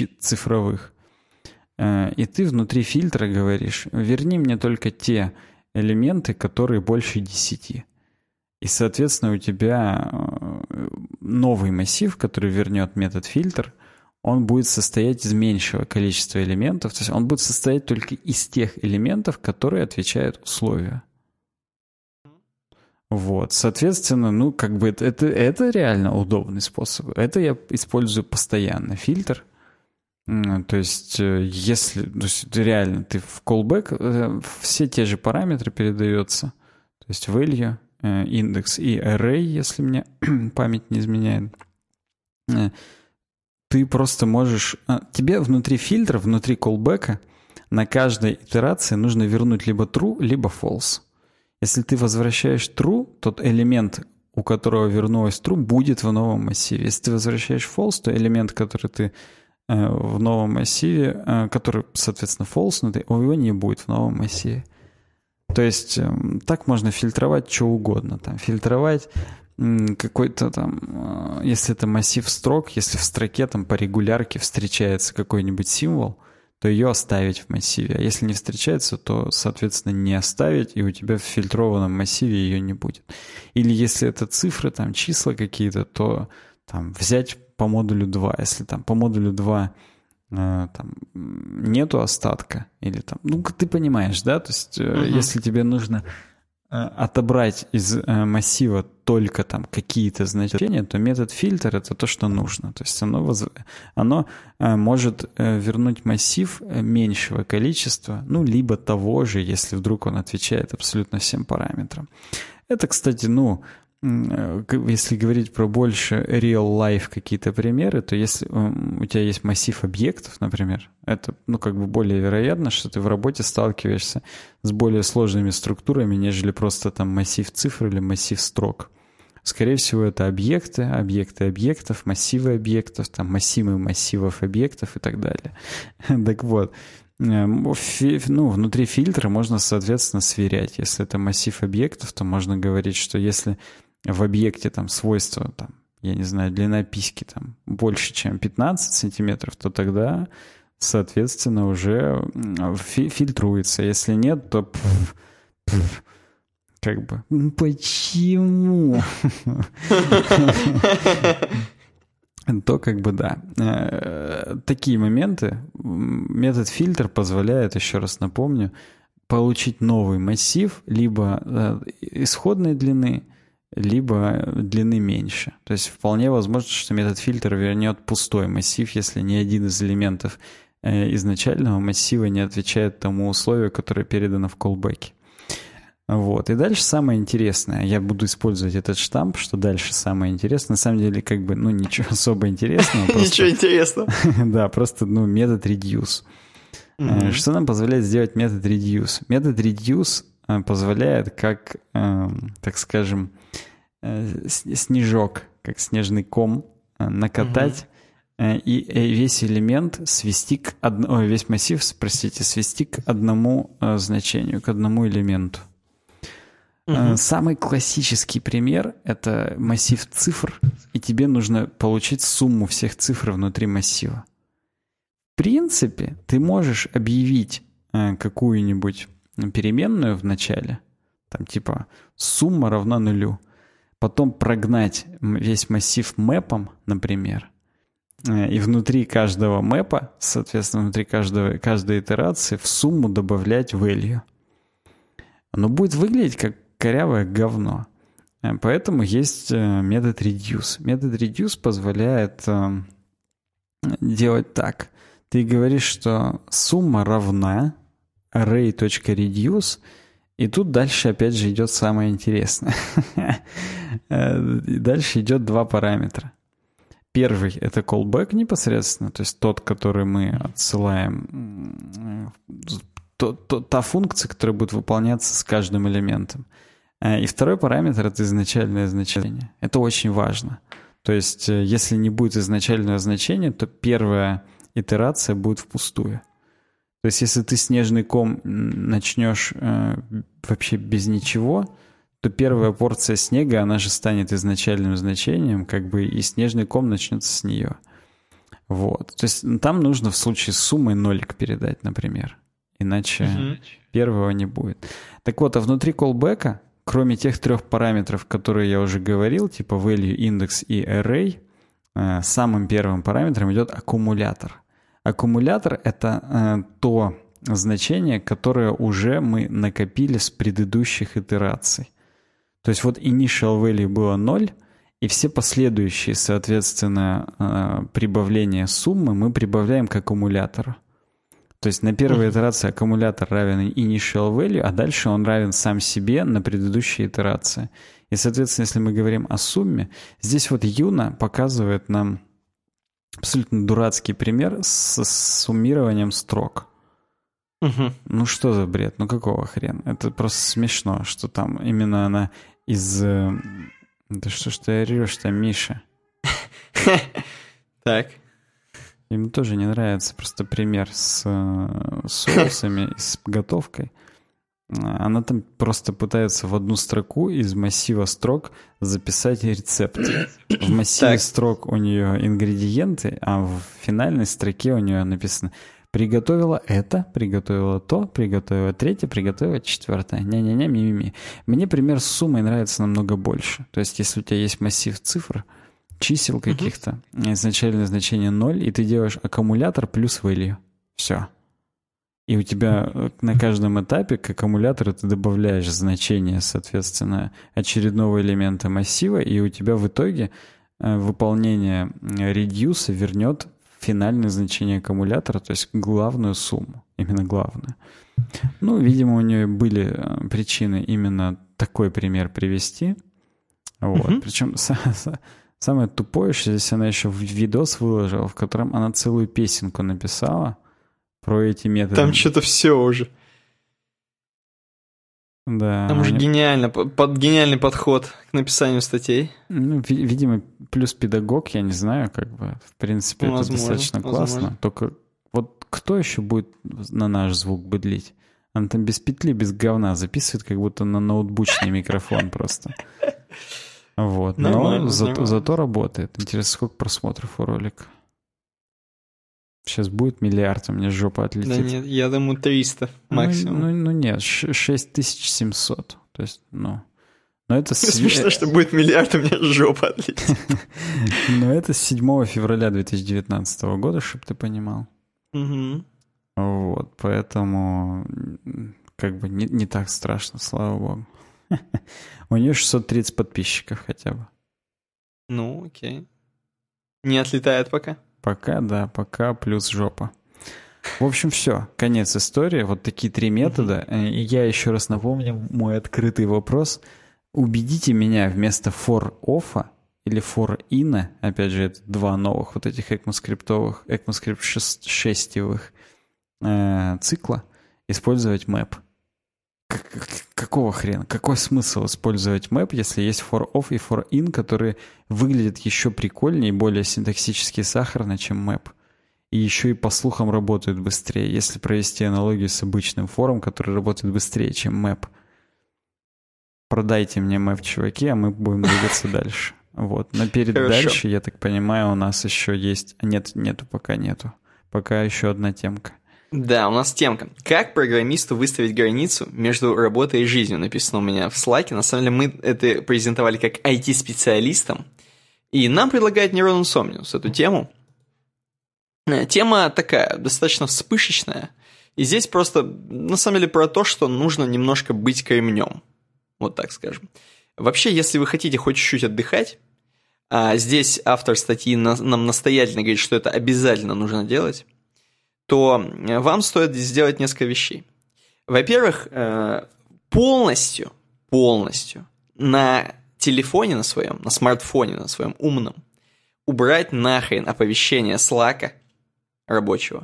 цифровых, и ты внутри фильтра говоришь: верни мне только те элементы, которые больше 10. И, соответственно, у тебя новый массив, который вернет метод фильтр, он будет состоять из меньшего количества элементов. То есть он будет состоять только из тех элементов, которые отвечают условию. Вот, соответственно, ну, как бы это реально удобный способ. Это я использую постоянно. Фильтр. То есть, если то есть, реально ты в callback все те же параметры передаются. То есть value, индекс и array, если мне память не изменяет. Ты просто можешь... Тебе внутри фильтра, внутри callback на каждой итерации нужно вернуть либо true, либо false. Если ты возвращаешь true, тот элемент, у которого вернулось true, будет в новом массиве. Если ты возвращаешь false, то элемент, который ты в новом массиве, который, соответственно, false, но его не будет в новом массиве. То есть так можно фильтровать что угодно. Там, фильтровать какой-то там, если это массив строк, если в строке там по регулярке встречается какой-нибудь символ, то ее оставить в массиве. А если не встречается, то, соответственно, не оставить, и у тебя в фильтрованном массиве ее не будет. Или если это цифры, там числа какие-то, то там взять по модулю 2. Если там по модулю 2 там нету остатка, или там, ну, ты понимаешь, да? То есть если тебе нужно отобрать из массива только там какие-то значения, то метод фильтр — это то, что нужно. То есть оно может вернуть массив меньшего количества, ну, либо того же, если вдруг он отвечает абсолютно всем параметрам. Это, кстати, ну, если говорить про больше real-life какие-то примеры, то если у тебя есть массив объектов, например, это, ну, как бы более вероятно, что ты в работе сталкиваешься с более сложными структурами, нежели просто там массив цифр или массив строк. Скорее всего, это объекты, объекты объектов, массивы объектов, там массивы массивов объектов и так далее. Так вот, ну, внутри фильтра можно, соответственно, сверять. Если это массив объектов, то можно говорить, что если в объекте там свойство, там, я не знаю, длина письки там больше, чем 15 сантиметров, то тогда, соответственно, уже фильтруется. Если нет, то как бы почему? То как бы да. Такие моменты. Метод фильтр позволяет, еще раз напомню, получить новый массив либо исходной длины, либо длины меньше. То есть вполне возможно, что метод фильтр вернет пустой массив, если ни один из элементов изначального массива не отвечает тому условию, которое передано в callback. Вот. И дальше самое интересное. Я буду использовать этот штамп, что дальше самое интересное. На самом деле, как бы, ну, ничего особо интересного. Ничего интересного. Да, просто, ну, метод reduce. Что нам позволяет сделать метод reduce? Метод reduce позволяет, как, так скажем, снежок, как снежный ком, накатать и весь элемент свести к одному, весь массив, простите, свести к одному значению, к одному элементу. Самый классический пример — это массив цифр, и тебе нужно получить сумму всех цифр внутри массива. В принципе, ты можешь объявить какую-нибудь переменную в начале, там типа сумма равна нулю, потом прогнать весь массив мэпом, например, и внутри каждого мэпа, соответственно, внутри каждой итерации в сумму добавлять value. Оно будет выглядеть как корявое говно. Поэтому есть метод reduce. Метод reduce позволяет делать так. Ты говоришь, что сумма равна array.reduce, и тут дальше опять же идет самое интересное. Дальше идет два параметра. Первый — это callback непосредственно, то есть тот, который мы отсылаем, та функция, которая будет выполняться с каждым элементом. И второй параметр — это изначальное значение. Это очень важно. То есть если не будет изначального значения, то первая итерация будет впустую. То есть если ты снежный ком начнешь вообще без ничего, то первая порция снега, она же станет изначальным значением, как бы, и снежный ком начнется с нее. Вот. То есть там нужно в случае с суммой нолик передать, например. Иначе первого не будет. Так вот, а внутри callback, кроме тех 3 параметров, которые я уже говорил, типа value, index и array, самым первым параметром идет аккумулятор. Аккумулятор — это то значение, которое уже мы накопили с предыдущих итераций. То есть вот initial value было 0, и все последующие, соответственно, прибавления суммы мы прибавляем к аккумулятору. То есть на первой итерации аккумулятор равен initial value, а дальше он равен сам себе на предыдущей итерации. И, соответственно, если мы говорим о сумме, здесь вот Юна показывает нам абсолютно дурацкий пример с суммированием строк. Ну что за бред? Ну какого хрена? Это просто смешно, что там именно она из... Да что ж ты орешь-то, Миша? Так. Им тоже не нравится просто пример с соусами и с готовкой. Она там просто пытается в одну строку из массива строк записать рецепт. В массиве строк у нее ингредиенты, а в финальной строке у нее написано: приготовила это, приготовила то, приготовила третье, приготовила четвертое. Не-не-не, ми-ми-ми. Мне пример с суммой нравится намного больше. То есть, если у тебя есть массив цифр, чисел каких-то, изначальное значение 0, и ты делаешь аккумулятор плюс value. Все. И у тебя на каждом этапе к аккумулятору ты добавляешь значение, соответственно, очередного элемента массива, и у тебя в итоге выполнение редюса вернет финальное значение аккумулятора, то есть главную сумму, именно главную. Ну, видимо, у нее были причины именно такой пример привести. Вот. Причем самое тупое, что здесь она еще видос выложила, в котором она целую песенку написала про эти методы. Там что-то все уже. Да. Там уже гениальный подход к написанию статей. Ну, видимо, плюс педагог, я не знаю, как бы, в принципе, это достаточно классно. Только вот кто еще будет на наш звук быдлить? Она там без петли, без говна записывает, как будто на ноутбучный микрофон просто. Вот. Но зато работает. Интересно, сколько просмотров у ролика? Сейчас будет миллиард, у меня жопа отлетит. Да нет, я думаю 300 максимум. Ну нет, 6700. То есть, ну... Но это смешно, что будет миллиард, у меня жопа отлетит. Но это с 7 февраля 2019 года, чтобы ты понимал. Вот, поэтому как бы не так страшно, слава богу. У нее 630 подписчиков хотя бы. Ну, окей. Не отлетает пока? Пока плюс жопа. В общем, все, конец истории. Вот такие 3 метода. И я еще раз напомню мой открытый вопрос. Убедите меня вместо for-off или for-in, опять же, это 2 новых вот этих ECMAScript 6-евых цикла, использовать map. Какого хрена? Какой смысл использовать map, если есть for-off и for-in, которые выглядят еще прикольнее и более синтаксически сахарно, чем map? И еще и по слухам работают быстрее, если провести аналогию с обычным фором, который работает быстрее, чем map. Продайте мне map, чуваки, а мы будем двигаться дальше. Вот. Но перед дальше, я так понимаю, у нас еще есть... Пока нету. Пока еще одна темка. Да, у нас темка. Как программисту выставить границу между работой и жизнью? Написано у меня в Slack. На самом деле мы это презентовали как IT-специалистам. И нам предлагает Neuron Insomnius эту тему. Тема такая, достаточно вспышечная. И здесь просто, на самом деле, про то, что нужно немножко быть кремнем. Вот так скажем. Вообще, если вы хотите хоть чуть-чуть отдыхать, а здесь автор статьи нам настоятельно говорит, что это обязательно нужно делать, то вам стоит сделать несколько вещей. Во-первых, полностью на телефоне на своем, на смартфоне на своем умном убрать нахрен оповещение Slack'а рабочего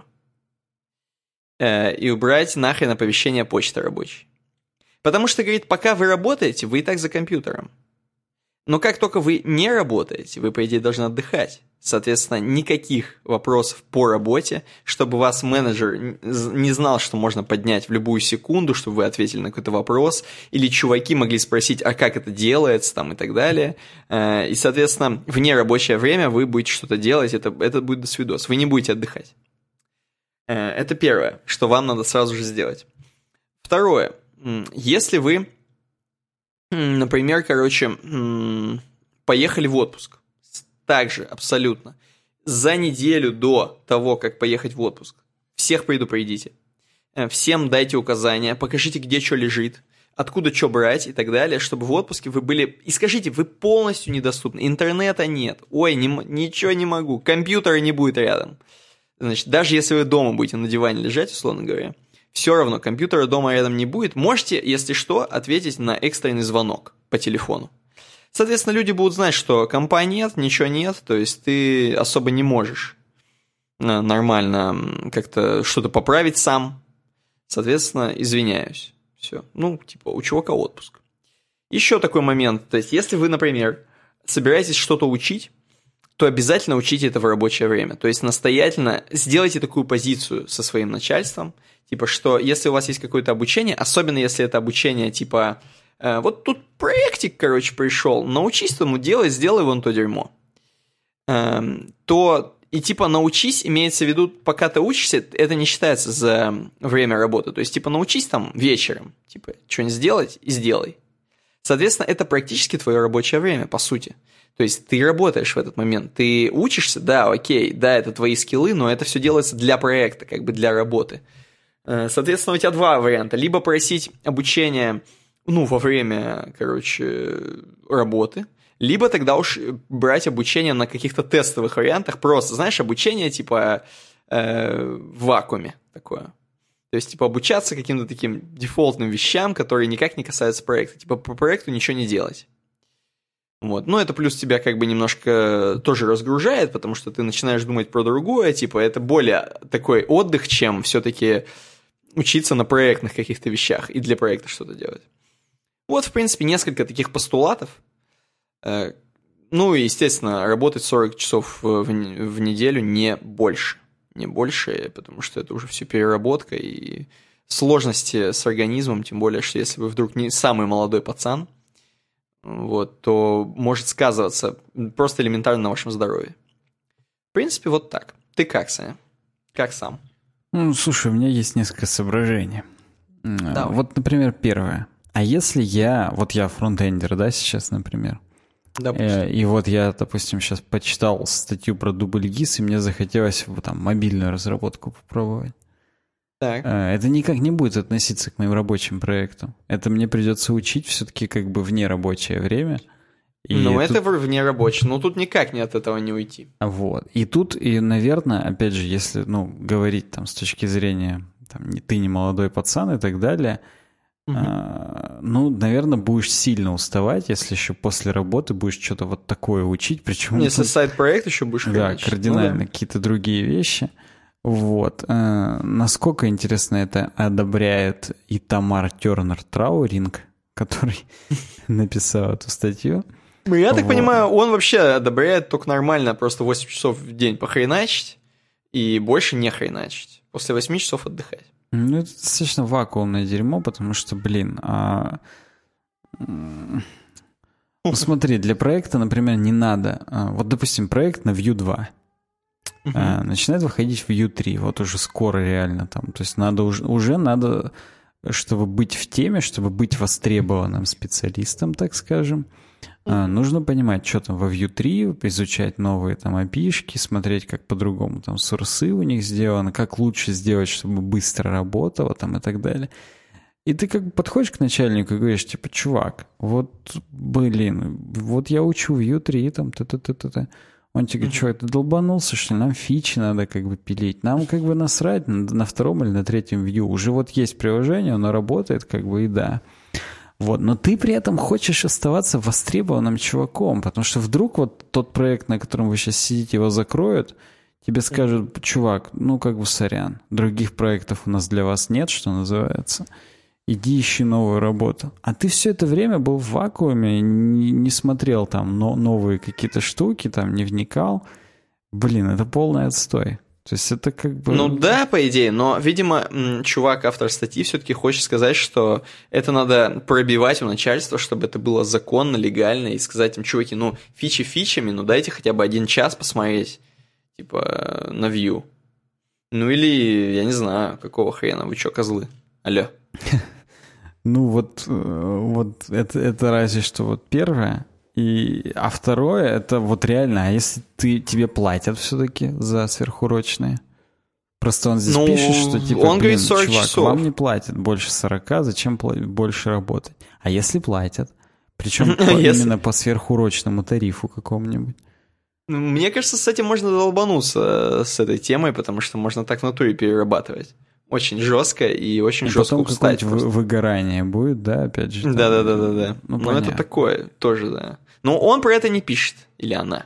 и убрать нахрен оповещение почты рабочей. Потому что, говорит, пока вы работаете, вы и так за компьютером. Но как только вы не работаете, вы, по идее, должны отдыхать. Соответственно, никаких вопросов по работе, чтобы вас менеджер не знал, что можно поднять в любую секунду, чтобы вы ответили на какой-то вопрос, или чуваки могли спросить, а как это делается, там, и так далее. И, соответственно, в нерабочее время вы будете что-то делать, это будет досвидос, вы не будете отдыхать. Это первое, что вам надо сразу же сделать. Второе. Если вы, например, поехали в отпуск, также абсолютно, за неделю до того, как поехать в отпуск, всех предупредите, всем дайте указания, покажите, где что лежит, откуда что брать и так далее, чтобы в отпуске вы были... И скажите, вы полностью недоступны, интернета нет, ой, ничего не могу, компьютера не будет рядом. Значит, даже если вы дома будете на диване лежать, условно говоря, все равно компьютера дома рядом не будет. Можете, если что, ответить на экстренный звонок по телефону. Соответственно, люди будут знать, что компа нет, ничего нет, то есть ты особо не можешь нормально как-то что-то поправить сам. Соответственно, извиняюсь. Все. Ну, типа, у чувака отпуск. Еще такой момент. То есть, если вы, например, собираетесь что-то учить, то обязательно учите это в рабочее время. То есть, настоятельно сделайте такую позицию со своим начальством, типа, что если у вас есть какое-то обучение, особенно если это обучение, типа, вот тут проектик, пришел, научись тому делать, сделай вон то дерьмо. То, и типа, научись, имеется в виду, пока ты учишься, это не считается за время работы. То есть, типа, научись там вечером, типа, что-нибудь сделать и сделай. Соответственно, это практически твое рабочее время, по сути. То есть, ты работаешь в этот момент, ты учишься, да, окей, да, это твои скиллы, но это все делается для проекта, как бы для работы. Соответственно, у тебя два варианта. Либо просить обучение, во время, работы, либо тогда уж брать обучение на каких-то тестовых вариантах. Просто, знаешь, обучение типа в вакууме такое. То есть, типа, обучаться каким-то таким дефолтным вещам, которые никак не касаются проекта. Типа, по проекту ничего не делать. Вот. Ну, это плюс тебя как бы немножко тоже разгружает, потому что ты начинаешь думать про другое. Типа, это более такой отдых, чем все-таки учиться на проектных каких-то вещах и для проекта что-то делать. Вот, в принципе, несколько таких постулатов. Ну, и, естественно, работать 40 часов в неделю не больше. Не больше, потому что это уже все переработка и сложности с организмом, тем более, что если вы вдруг не самый молодой пацан, вот, то может сказываться просто элементарно на вашем здоровье. В принципе, вот так. Ты как, Саня? Как сам? Ну, слушай, у меня есть несколько соображений. Давай. Вот, например, первое. А если я фронтендер, да, сейчас, например, и вот я, допустим, сейчас почитал статью про дубль-гис, и мне захотелось там мобильную разработку попробовать. Так. Это никак не будет относиться к моим рабочим проектам. Это мне придется учить все-таки как бы вне рабочее время. Это вне рабочее, но тут никак от этого не уйти. Вот. И тут, наверное, опять же, если, говорить там с точки зрения, там, ты не молодой пацан и так далее, наверное, будешь сильно уставать, если еще после работы будешь что-то вот такое учить, причем... Если сайт-проект еще будешь хранить. Да, кардинально какие-то другие вещи. Вот. Насколько, интересно, это одобряет и Тамар Тернер-Трауринг, который написал эту статью. Я так понимаю, он вообще одобряет только нормально, просто 8 часов в день похреначить и больше не хреначить. После 8 часов отдыхать. Это достаточно вакуумное дерьмо, потому что, смотри, для проекта, например, не надо... Вот, допустим, проект на Vue 2. Начинает выходить в Vue 3. Вот уже скоро реально там. То есть надо уже надо, чтобы быть в теме, чтобы быть востребованным специалистом, так скажем, нужно понимать, что там во Vue 3, изучать новые там API-шки, смотреть, как по-другому там сорсы у них сделаны, как лучше сделать, чтобы быстро работало там и так далее. И ты как бы подходишь к начальнику и говоришь, типа, чувак, вот я учу Vue 3, там, та-та-та-та-та. Он тебе говорит, что, ты долбанулся, что ли? Нам фичи надо как бы пилить. Нам как бы насрать на втором или на третьем Vue. Уже вот есть приложение, оно работает, как бы, и да. Вот, но ты при этом хочешь оставаться востребованным чуваком, потому что вдруг вот тот проект, на котором вы сейчас сидите, его закроют, тебе скажут, чувак, сорян, других проектов у нас для вас нет, что называется. Иди ищи новую работу. А ты все это время был в вакууме, не смотрел там новые какие-то штуки, там не вникал. Это полный отстой. То есть это как бы... Да, по идее, но, видимо, чувак, автор статьи, все-таки хочет сказать, что это надо пробивать у начальства, чтобы это было законно, легально, и сказать им, чуваки, фичи фичами, дайте хотя бы 1 час посмотреть, типа, на Vue. Ну или, я не знаю, какого хрена, вы чё, козлы? Алло. Ну вот это разве что вот первое. А второе, это вот реально, а если тебе платят все-таки за сверхурочные? Просто он здесь пишет, что типа, он говорит 40 чувак, часов. вам не платят больше 40, зачем больше работать? А если платят? Причем именно по сверхурочному тарифу какому-нибудь. Мне кажется, с этим можно долбануться, с этой темой, потому что можно так в натуре перерабатывать. Очень жестко и очень жестко устать. Потом какое-нибудь выгорание будет, да, опять же? Да. Ну это такое тоже, да. Но он про это не пишет, или она.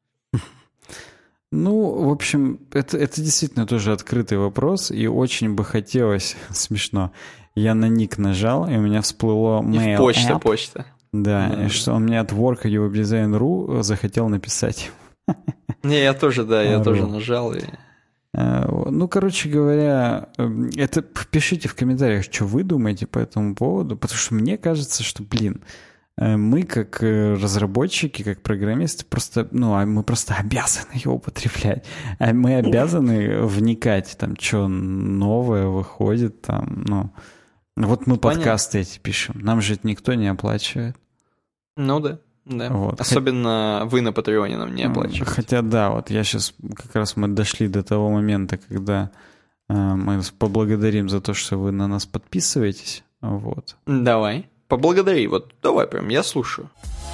Ну, в общем, это действительно тоже открытый вопрос, и очень бы хотелось, смешно, я на ник нажал, и у меня всплыло mail app. Почта. Да, и что он мне от work webdesign.ru захотел написать. Не, я тоже нажал. Ну, короче говоря, это пишите в комментариях, что вы думаете по этому поводу, потому что мне кажется, что, мы как разработчики, как программисты, мы просто обязаны его употреблять. А мы обязаны вникать, там, что новое выходит, там, Вот мы подкасты эти пишем, нам же это никто не оплачивает. Ну да. Вот. Особенно вы на Патреоне нам не оплачиваете. Хотя да, вот я сейчас, как раз мы дошли до того момента, когда мы поблагодарим за то, что вы на нас подписываетесь. Вот. Давай. Поблагодари, давай прям, я слушаю.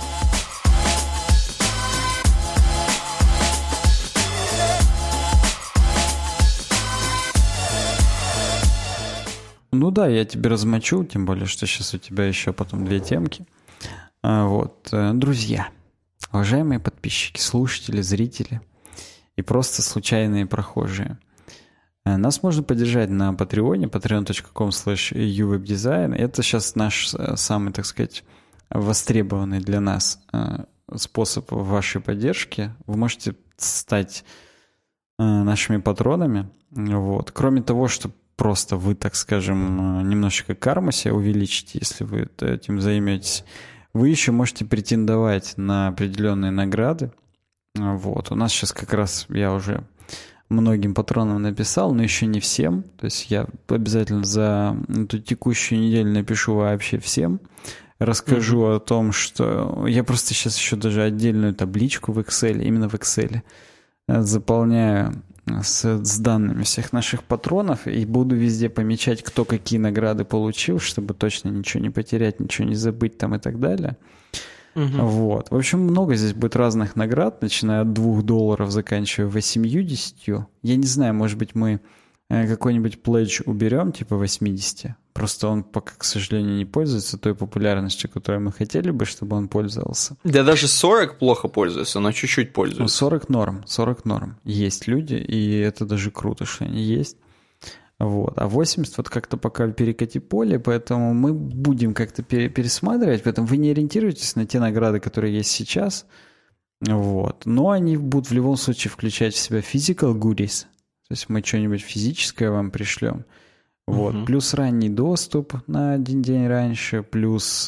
Ну да, я тебе размочу, тем более, что сейчас у тебя еще потом 2 темки. Вот, друзья, уважаемые подписчики, слушатели, зрители и просто случайные прохожие. Нас можно поддержать на Патреоне, patreon.com/uwebdesign. Это сейчас наш самый, так сказать, востребованный для нас способ вашей поддержки. Вы можете стать нашими патронами. Вот. Кроме того, что просто вы, так скажем, немножечко карму себе увеличите, если вы этим займетесь, вы еще можете претендовать на определенные награды. Вот. У нас сейчас как раз я уже многим патронам написал, но еще не всем. То есть я обязательно за эту текущую неделю напишу вообще всем. Расскажу о том, что... Я просто сейчас еще даже отдельную табличку в Excel, именно в Excel, заполняю с данными всех наших патронов и буду везде помечать, кто какие награды получил, чтобы точно ничего не потерять, ничего не забыть там и так далее. Вот. В общем, много здесь будет разных наград, начиная от $2, заканчивая 80. Я не знаю, может быть, мы какой-нибудь пледж уберем, типа 80. Просто он пока, к сожалению, не пользуется той популярностью, которой мы хотели бы, чтобы он пользовался. Да даже 40 плохо пользуется, но чуть-чуть пользуется. 40 норм. Есть люди, и это даже круто, что они есть. Вот. А 80 вот как-то пока перекати поле, поэтому мы будем как-то пересматривать, поэтому вы не ориентируйтесь на те награды, которые есть сейчас. Вот. Но они будут в любом случае включать в себя physical goodies. То есть мы что-нибудь физическое вам пришлем. Вот. Плюс ранний доступ на 1 день раньше, плюс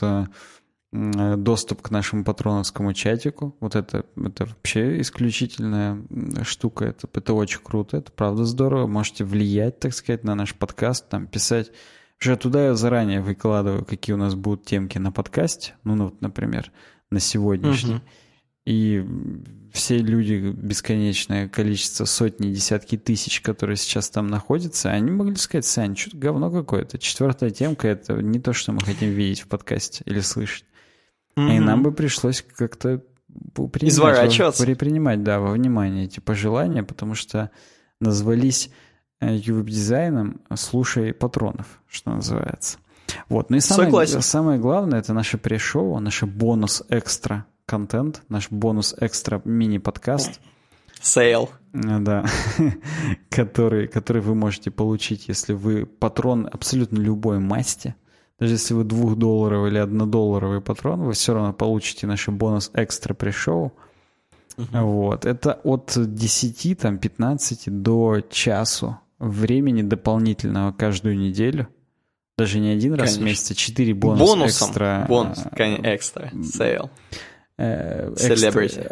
доступ к нашему патроновскому чатику. Вот это вообще исключительная штука. Это очень круто, это правда здорово. Можете влиять, так сказать, на наш подкаст, там писать. Уже туда я заранее выкладываю, какие у нас будут темки на подкасте. Вот, например, на сегодняшний. И все люди, бесконечное количество, сотни, десятки тысяч, которые сейчас там находятся, они могли сказать: Сань, что-то говно какое-то. 4-я темка — это не то, что мы хотим видеть в подкасте или слышать. И нам бы пришлось как-то принимать, во внимание эти пожелания, потому что назвались UWeb-дизайном «Слушай патронов», что называется. Вот. Ну и самое главное — это наше пресс-шоу, наше бонус-экстра контент, наш бонус-экстра мини-подкаст. Сейл. Да. который вы можете получить, если вы патрон абсолютно любой масти. Даже если вы $2 или $1 патрон, вы все равно получите наш бонус-экстра пресс-шоу. Вот. Это от 10, 15 до часу времени дополнительного каждую неделю. Даже не один раз в месяц, а 4 бонус-экстра. Бонус, экстра, сейл. Celebrity.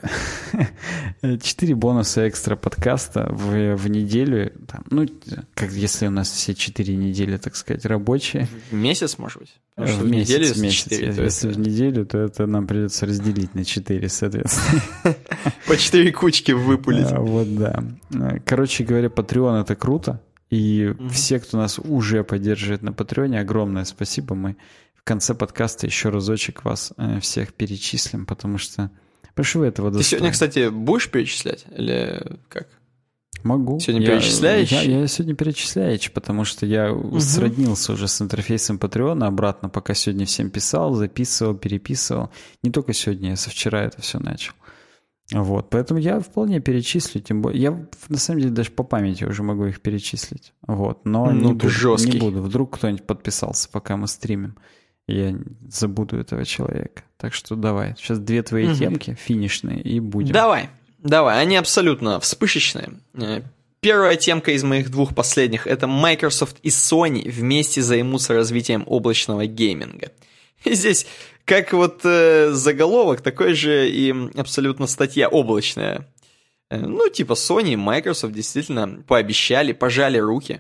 4 бонуса экстра подкаста в неделю. Там, ну, как если у нас все 4 недели, так сказать, рабочие. В месяц, может быть? В месяц. 4, если в неделю, то это нам придется разделить на 4, соответственно. По 4 кучки выпулить. Вот, да. Короче говоря, Patreon — это круто. И все, кто нас уже поддерживает на Патреоне, огромное спасибо. Мы в конце подкаста еще разочек вас всех перечислим, потому что вы этого достойны. Ты сегодня, кстати, будешь перечислять? Или как? Могу. Сегодня перечисляешь? Я сегодня перечисляешь, потому что я сроднился уже с интерфейсом Патреона обратно, пока сегодня всем писал, записывал, переписывал. Не только сегодня, я со вчера это все начал. Вот, поэтому я вполне перечислю, тем более, я на самом деле даже по памяти уже могу их перечислить, вот, но не буду, вдруг кто-нибудь подписался, пока мы стримим, я забуду этого человека, так что давай, сейчас 2 твои темки финишные и будем. Давай, они абсолютно вспышечные. Первая темка из моих 2 последних — это Microsoft и Sony вместе займутся развитием облачного гейминга. И здесь как вот заголовок, такой же и абсолютно статья облачная. Ну, типа Sony и Microsoft действительно пообещали, пожали руки.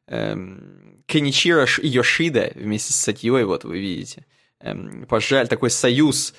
Каничиро Йошида вместе с Сатьей, вот вы видите, пожали, такой союз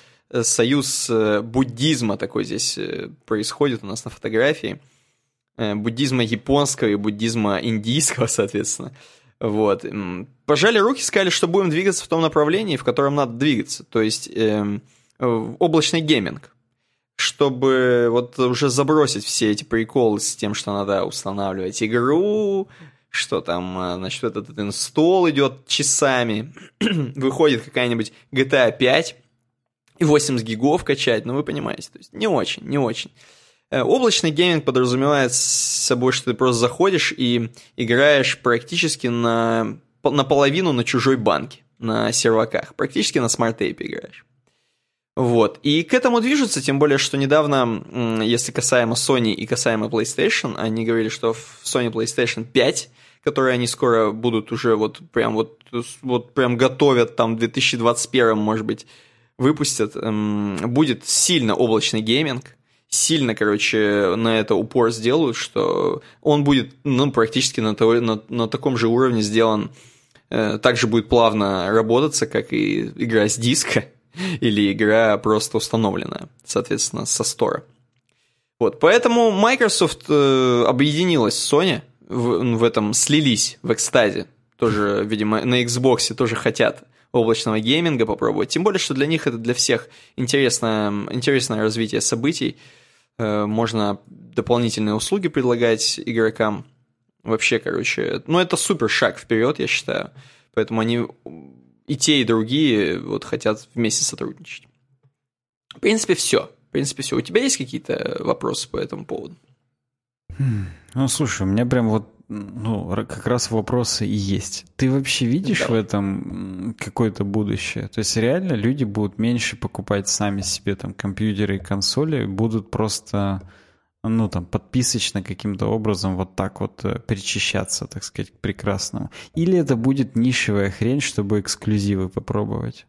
буддизма такой здесь происходит у нас на фотографии. Буддизма японского и буддизма индийского, соответственно. Вот. Пожали руки, сказали, что будем двигаться в том направлении, в котором надо двигаться, то есть облачный гейминг, чтобы вот уже забросить все эти приколы с тем, что надо устанавливать игру, что там, значит, этот инсталл идет часами, выходит какая-нибудь GTA 5 и 80 гигов качать, ну вы понимаете, то есть не очень. Облачный гейминг подразумевает собой, что ты просто заходишь и играешь практически наполовину на чужой банке, на серваках, практически на смарт-тейпе играешь. Вот. И к этому движутся, тем более, что недавно, если касаемо Sony и касаемо PlayStation, они говорили, что в Sony PlayStation 5, которые они скоро будут уже вот прям готовят, там в 2021, может быть, выпустят, будет сильно облачный гейминг. Сильно, короче, на это упор сделают, что он будет, ну, практически на таком же уровне сделан, также будет плавно работаться, как и игра с диска или игра просто установленная, соответственно, со стора. Вот, поэтому Microsoft объединилась с Sony, в этом слились в экстазе, тоже, видимо, на Xbox тоже хотят облачного гейминга попробовать, тем более, что для них это для всех интересное развитие событий. Можно дополнительные услуги предлагать игрокам. Вообще, короче, ну это супер шаг вперед, я считаю. Поэтому они и те, и другие вот хотят вместе сотрудничать. В принципе, все. У тебя есть какие-то вопросы по этому поводу? Ну, слушай, у меня прям вот, ну, как раз вопросы и есть. Ты вообще видишь в этом какое-то будущее? То есть реально люди будут меньше покупать сами себе там компьютеры и консоли, будут просто, ну, там, подписочно каким-то образом вот так вот причащаться, так сказать, к прекрасному? Или это будет нишевая хрень, чтобы эксклюзивы попробовать?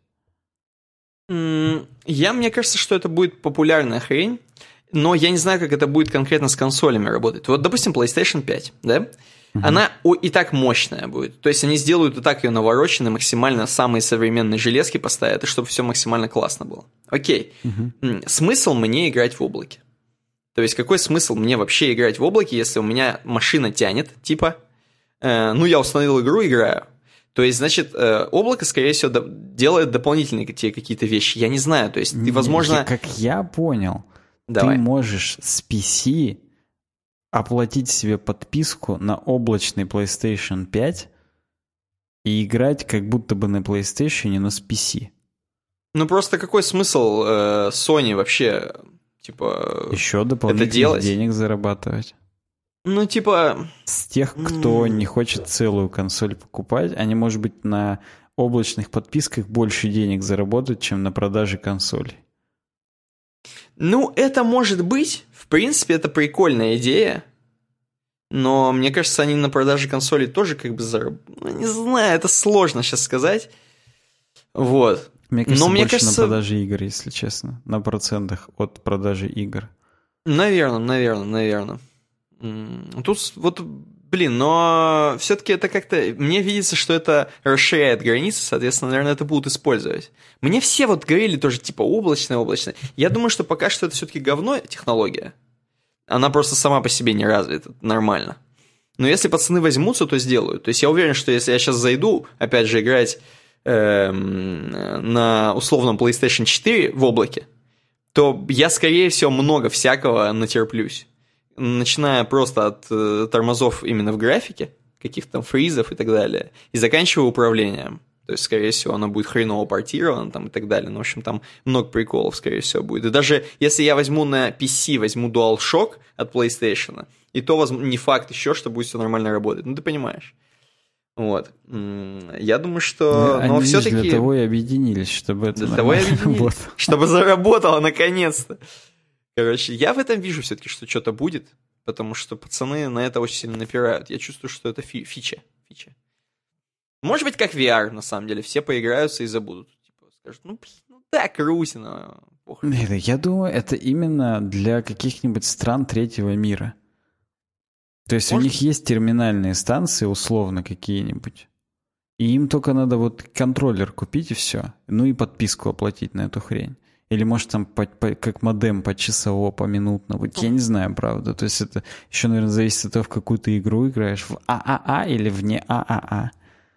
Мне кажется, что это будет популярная хрень. Но я не знаю, как это будет конкретно с консолями работать. Вот, допустим, PlayStation 5, да? Она и так мощная будет. То есть они сделают и так ее навороченной, максимально самые современные железки поставят, и чтобы все максимально классно было. Окей. Смысл мне играть в облаке? То есть какой смысл мне вообще играть в облаке, если у меня машина тянет, типа, ну я установил игру, играю. То есть, значит, облако, скорее всего, делает дополнительные какие-то вещи. Я не знаю, то есть ты, возможно... Как я понял... Давай. Ты можешь с PC оплатить себе подписку на облачный PlayStation 5 и играть как будто бы на PlayStation, но с PC. Ну просто какой смысл Sony вообще, типа, еще дополнительных денег зарабатывать? Ну типа... С тех, кто не хочет целую консоль покупать, они, может быть, на облачных подписках больше денег заработают, чем на продаже консолей. Ну, это может быть. В принципе, это прикольная идея. Но мне кажется, они на продаже консолей тоже как бы заработают. Ну, не знаю, это сложно сейчас сказать. Вот. Мне кажется, мне больше кажется... на продаже игр, если честно. На процентах от продажи игр. Наверное. Тут вот, но все-таки это как-то... Мне видится, что это расширяет границы, соответственно, наверное, это будут использовать. Мне все вот говорили тоже, типа, облачное. Я думаю, что пока что это все-таки говно технология. Она просто сама по себе не развита, нормально. Но если пацаны возьмутся, то сделают. То есть я уверен, что если я сейчас зайду, опять же, играть на условном PlayStation 4 в облаке, то я, скорее всего, много всякого натерплюсь. Начиная просто от тормозов именно в графике, каких-то там фризов и так далее, и заканчивая управлением. То есть, скорее всего, оно будет хреново портировано там, и так далее. Ну, в общем, там много приколов, скорее всего, будет. И даже если я возьму на PC, возьму DualShock от PlayStation, и то не факт еще, что будет все нормально работать. Ну, ты понимаешь. Вот. Я думаю, что... Но все-таки... Для того и объединились, чтобы это работало. Чтобы заработало, наконец-то. Короче, я в этом вижу все-таки, что что-то будет, потому что пацаны на это очень сильно напирают. Я чувствую, что это фича. Может быть, как VR, на самом деле. Все поиграются и забудут. Типа, скажут, да, крутина. Я думаю, это именно для каких-нибудь стран третьего мира. То есть у них есть терминальные станции, условно, какие-нибудь. И им только надо вот контроллер купить и все. Ну и подписку оплатить на эту хрень. Или, может, там как модем почасово, поминутно. Вот я не знаю, правда. То есть это еще, наверное, зависит от того, в какую ты игру играешь. В ААА или вне ААА.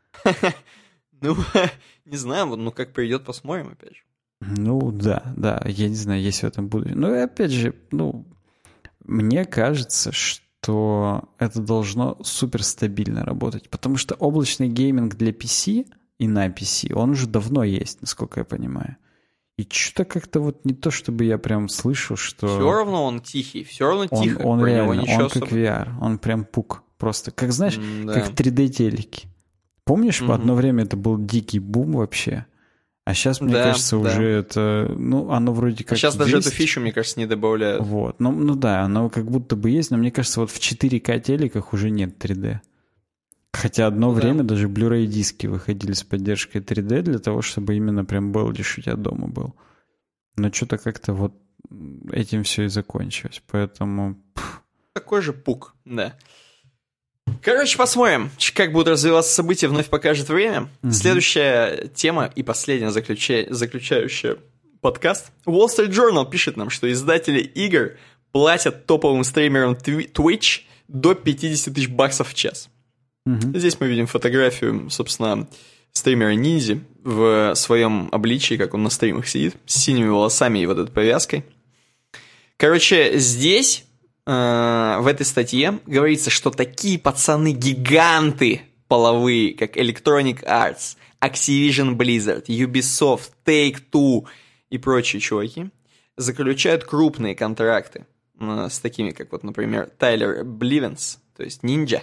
Не знаю, как придет, посмотрим, опять же. Да, я не знаю, есть в этом будущее. Но, опять же, мне кажется, что это должно супер стабильно работать. Потому что облачный гейминг для PC и на PC, он уже давно есть, насколько я понимаю. И что-то как-то вот не то, чтобы я прям слышал, что... Все равно он тихий, все равно тихо. Он реально, он как VR, он прям пук. Просто, как знаешь, как 3D-телеки. Помнишь, одно время это был дикий бум вообще? А сейчас, мне кажется, уже это... оно вроде как сейчас есть. Даже эту фичу, мне кажется, не добавляют. Вот, да, оно как будто бы есть, но мне кажется, вот в 4К телеках уже нет 3D. Хотя одно время даже Blu-ray диски выходили с поддержкой 3D для того, чтобы именно прям Белдиш у тебя дома был. Но что-то как-то вот этим все и закончилось, поэтому... Такой же пук, да. Короче, посмотрим, как будут развиваться события, вновь покажет время. Следующая тема и последняя, заключающая подкаст. Wall Street Journal пишет нам, что издатели игр платят топовым стримерам Twitch до $50 тысяч в час. Здесь мы видим фотографию, собственно, стримера Ниндзи в своем обличии, как он на стримах сидит, с синими волосами и вот этой повязкой. Короче, здесь, в этой статье, говорится, что такие пацаны-гиганты половые, как Electronic Arts, Activision Blizzard, Ubisoft, Take-Two и прочие чуваки, заключают крупные контракты с такими, как вот, например, Тайлер Бливенс, то есть Ninja,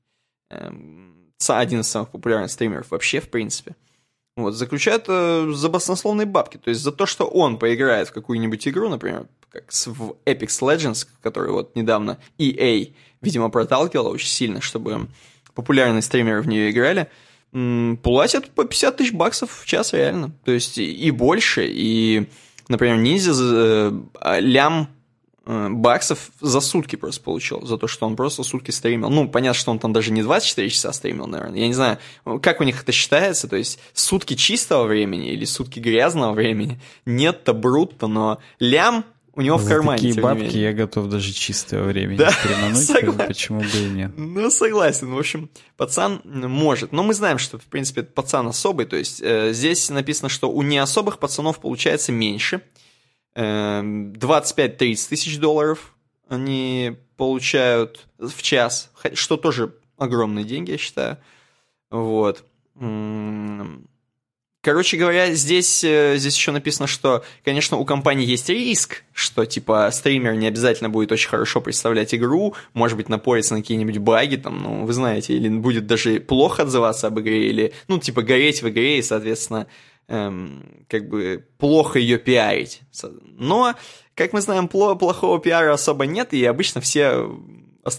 один из самых популярных стримеров вообще, в принципе. Вот, заключают за баснословные бабки. То есть за то, что он поиграет в какую-нибудь игру, например, как в Apex Legends, которую вот недавно EA, видимо, проталкивала очень сильно, чтобы популярные стримеры в нее играли, платят по $50 тысяч в час реально. То есть и больше. И, например, Ниндзя лям баксов за сутки просто получил, за то, что он просто сутки стримил. Понятно, что он там даже не 24 часа стримил, наверное. Я не знаю, как у них это считается, то есть сутки чистого времени или сутки грязного времени. Нет-то брутто, но лям у него в кармане. За такие бабки я готов даже чистого времени стримануть, почему бы и нет. Согласен. В общем, пацан может. Но мы знаем, что, в принципе, этот пацан особый, то есть здесь написано, что у неособых пацанов получается меньше. 25-30 тысяч долларов они получают в час, что тоже огромные деньги, я считаю. Вот. Короче говоря, здесь еще написано, что, конечно, у компании есть риск, что, типа, стример не обязательно будет очень хорошо представлять игру, может быть, напориться на какие-нибудь баги, там, вы знаете, или будет даже плохо отзываться об игре, или, типа, гореть в игре и, соответственно, как бы плохо ее пиарить. Но, как мы знаем, плохого пиара особо нет, и обычно все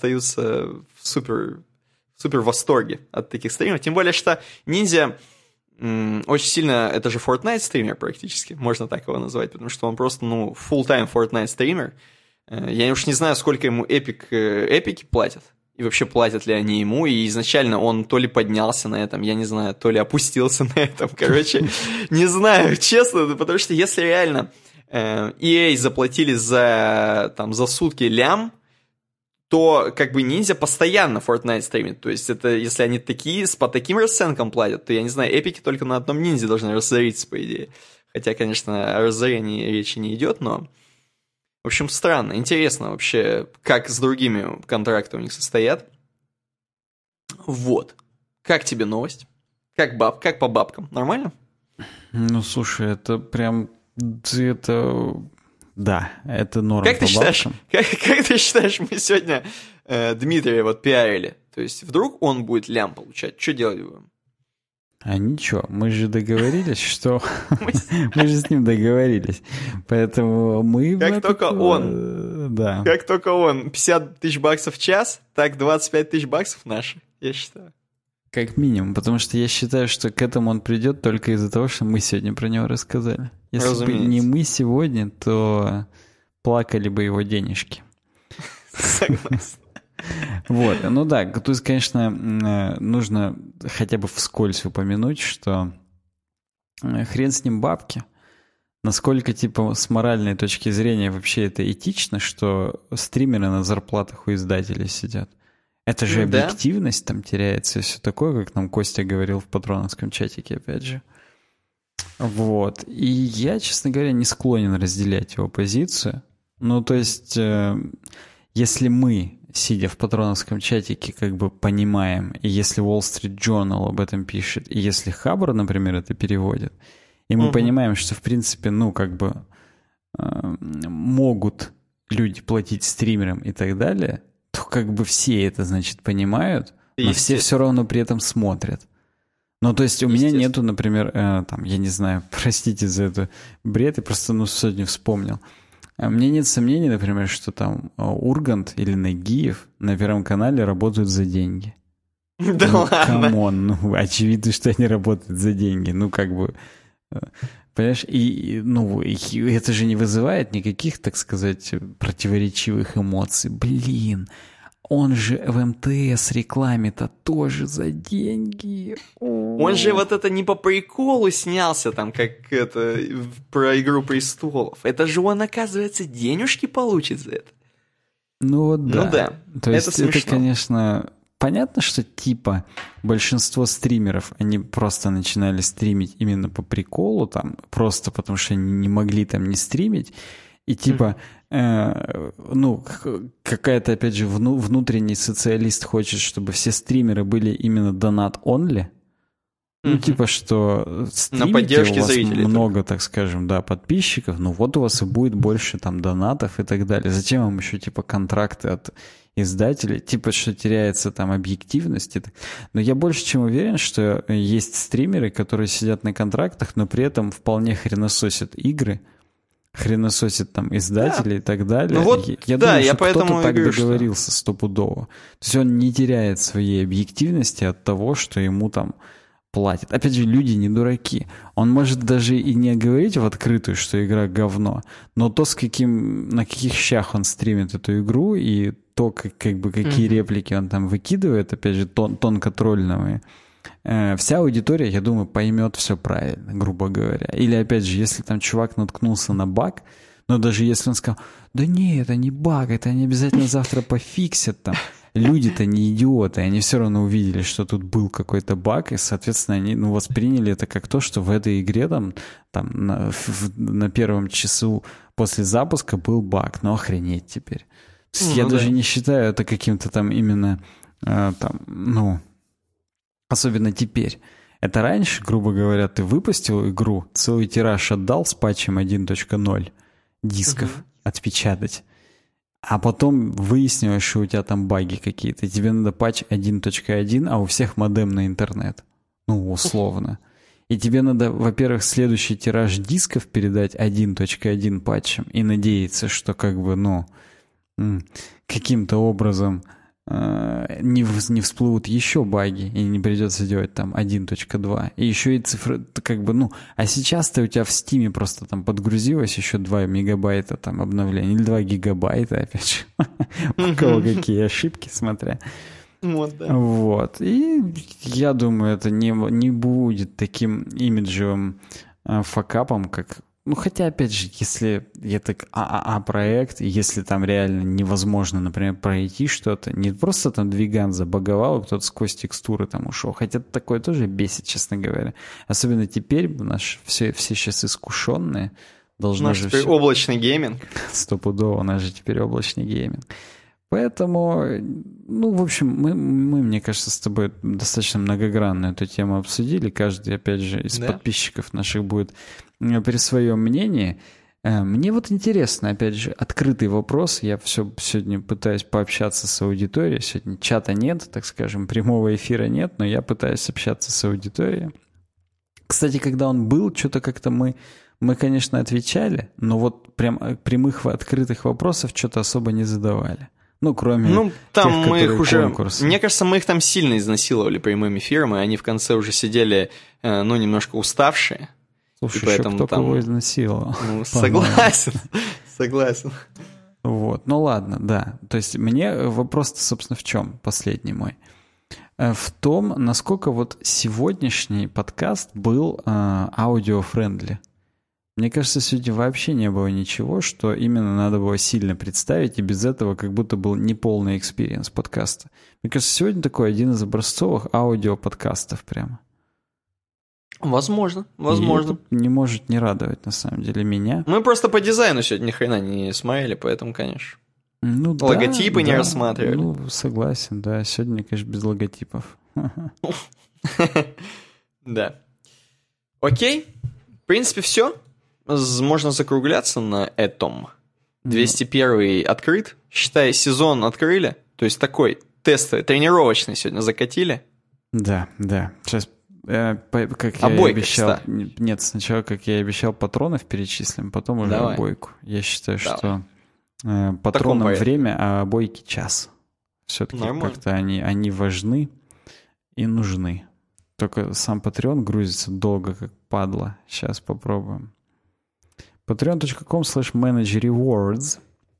остаются в супер восторге от таких стримов. Тем более, что Ниндзя очень сильно, это же Fortnite стример практически, можно так его назвать, потому что он просто, full-time Fortnite стример. Я уж не знаю, сколько ему эпики платят, и вообще платят ли они ему, и изначально он то ли поднялся на этом, я не знаю, то ли опустился на этом, короче, не знаю, честно, потому что если реально EA заплатили за сутки лям, то как бы ниндзя постоянно Fortnite стримит. То есть это, если они по таким расценкам платят, то, я не знаю, эпики только на одном ниндзе должны разориться, по идее. Хотя, конечно, о разорении речи не идет, но... В общем, странно. Интересно вообще, как с другими контракты у них состоят. Вот. Как тебе новость? Как по бабкам? Нормально? Ну, слушай, это прям... Да, это норм как по ты считаешь, бабкам. Как ты считаешь, мы сегодня Дмитрия пиарили? То есть вдруг он будет лям получать? Что делать будем? А ничего, мы же договорились, что... Мы же с ним договорились. Поэтому мы... Как только он... Да. Как только он 50 тысяч баксов в час, так 25 тысяч баксов наши, я считаю. Как минимум, потому что я считаю, что к этому он придет только из-за того, что мы сегодня про него рассказали. Если бы не мы сегодня, то плакали бы его денежки. Согласен. Вот, ну да, то есть, конечно, нужно хотя бы вскользь упомянуть, что хрен с ним бабки. Насколько, с моральной точки зрения вообще это этично, что стримеры на зарплатах у издателей сидят. Это же объективность там теряется и все такое, как нам Костя говорил в патроновском чатике, опять же. Вот. И я, честно говоря, не склонен разделять его позицию. Ну, то есть, если мы, сидя в патроновском чатике, как бы понимаем, и если Wall Street Journal об этом пишет, и если Хабр, например, это переводит, и мы понимаем, что, в принципе, могут люди платить стримерам и так далее, то как бы все это, значит, понимают, но все равно при этом смотрят. Ну, то есть у меня нету, например, я не знаю, простите за это бред, я просто, сегодня вспомнил. У меня нет сомнений, например, что там Ургант или Нагиев на Первом канале работают за деньги. Да ладно? Камон, очевидно, что они работают за деньги. Понимаешь, и это же не вызывает никаких, так сказать, противоречивых эмоций. Блин, он же в МТС рекламе-то тоже за деньги. Он же это не по приколу снялся там, как это, про «Игру престолов». Это же он, оказывается, денежки получит за это. Ну да. То есть это смешно. Это, конечно... Понятно, что большинство стримеров, они просто начинали стримить именно по приколу, просто потому что они не могли не стримить, и какая-то, опять же, внутренний социалист хочет, чтобы все стримеры были именно донат-онли, что стримите, у вас много, так скажем, подписчиков, у вас и будет больше донатов и так далее. Зачем вам еще, контракты от издателей, что теряется объективность. Но я больше чем уверен, что есть стримеры, которые сидят на контрактах, но при этом вполне хренососят игры, хренососят издатели и так далее. Я думаю, что кто-то так договорился стопудово. То есть он не теряет своей объективности от того, что ему платят. Опять же, люди не дураки. Он может даже и не говорить в открытую, что игра говно, но то, на каких щах он стримит эту игру, и то, какие реплики он выкидывает, опять же, тонко тролльновые, вся аудитория, я думаю, поймет все правильно, грубо говоря. Или, опять же, если чувак наткнулся на баг, но даже если он сказал, да не, это не баг, это они обязательно завтра пофиксят люди-то не идиоты, они все равно увидели, что тут был какой-то баг, и, соответственно, они восприняли это как то, что в этой игре на первом часу после запуска был баг. Ну, охренеть теперь. То есть я даже не считаю это каким-то именно, особенно теперь. Это раньше, грубо говоря, ты выпустил игру, целый тираж отдал с патчем 1.0 дисков отпечатать. А потом выяснилось, что у тебя баги какие-то. Тебе надо патч 1.1, а у всех модем на интернет. Условно. И тебе надо, во-первых, следующий тираж дисков передать 1.1 патчем и надеяться, что каким-то образом не всплывут еще баги, и не придется делать там 1.2. И еще и цифры, как бы, ну, а сейчас-то у тебя в Стиме просто там подгрузилось еще 2 мегабайта там обновления, или 2 гигабайта, опять же. У кого какие ошибки, смотря. Вот, да. Вот. И я думаю, это не будет таким имиджевым факапом, как... Ну, хотя, опять же, если это ААА-проект, и если там реально невозможно, например, пройти что-то, не просто там двиган забаговал, кто-то сквозь текстуры там ушел, хотя такое тоже бесит, честно говоря. Особенно теперь все сейчас искушенные. Должно же теперь облачный гейминг. Стопудово, у нас же теперь облачный гейминг. Поэтому, ну, в общем, мы, мне кажется, с тобой достаточно многогранно эту тему обсудили. Каждый, опять же, из подписчиков наших будет при своем мнении. Мне вот интересно, опять же, открытый вопрос. Я все сегодня пытаюсь пообщаться с аудиторией. Сегодня чата нет, так скажем, прямого эфира нет, но я пытаюсь общаться с аудиторией. Кстати, когда он был, что-то как-то мы, конечно, отвечали, но вот прям прямых открытых вопросов что-то особо не задавали. Ну, кроме там тех, мы их уже... конкурсы. Мне кажется, мы их там сильно изнасиловали прямым эфиром, и они в конце уже сидели, ну, немножко уставшие. Слушай, еще поэтому кто там... кого изнасиловал. Ну, согласен. Вот, ну ладно, да. То есть мне вопрос-то, собственно, в чем? Последний мой. В том, насколько вот сегодняшний подкаст был аудио-френдли. Мне кажется, сегодня вообще не было ничего, что именно надо было сильно представить, и без этого как будто был неполный экспириенс подкаста. Мне кажется, сегодня такой один из образцовых аудиоподкастов прямо. Возможно. И это не может не радовать, на самом деле, меня. Мы просто по дизайну сегодня ни хрена не смотрели, поэтому, конечно. Ну, логотипы не рассматривали. Ну, согласен, да. Сегодня, конечно, без логотипов. Да. Окей. В принципе, все. Можно закругляться на этом. 201 открыт. Считай, сезон открыли. То есть такой тестовый, тренировочный сегодня закатили. Да. Сейчас, как я и обещал... кста. Нет, сначала, как я и обещал, патронов перечислим, потом уже обойку. Я считаю, что патронам время, а обойки час. Все-таки как-то они важны и нужны. Только сам Patreon грузится долго, как падла. Сейчас попробуем. patreon.com/managerrewards.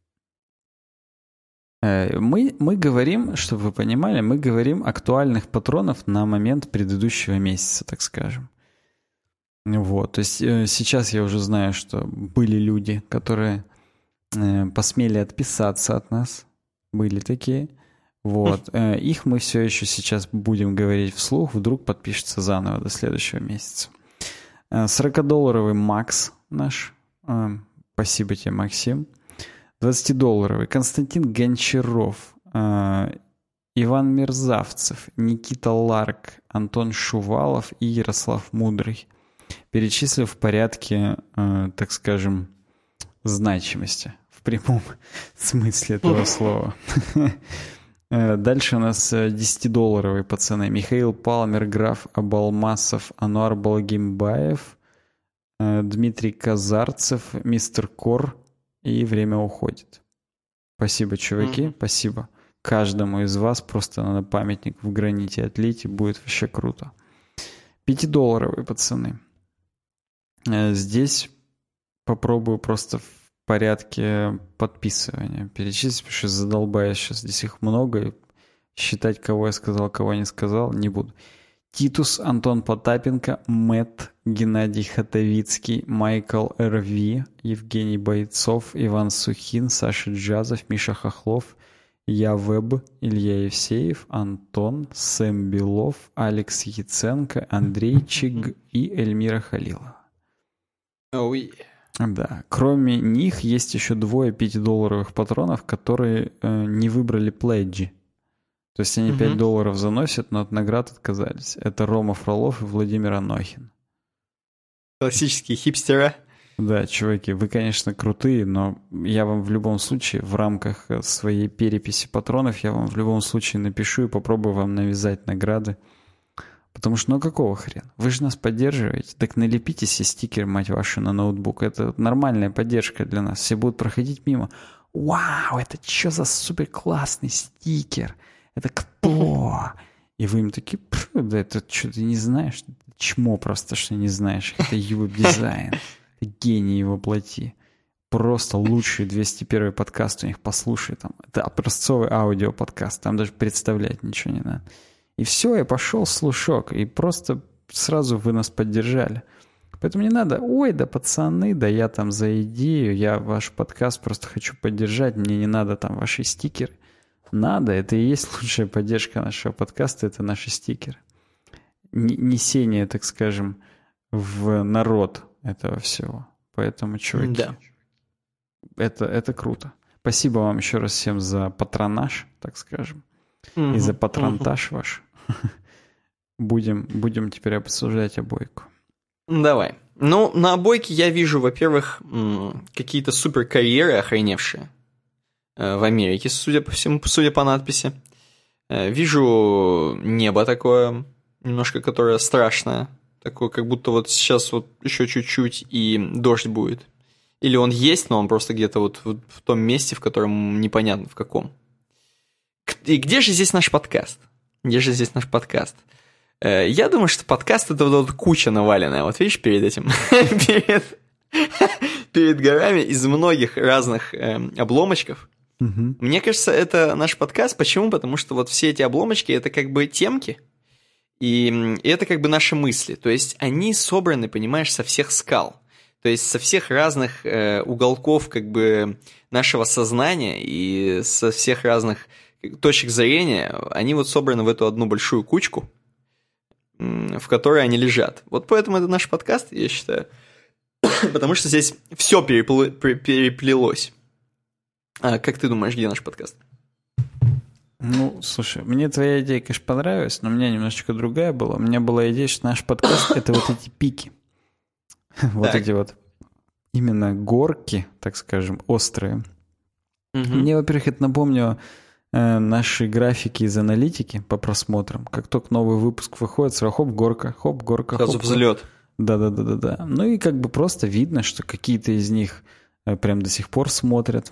Мы говорим, чтобы вы понимали, мы говорим актуальных патронов на момент предыдущего месяца, так скажем. Вот, то есть сейчас я уже знаю, что были люди, которые посмели отписаться от нас. Были такие. Вот. Их мы все еще сейчас будем говорить вслух, вдруг подпишется заново до следующего месяца. $40 Макс наш. Спасибо тебе, Максим. $20 Константин Гончаров, Иван Мерзавцев, Никита Ларк, Антон Шувалов и Ярослав Мудрый. Перечислив в порядке, так скажем, значимости в прямом смысле этого слова. Дальше у нас $10 пацаны. Михаил Палмер, Граф Абалмасов, Ануар Балгимбаев, Дмитрий Казарцев, Мистер Кор и «Время уходит». Спасибо, чуваки, спасибо. Каждому из вас просто надо памятник в граните отлить, и будет вообще круто. $5, пацаны. Здесь попробую просто в порядке подписывания перечислить, потому что задолбаюсь сейчас. Здесь их много, и считать, кого я сказал, кого не сказал, не буду. Титус, Антон Потапенко, Мэтт, Геннадий Хатовицкий, Майкл Р.В., Евгений Бойцов, Иван Сухин, Саша Джазов, Миша Хохлов, Я Веб, Илья Евсеев, Антон, Сэм Белов, Алекс Яценко, Андрей Чиг и Эльмира Халилова. Да, кроме них есть еще 2 $5 патронов, которые не выбрали пледжи. То есть они $5 заносят, но от наград отказались. Это Рома Фролов и Владимир Анохин. Классические хипстеры. Да, чуваки, вы, конечно, крутые, но я вам в любом случае, в рамках своей переписи патронов, я вам в любом случае напишу и попробую вам навязать награды. Потому что, ну какого хрена? Вы же нас поддерживаете. Так налепите себе стикер, мать вашу, на ноутбук. Это нормальная поддержка для нас. Все будут проходить мимо. Вау, это что за супер классный стикер? Это кто? И вы им такие, да это что, ты не знаешь? Чмо просто, что не знаешь. Это YouTube-дизайн. Ты гений его плоти. Просто лучший 201 подкаст у них, послушай там. Это образцовый аудиоподкаст, там даже представлять ничего не надо. И все, и пошел слушок, и просто сразу вы нас поддержали. Поэтому не надо, ой, да пацаны, да я там за идею, я ваш подкаст просто хочу поддержать, мне не надо там ваши стикеры. Надо, это и есть лучшая поддержка нашего подкаста, это наши стикеры. Несение, так скажем, в народ этого всего. Поэтому, чуваки, да. Это круто. Спасибо вам еще раз всем за патронаж, так скажем, и за патронтаж ваш. Будем теперь обсуждать обойку. Давай. Ну, на обойке я вижу, во-первых, какие-то суперкарьеры охреневшие в Америке, судя по всему, судя по надписи. Вижу небо такое, немножко которое страшное. Такое, как будто вот сейчас вот еще чуть-чуть и дождь будет. Или он есть, но он просто где-то вот в том месте, в котором непонятно в каком. И где же здесь наш подкаст? Где же здесь наш подкаст? Я думаю, что подкаст — это вот куча наваленная. Вот видишь, перед этим, перед горами из многих разных обломочков. Мне кажется, это наш подкаст. Почему? Потому что вот все эти обломочки — это как бы темки, и это как бы наши мысли. То есть они собраны, понимаешь, со всех скал. То есть со всех разных уголков как бы нашего сознания и со всех разных точек зрения они вот собраны в эту одну большую кучку, в которой они лежат. Вот поэтому это наш подкаст, я считаю. Потому что здесь все переплелось. А как ты думаешь, где наш подкаст? Ну, слушай, мне твоя идея, конечно, понравилась, но у меня немножечко другая была. У меня была идея, что наш подкаст — это вот эти пики. Вот эти вот именно горки, так скажем, острые. Мне, во-первых, это напомнило наши графики из аналитики по просмотрам. Как только новый выпуск выходит, сразу хоп, горка, сразу взлет. Да. Ну и как бы просто видно, что какие-то из них прям до сих пор смотрят.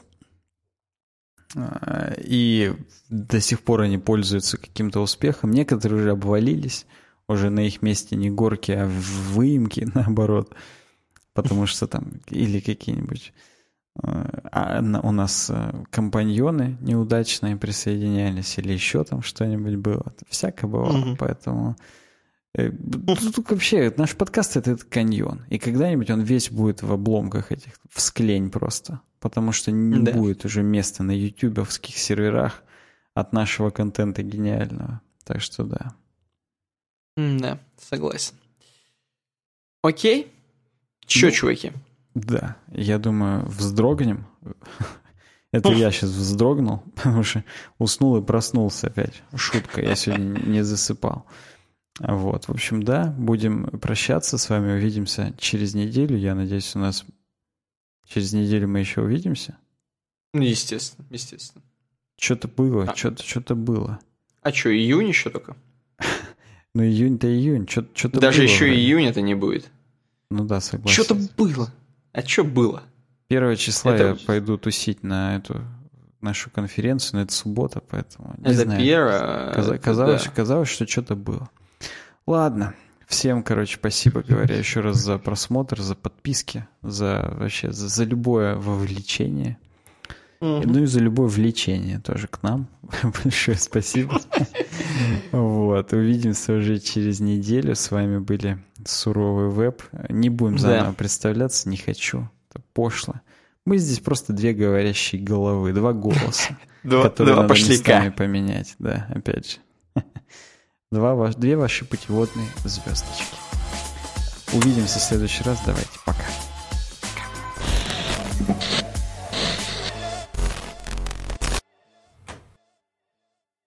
И до сих пор они пользуются каким-то успехом. Некоторые уже обвалились. Уже на их месте не горки, а выемки, наоборот. Потому что там или какие-нибудь... у нас компаньоны неудачные присоединялись, или еще там что-нибудь было. Всякое бывало, поэтому... Тут вообще наш подкаст — это каньон. И когда-нибудь он весь будет в обломках этих, в склень просто. Потому что не будет уже места на ютубовских серверах от нашего контента гениального. Так что да. Да, согласен. Окей. Че, чуваки? Да, я думаю, вздрогнем. Это я сейчас вздрогнул, потому что уснул и проснулся опять. Шутка, я сегодня не засыпал. Вот, в общем, да, будем прощаться с вами, увидимся через неделю. Я надеюсь, у нас через неделю мы еще увидимся. Естественно. Что-то было, что-то было. А что, июнь еще только? Ну, июнь-то июнь, что-то было. Даже еще июнь это не будет. Ну да, согласен. Что-то было. А что было? 1 числа я пойду тусить на эту нашу конференцию, но это суббота, поэтому не это знаю. Казалось, что что-то было. Ладно, всем, спасибо, говоря еще раз за просмотр, за подписки, за любое вовлечение. Ну и за любое влечение тоже к нам. Большое спасибо. Вот, увидимся уже через неделю. С вами были Суровый Веб. Не будем заново представляться, не хочу. Это пошло. Мы здесь просто две говорящие головы, два голоса, которые надо местами поменять. Да, опять же. Две ваши путеводные звездочки. Увидимся в следующий раз. Давайте, пока.